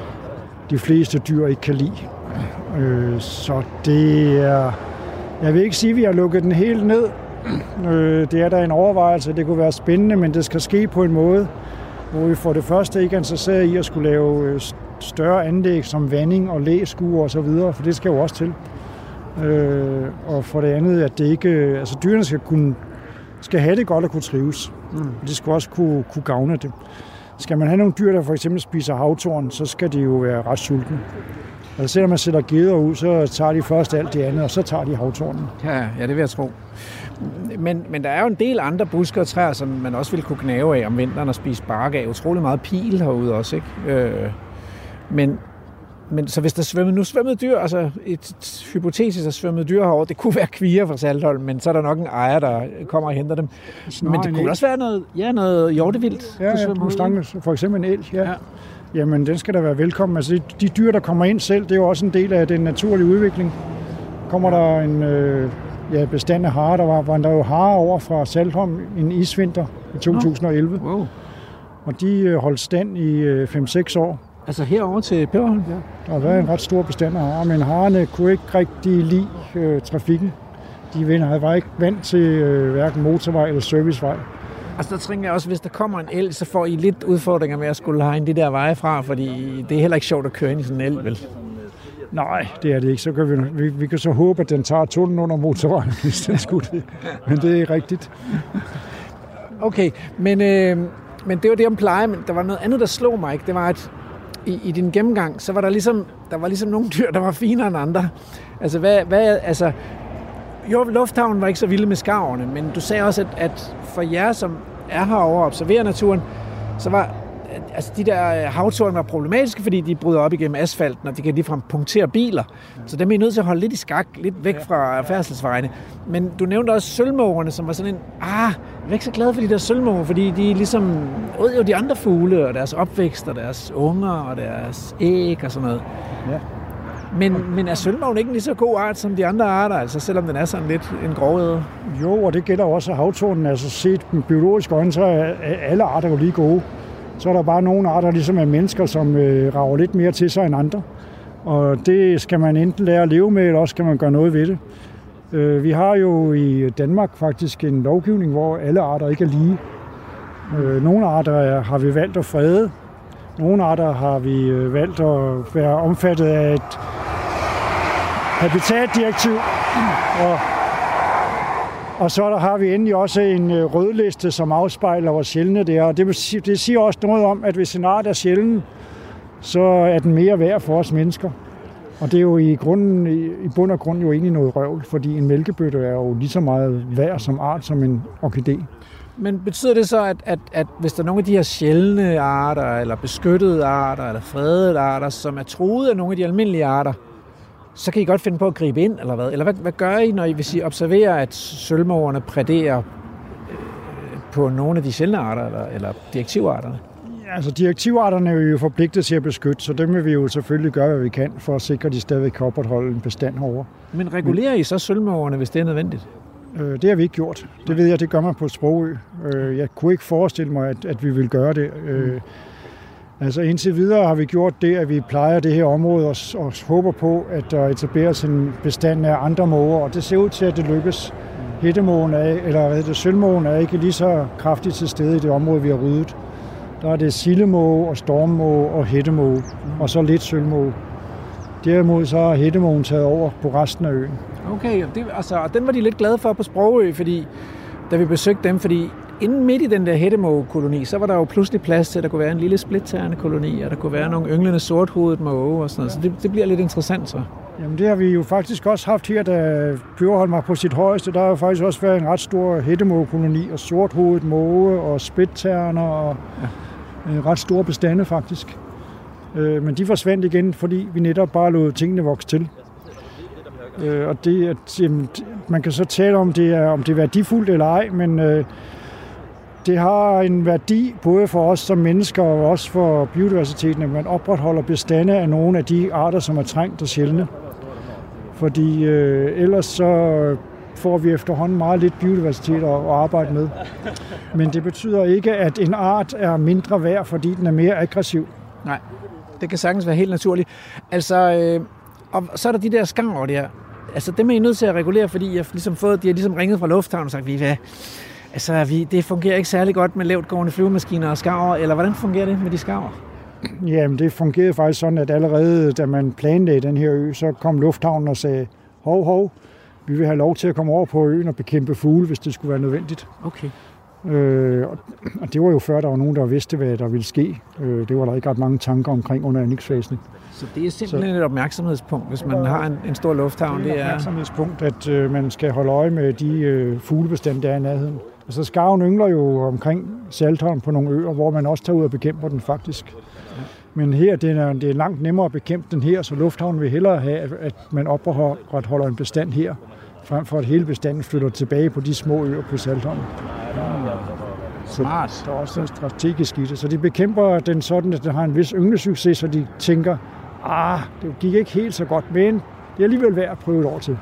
de fleste dyr ikke kan lide. Øh, så det er... Jeg vil ikke sige, at vi har lukket den helt ned. Øh, det er der en overvejelse. Det kunne være spændende, men det skal ske på en måde, hvor vi for det første ikke er interesseret i at skulle lave større anlæg som vanding og læskuer og så videre, for det skal jo også til. Øh, og for det andet, at det ikke... Altså dyrene skal, kunne, skal have det godt og kunne trives. Mm. Og de skal også kunne, kunne gavne det. Skal man have nogle dyr, der for eksempel spiser havtorn, så skal de jo være ret sultne. Altså selvom man sætter geder ud, så tager de først alt det andet, og så tager de havtornen. Ja, ja, det vil jeg tro. Men, men der er jo en del andre busker og træer, som man også vil kunne gnave af om vinteren og spise bark af. Utrolig meget pil herude også, ikke? Øh, men, men så hvis der svømmede, nu svømmede dyr, altså et hypotetisk at svømmede dyr herovre, det kunne være kvier fra Saltholm, men så er der nok en ejer, der kommer og henter dem. Snarere men det kunne el. også være noget, ja, noget hjortevildt. Ja, ja, mustange, for eksempel en elg, ja. ja. Jamen, den skal da være velkommen. Altså, de dyr, der kommer ind selv, det er jo også en del af den naturlige udvikling. Kommer der en øh, ja, bestand af harer, der var, var der jo harer over fra Saltholm en isvinter i to tusind og elleve. Wow. Og de øh, holdt stand i øh, fem til seks år. Altså herover til Peberholm? Ja, der har været en ret stor bestand af harer, men harerne kunne ikke rigtig lide øh, trafikken. De var ikke vant til øh, hverken motorvej eller servicevej. Altså der tænker jeg også, hvis der kommer en elg, så får I lidt udfordringer med at skulle hegne de der veje fra, fordi det er heller ikke sjovt at køre ind i sådan en elg, vel? Nej, det er det ikke. Så kan vi, vi, vi kan så håbe, at den tager tunnelen under motorvejen, hvis den skulle det. Men det er ikke rigtigt. Okay, men, øh, men det var det om pleje, men der var noget andet, der slog mig, ikke? Det var, at i, i din gennemgang, så var der ligesom, der var ligesom nogle dyr, der var finere end andre. Altså, hvad, hvad, altså, jo, lufthavnen var ikke så vilde med skarverne, men du sagde også, at, at for jer, som er herovre og observerer naturen, så var altså, de der havtorn var problematiske, fordi de bryder op igennem asfalten, og de kan ligefrem punktere biler. Så dem er I nødt til at holde lidt i skak, lidt væk fra færdselsvejene. Men du nævnte også sølvmågerne, som var sådan en, ah, jeg er ikke så glad for de der sølvmåger, fordi de ligesom åd jo de andre fugle, og deres opvækst, og deres unger, og deres æg og sådan noget. Ja. Men, men er sølvmågen ikke en lige så god art som de andre arter, altså selvom den er sådan lidt en grovæder? Jo, og det gælder også havtornen. Altså set med biologiske øjne, så er alle arter jo lige gode. Så er der bare nogle arter, ligesom er mennesker, som øh, rager lidt mere til sig end andre. Og det skal man enten lære at leve med, eller også skal man gøre noget ved det. Øh, vi har jo i Danmark faktisk en lovgivning, hvor alle arter ikke er lige. Øh, nogle arter er, har vi valgt at frede. Nogle arter har vi øh, valgt at være omfattet af et habitatdirektiv. Og Og så der har vi endelig også en øh, rødliste, som afspejler, hvor sjældne det er. Og det, det siger også noget om, at hvis en art er sjælden, så er den mere værd for os mennesker. Og det er jo i, grunden, i, i bund og grund jo egentlig noget røvl, fordi en mælkebøtte er jo lige så meget værd som art som en orkidé. Men betyder det så, at, at, at hvis der er nogle af de her sjældne arter, eller beskyttede arter, eller fredede arter, som er truet af nogle af de almindelige arter, så kan I godt finde på at gribe ind, eller hvad? Eller hvad, hvad gør I, når I, hvis I observerer, at sølvmågerne præderer øh, på nogle af de sjældne arter, eller, eller direktivarterne? Ja, altså direktivarterne er vi jo forpligtet til at beskytte, så dem vil vi jo selvfølgelig gøre, hvad vi kan, for at sikre, at de stadig kan opretholde en bestand herovre. Men regulerer I så sølvmågerne, hvis det er nødvendigt? Øh, det har vi ikke gjort. Det ved jeg, det gør man på Sprogø. Øh, jeg kunne ikke forestille mig, at, at vi vil gøre det. Øh, Altså indtil videre har vi gjort det, at vi plejer det her område og, og håber på, at der etableres en bestand af andre måger, og det ser ud til, at det lykkes. Hættemågen er, eller hvad det, sølvmågen er ikke lige så kraftigt til stede i det område, vi har ryddet. Der er det sildemåge og stormmåge og hættemåge, og så lidt sølvmåge. Derimod så har hættemågen taget over på resten af øen. Okay, det, altså, og den var de lidt glade for på Sprogø, fordi, da vi besøgte dem, fordi inden midt i den der hættemågekoloni, så var der jo pludselig plads til, at der kunne være en lille splittærende koloni, og der kunne være nogle ynglende sorthovedet måge og sådan noget. Så det, det bliver lidt interessant så. Jamen det har vi jo faktisk også haft her, da Peberholm var på sit højeste. Der har jo faktisk også været en ret stor hættemågekoloni, og sorthovedet måge og splittærner og ja. ret store bestande faktisk. Men de forsvandt igen, fordi vi netop bare lod tingene vokse til. Og det, at, jamen, man kan så tale om, det er, om det er værdifuldt eller ej, men øh, det har en værdi både for os som mennesker og også for biodiversiteten, at man opretholder bestande af nogle af de arter, som er trængt og sjældne. Fordi øh, ellers så får vi efterhånden meget lidt biodiversitet at, at arbejde med. Men det betyder ikke, at en art er mindre værd, fordi den er mere aggressiv. Nej, det kan sagtens være helt naturligt. Altså, øh, og så er der de der skarver der. Altså dem er I nødt til at regulere, fordi jeg har ligesom fået, de har ligesom ringet fra lufthavnen og sagt, vi hvad, altså vi, det fungerer ikke særlig godt med lavtgående flyvemaskiner og skarver, eller hvordan fungerer det med de skarver? Jamen det fungerede faktisk sådan, at allerede da man planlagde den her ø, så kom lufthavnen og sagde, hov hov, vi vil have lov til at komme over på øen og bekæmpe fugle, hvis det skulle være nødvendigt. Okay. Øh, og det var jo før, der var nogen, der vidste, hvad der ville ske. Øh, det var der ikke ret mange tanker omkring under anlægsfasen. Så det er simpelthen så et opmærksomhedspunkt, hvis man har en, en stor lufthavn? Det er et opmærksomhedspunkt, at øh, man skal holde øje med de øh, fuglebestande, der er i nærheden. Altså skarven yngler jo omkring Saltholm på nogle øer, hvor man også tager ud og bekæmper den faktisk. Men her det er det er langt nemmere at bekæmpe den her, så lufthavnen vil hellere have, at man opretholder en bestand her, frem for at hele bestanden flytter tilbage på de små øer på Saltholm. Smart. Der er også en strategisk i det. Så de bekæmper den sådan, at den har en vis ynglesucces, så de tænker, ah, det gik ikke helt så godt, men det er alligevel værd at prøve et år til.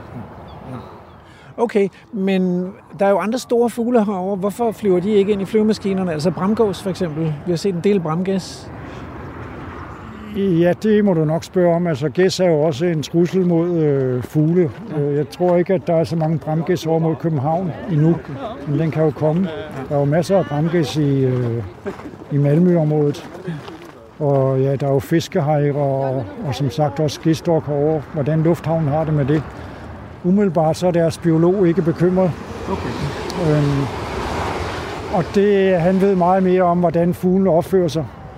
Okay, men der er jo andre store fugle herovre. Hvorfor flyver de ikke ind i flyvemaskinerne? Altså bramgås for eksempel. Vi har set en del bramgæs. Ja, det må du nok spørge om. Altså gæs er jo også en trussel mod øh, fugle. Ja. Jeg tror ikke, at der er så mange bramgæs over mod København endnu, men den kan jo komme. Der er jo masser af bramgæs i, øh, i Malmø-området. Og ja, der er jo fiskehejrer og, og som sagt også gæstok herovre. Hvordan lufthavnen har det med det. Umiddelbart så er deres biolog ikke bekymret. Okay. Øhm, og det, han ved meget mere om, hvordan fuglene opfører sig.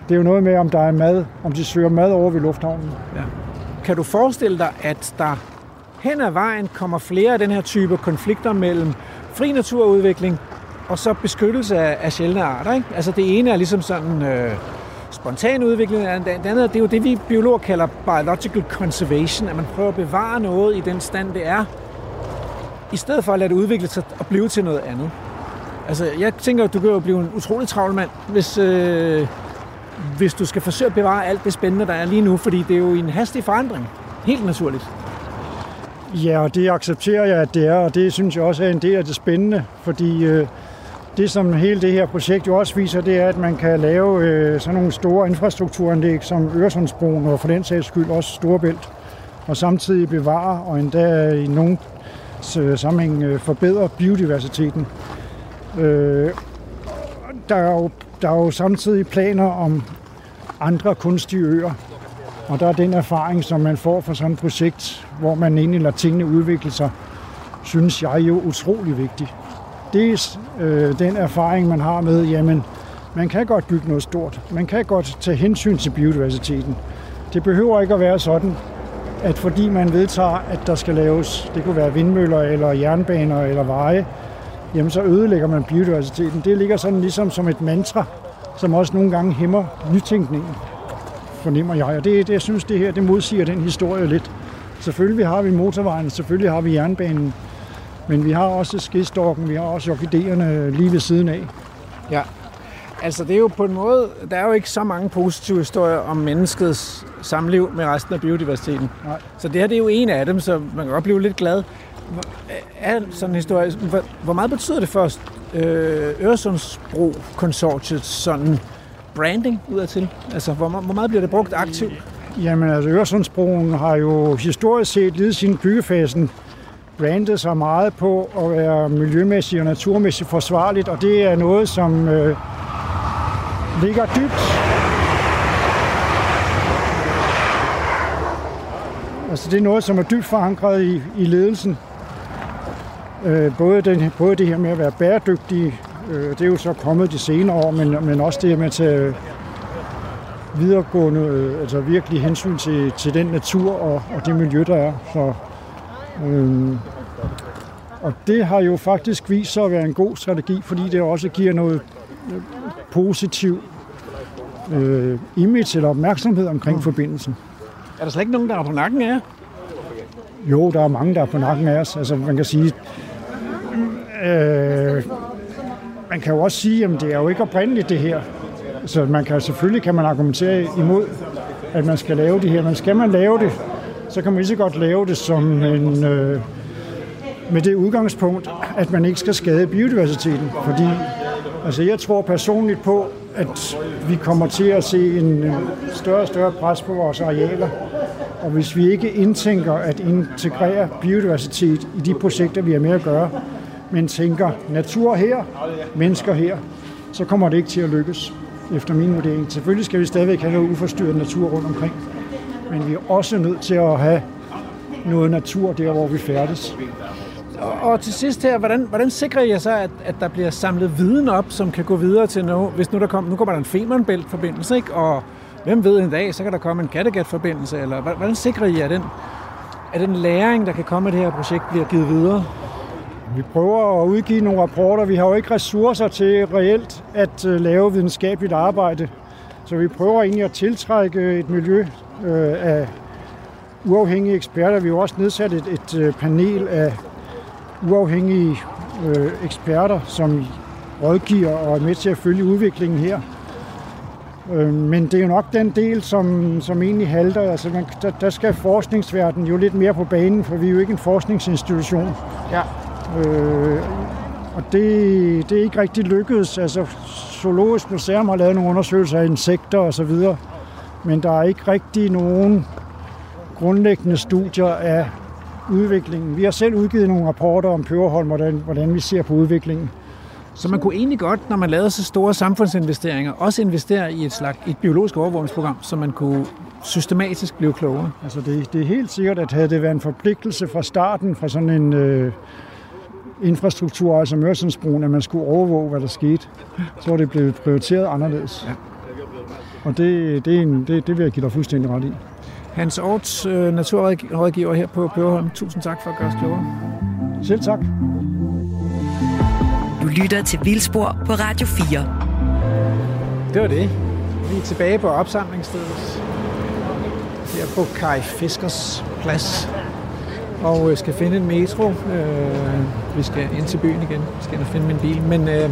Det er jo noget med, om der er mad, om de søger mad over ved lufthavnen. Ja. Kan du forestille dig, at der hen ad vejen kommer flere af den her type konflikter mellem fri naturudvikling og så beskyttelse af, af sjældne arter, ikke? Altså det ene er ligesom sådan øh, spontan udvikling, og det andet det er jo det, vi biologer kalder biological conservation, at man prøver at bevare noget i den stand, det er, i stedet for at lade det udvikle sig og blive til noget andet. Altså jeg tænker, at du kan jo blive en utrolig travl mand, hvis, øh, hvis du skal forsøge at bevare alt det spændende, der er lige nu, fordi det er jo en hastig forandring. Helt naturligt. Ja, og det accepterer jeg, at det er, og det synes jeg også er en del af det spændende, fordi øh, det, som hele det her projekt jo også viser, det er, at man kan lave øh, sådan nogle store infrastrukturanlæg som Øresundsbroen og for den sags skyld også Storebælt, og samtidig bevare og endda i nogle sammenhæng øh, forbedre biodiversiteten. Øh, der, er jo, der er jo samtidig planer om andre kunstige øer, og der er den erfaring, som man får fra sådan et projekt, hvor man egentlig lader tingene udvikle sig, synes jeg jo utrolig vigtig. Dels øh, den erfaring, man har med, jamen, man kan godt bygge noget stort. Man kan godt tage hensyn til biodiversiteten. Det behøver ikke at være sådan, at fordi man vedtager, at der skal laves, det kunne være vindmøller eller jernbaner eller veje, jamen så ødelægger man biodiversiteten. Det ligger sådan ligesom som et mantra, som også nogle gange hæmmer nytænkningen, fornemmer jeg. Og det, det, jeg synes, det her det modsiger den historie lidt. Selvfølgelig har vi motorvejen, selvfølgelig har vi jernbanen, men vi har også skidstorken, vi har også orkideerne lige ved siden af. Ja, altså det er jo på en måde, der er jo ikke så mange positive historier om menneskets samliv med resten af biodiversiteten. Nej. Så det her det er jo en af dem, så man kan godt blive lidt glad. Er sådan en historie, hvor meget betyder det først Øresundsbro-konsortiet sådan branding udadtil? Altså hvor, hvor meget bliver det brugt aktivt? Jamen altså Øresundsbroen har jo historisk set lige siden byggefasen brandet sig meget på at være miljømæssigt og naturmæssigt forsvarligt, og det er noget, som øh, ligger dybt. Altså det er noget, som er dybt forankret i, i ledelsen. Øh, både, den, både det her med at være bæredygtig, øh, det er jo så kommet de senere år, men, men også det her med at tage videregående, øh, altså virkelig hensyn til, til den natur og, og det miljø, der er. Så, øh, og det har jo faktisk vist sig at være en god strategi, fordi det også giver noget positiv øh, image eller opmærksomhed omkring mm. forbindelsen. Er der slet ikke nogen, der er på nakken af jer? Jo, der er mange, der er på nakken af os. Altså, man kan sige, øh, man kan jo også sige, at det er jo ikke oprindeligt det her. Så man kan selvfølgelig kan man argumentere imod, at man skal lave det her. Men skal man lave det, så kan man lige så godt lave det som en, øh, med det udgangspunkt, at man ikke skal skade biodiversiteten. Fordi altså, jeg tror personligt på, at vi kommer til at se en større og større pres på vores arealer. Og hvis vi ikke indtænker at integrere biodiversitet i de projekter, vi har med at gøre, men tænker natur her, mennesker her, så kommer det ikke til at lykkes, efter min vurdering. Selvfølgelig skal vi stadigvæk have noget uforstyrret natur rundt omkring, men vi er også nødt til at have noget natur der, hvor vi færdes. Og, og til sidst her, hvordan, hvordan sikrer I så, at, at der bliver samlet viden op, som kan gå videre til noget? Hvis nu der kommer, nu kommer der en Femern Bælt-forbindelse, ikke? Og hvem ved en dag, så kan der komme en Kattegat-forbindelse, eller hvordan sikrer I, at den, at den læring, der kan komme af det her projekt, bliver givet videre? Vi prøver at udgive nogle rapporter. Vi har jo ikke ressourcer til reelt at lave videnskabeligt arbejde, så vi prøver egentlig at tiltrække et miljø øh, af uafhængige eksperter. Vi har også nedsat et, et panel af uafhængige øh, eksperter, som rådgiver og er med til at følge udviklingen her. Men det er jo nok den del, som, som egentlig halter. Altså, man, der, der skal forskningsverdenen jo lidt mere på banen, for vi er jo ikke en forskningsinstitution. Ja. Øh, og det, det er ikke rigtig lykkedes. Altså, Zoologisk Museum har lavet nogle undersøgelser af insekter og så videre, men der er ikke rigtig nogen grundlæggende studier af udviklingen. Vi har selv udgivet nogle rapporter om Peberholm, hvordan, hvordan vi ser på udviklingen. Så man kunne egentlig godt, når man lavede så store samfundsinvesteringer, også investere i et slags et biologisk overvågningsprogram, så man kunne systematisk blive klogere. Altså det, det er helt sikkert, at havde det været en forpligtelse fra starten, fra sådan en øh, infrastruktur, altså Øresundsbroen, at man skulle overvåge, hvad der skete, så var det blevet prioriteret anderledes. Ja. Og det, det, er en, det, det vil jeg give dig fuldstændig ret i. Hans Orts, øh, naturrådgiver her på Peberholm. Tusind tak for at gøre os klogere. Selv tak. Du lytter til Vildspor på Radio fire. Det var det. Vi er tilbage på opsamlingsstedet. Her på Kai Fiskers Plads. Og øh, skal finde en metro. Øh, vi skal ind til byen igen. Vi skal ind og finde min bil. Men, øh,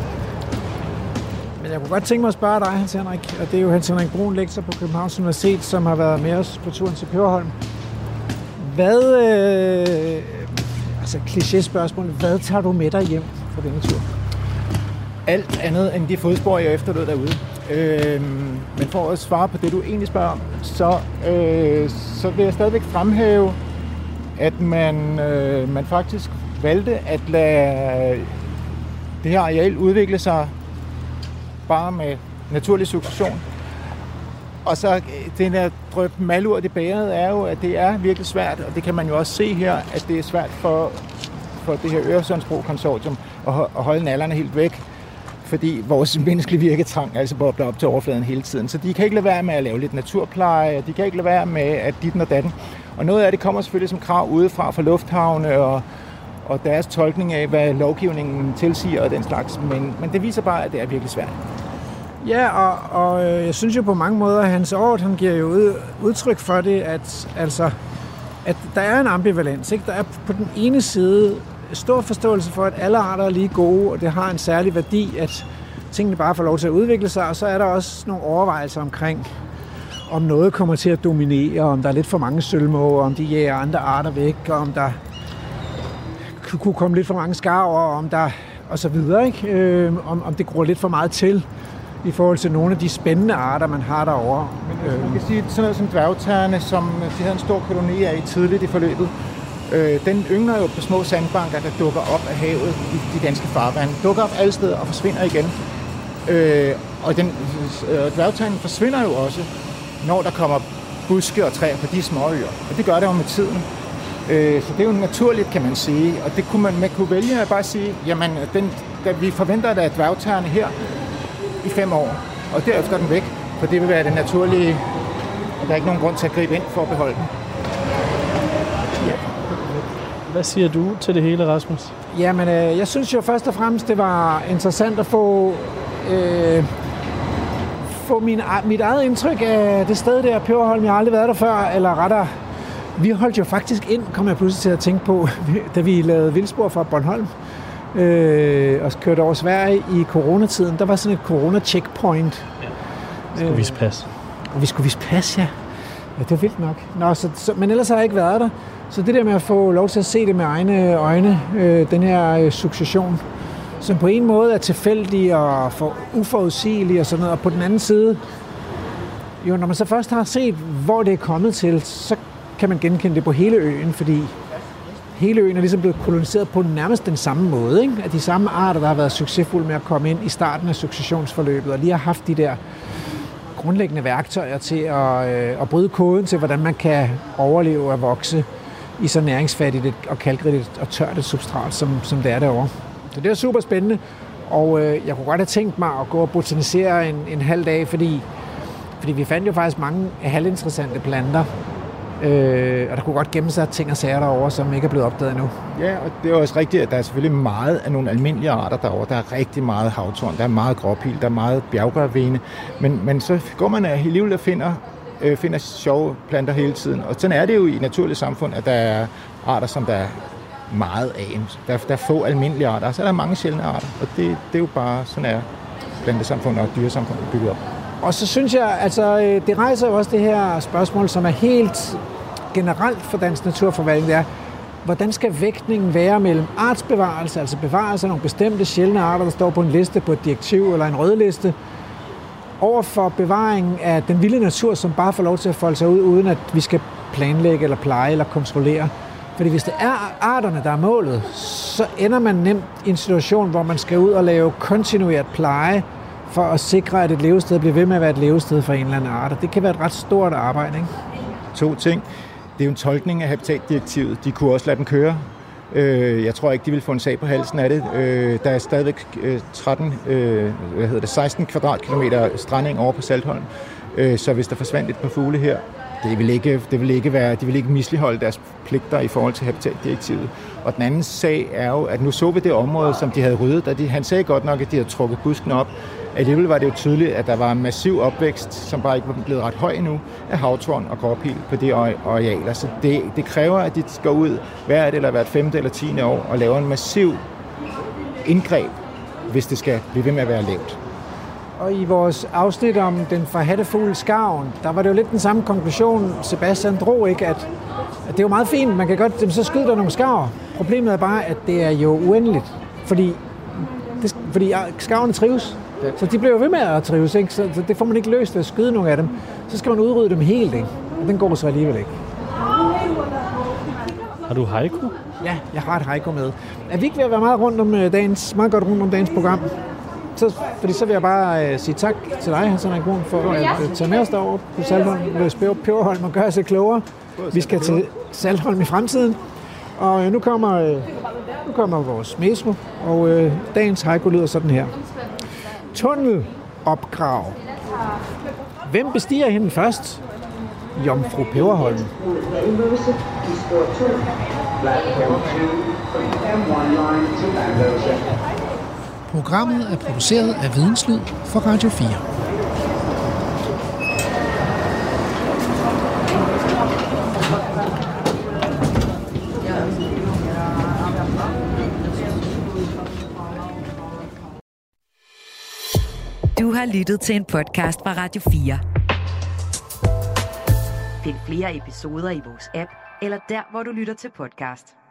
men jeg kunne godt tænke mig at spørge dig, Hans Henrik. Og det er jo Hans Henrik Brun, lektor på Københavns Universitet, som har været med os på turen til Peberholm. Hvad, øh, altså kliché-spørgsmål, hvad tager du med dig hjem fra denne tur? Alt andet end de fodspor, jeg efterlod derude. Øh, men for at svare på det, du egentlig spørger om, så, øh, så vil jeg stadigvæk fremhæve, at man, øh, man faktisk valgte at lade det her areal udvikle sig bare med naturlig succession. Og så den der drøb malurt i bæret er jo, at det er virkelig svært, og det kan man jo også se her, at det er svært for, for det her Øresundsbro-konsortium at, at holde nallerne helt væk, fordi vores menneskelige virketrang altså bobler op til overfladen hele tiden. Så de kan ikke lade være med at lave lidt naturpleje, de kan ikke lade være med at ditten og datten. Og noget af det kommer selvfølgelig som krav udefra fra lufthavne og, og deres tolkning af, hvad lovgivningen tilsiger og den slags. Men, men det viser bare, at det er virkelig svært. Ja, og, og jeg synes jo på mange måder, at Hans Ort, han giver jo ud, udtryk for det, at, altså, at der er en ambivalens. Ikke? Der er på den ene side stor forståelse for, at alle arter er lige gode, og det har en særlig værdi, at tingene bare får lov til at udvikle sig. Og så er der også nogle overvejelser omkring, om noget kommer til at dominere, om der er lidt for mange sølvmåger, om de jager andre arter væk, og om der kunne komme lidt for mange skarver, om der og så videre, ikke? Øh, om, om det gror lidt for meget til i forhold til nogle af de spændende arter, man har derovre. Men man kan sige sådan noget som dværgterne, som de havde en stor koloni af tidligt i forløbet. Øh, den yngler jo på små sandbanker, der dukker op af havet i de danske farvande. Dukker op alle steder og forsvinder igen. Øh, og den øh, dværgtanden forsvinder jo også, når der kommer buske og træer på de små øer. Og det gør det jo med tiden. Øh, så det er jo naturligt, kan man sige. Og det kunne man, man kunne vælge at bare sige, jamen den, da vi forventer, at der er dværgterne her i fem år, og derefter er den væk. For det vil være det naturlige, og der er ikke nogen grund til at gribe ind for at beholde den. Ja. Hvad siger du til det hele, Rasmus? Jamen, øh, jeg synes jo først og fremmest, det var interessant at få... Øh, få min, mit eget indtryk af det sted der, Peberholm. Jeg har aldrig været der før, eller rettere, vi holdt jo faktisk ind, kom jeg pludselig til at tænke på, da vi lavede vildspor fra Bornholm, øh, og kørte over Sverige i coronatiden. Der var sådan et corona-checkpoint. Ja. Vi skulle vise pas. Og vi skulle vise pas, ja. Ja, det var vildt nok. Nå, så, så, men ellers har jeg ikke været der. Så det der med at få lov til at se det med egne øjne, øh, den her øh, succession, som på en måde er tilfældig og for uforudsigelig og sådan noget, og på den anden side, jo, når man så først har set, hvor det er kommet til, så kan man genkende det på hele øen, fordi hele øen er ligesom blevet koloniseret på nærmest den samme måde, ikke? At de samme arter, der har været succesfulde med at komme ind i starten af successionsforløbet, og lige har haft de der grundlæggende værktøjer til at, øh, at bryde koden til, hvordan man kan overleve og vokse i så næringsfattigt og kalkrigt og tørt et substrat, som, som det er derovre. Så det er super spændende, og øh, jeg kunne godt have tænkt mig at gå og botanisere en, en halv dag, fordi, fordi vi fandt jo faktisk mange halvinteressante planter, øh, og der kunne godt gemme sig ting og sager derovre, som ikke er blevet opdaget endnu. Ja, og det er også rigtigt, at der er selvfølgelig meget af nogle almindelige arter derovre. Der er rigtig meget havtorn, der er meget gråpil, der er meget bjerggørvene, men, men så går man alligevel og finder, øh, finder sjove planter hele tiden, og sådan er det jo i naturlige samfund, at der er arter, som der er meget af. Der, der er få almindelige arter, så er der mange sjældne arter, og det, det er jo bare sådan er plantesamfundet og dyresamfundet bygget op. Og så synes jeg, altså det rejser jo også det her spørgsmål, som er helt generelt for dansk naturforvaltning, det er, hvordan skal vægtningen være mellem artsbevarelse, altså bevarelse af nogle bestemte sjældne arter, der står på en liste på et direktiv eller en rødliste, over for bevaringen af den vilde natur, som bare får lov til at folde sig ud, uden at vi skal planlægge eller pleje eller kontrollere. Fordi hvis det er arterne, der er målet, så ender man nemt i en situation, hvor man skal ud og lave kontinuert pleje for at sikre, at et levested bliver ved med at være et levested for en eller anden art. Det kan være et ret stort arbejde, ikke? To ting. Det er jo en tolkning af habitatdirektivet. De kunne også lade den køre. Jeg tror ikke, de vil få en sag på halsen af det. Der er stadigvæk tretten, hvad hedder det, seksten kvadratkilometer stranding over på Saltholm. Øh, så hvis der forsvandt et par fugle her, det vil ikke, det vil ikke være, de vil ikke misligholde deres pligter i forhold til habitatdirektivet. Og den anden sag er jo, at nu så vi det område, som de havde ryddet, og de, han sagde godt nok, at de havde trukket busken op. Alligevel var det jo tydeligt, at der var en massiv opvækst, som bare ikke var blevet ret høj endnu, af havtorn og gråpil på de arealer. Så det, det kræver, at de går ud hvert eller hvert femte eller tiende år og laver en massiv indgreb, hvis det skal blive ved med at være lavt. Og i vores afsnit om den forhattefulde skarven, der var det jo lidt den samme konklusion, Sebastian drog, ikke? At, at det er jo meget fint, man kan godt, så skyder der nogle skarver. Problemet er bare, at det er jo uendeligt, fordi, det, fordi skarverne trives. Så de bliver jo ved med at trives, ikke? Så, så det får man ikke løst ved at skyde nogle af dem. Så skal man udrydde dem helt, ikke? Og den går så alligevel ikke. Har du haiku? Ja, jeg har et haiku med. Er vi ikke ved at være meget rundt om dagens, meget godt rundt om dagens program? Så, fordi så vil jeg bare uh, sige tak til dig, Hans Henrik Bruun, for at uh, tage med os derovre på Saltholm, løs Peberholm og gøre os klogere. Vi skal til Saltholm i fremtiden. Og uh, nu, kommer, uh, nu kommer vores metro, og uh, dagens haiku lyder sådan her. Tunnelopgrav. Hvem bestiger hende først? Jomfru Peberholm. Programmet er produceret af Videnslyd for Radio fire. Du har lyttet til en podcast fra Radio fire. Find flere episoder i vores app, eller der, hvor du lytter til podcast.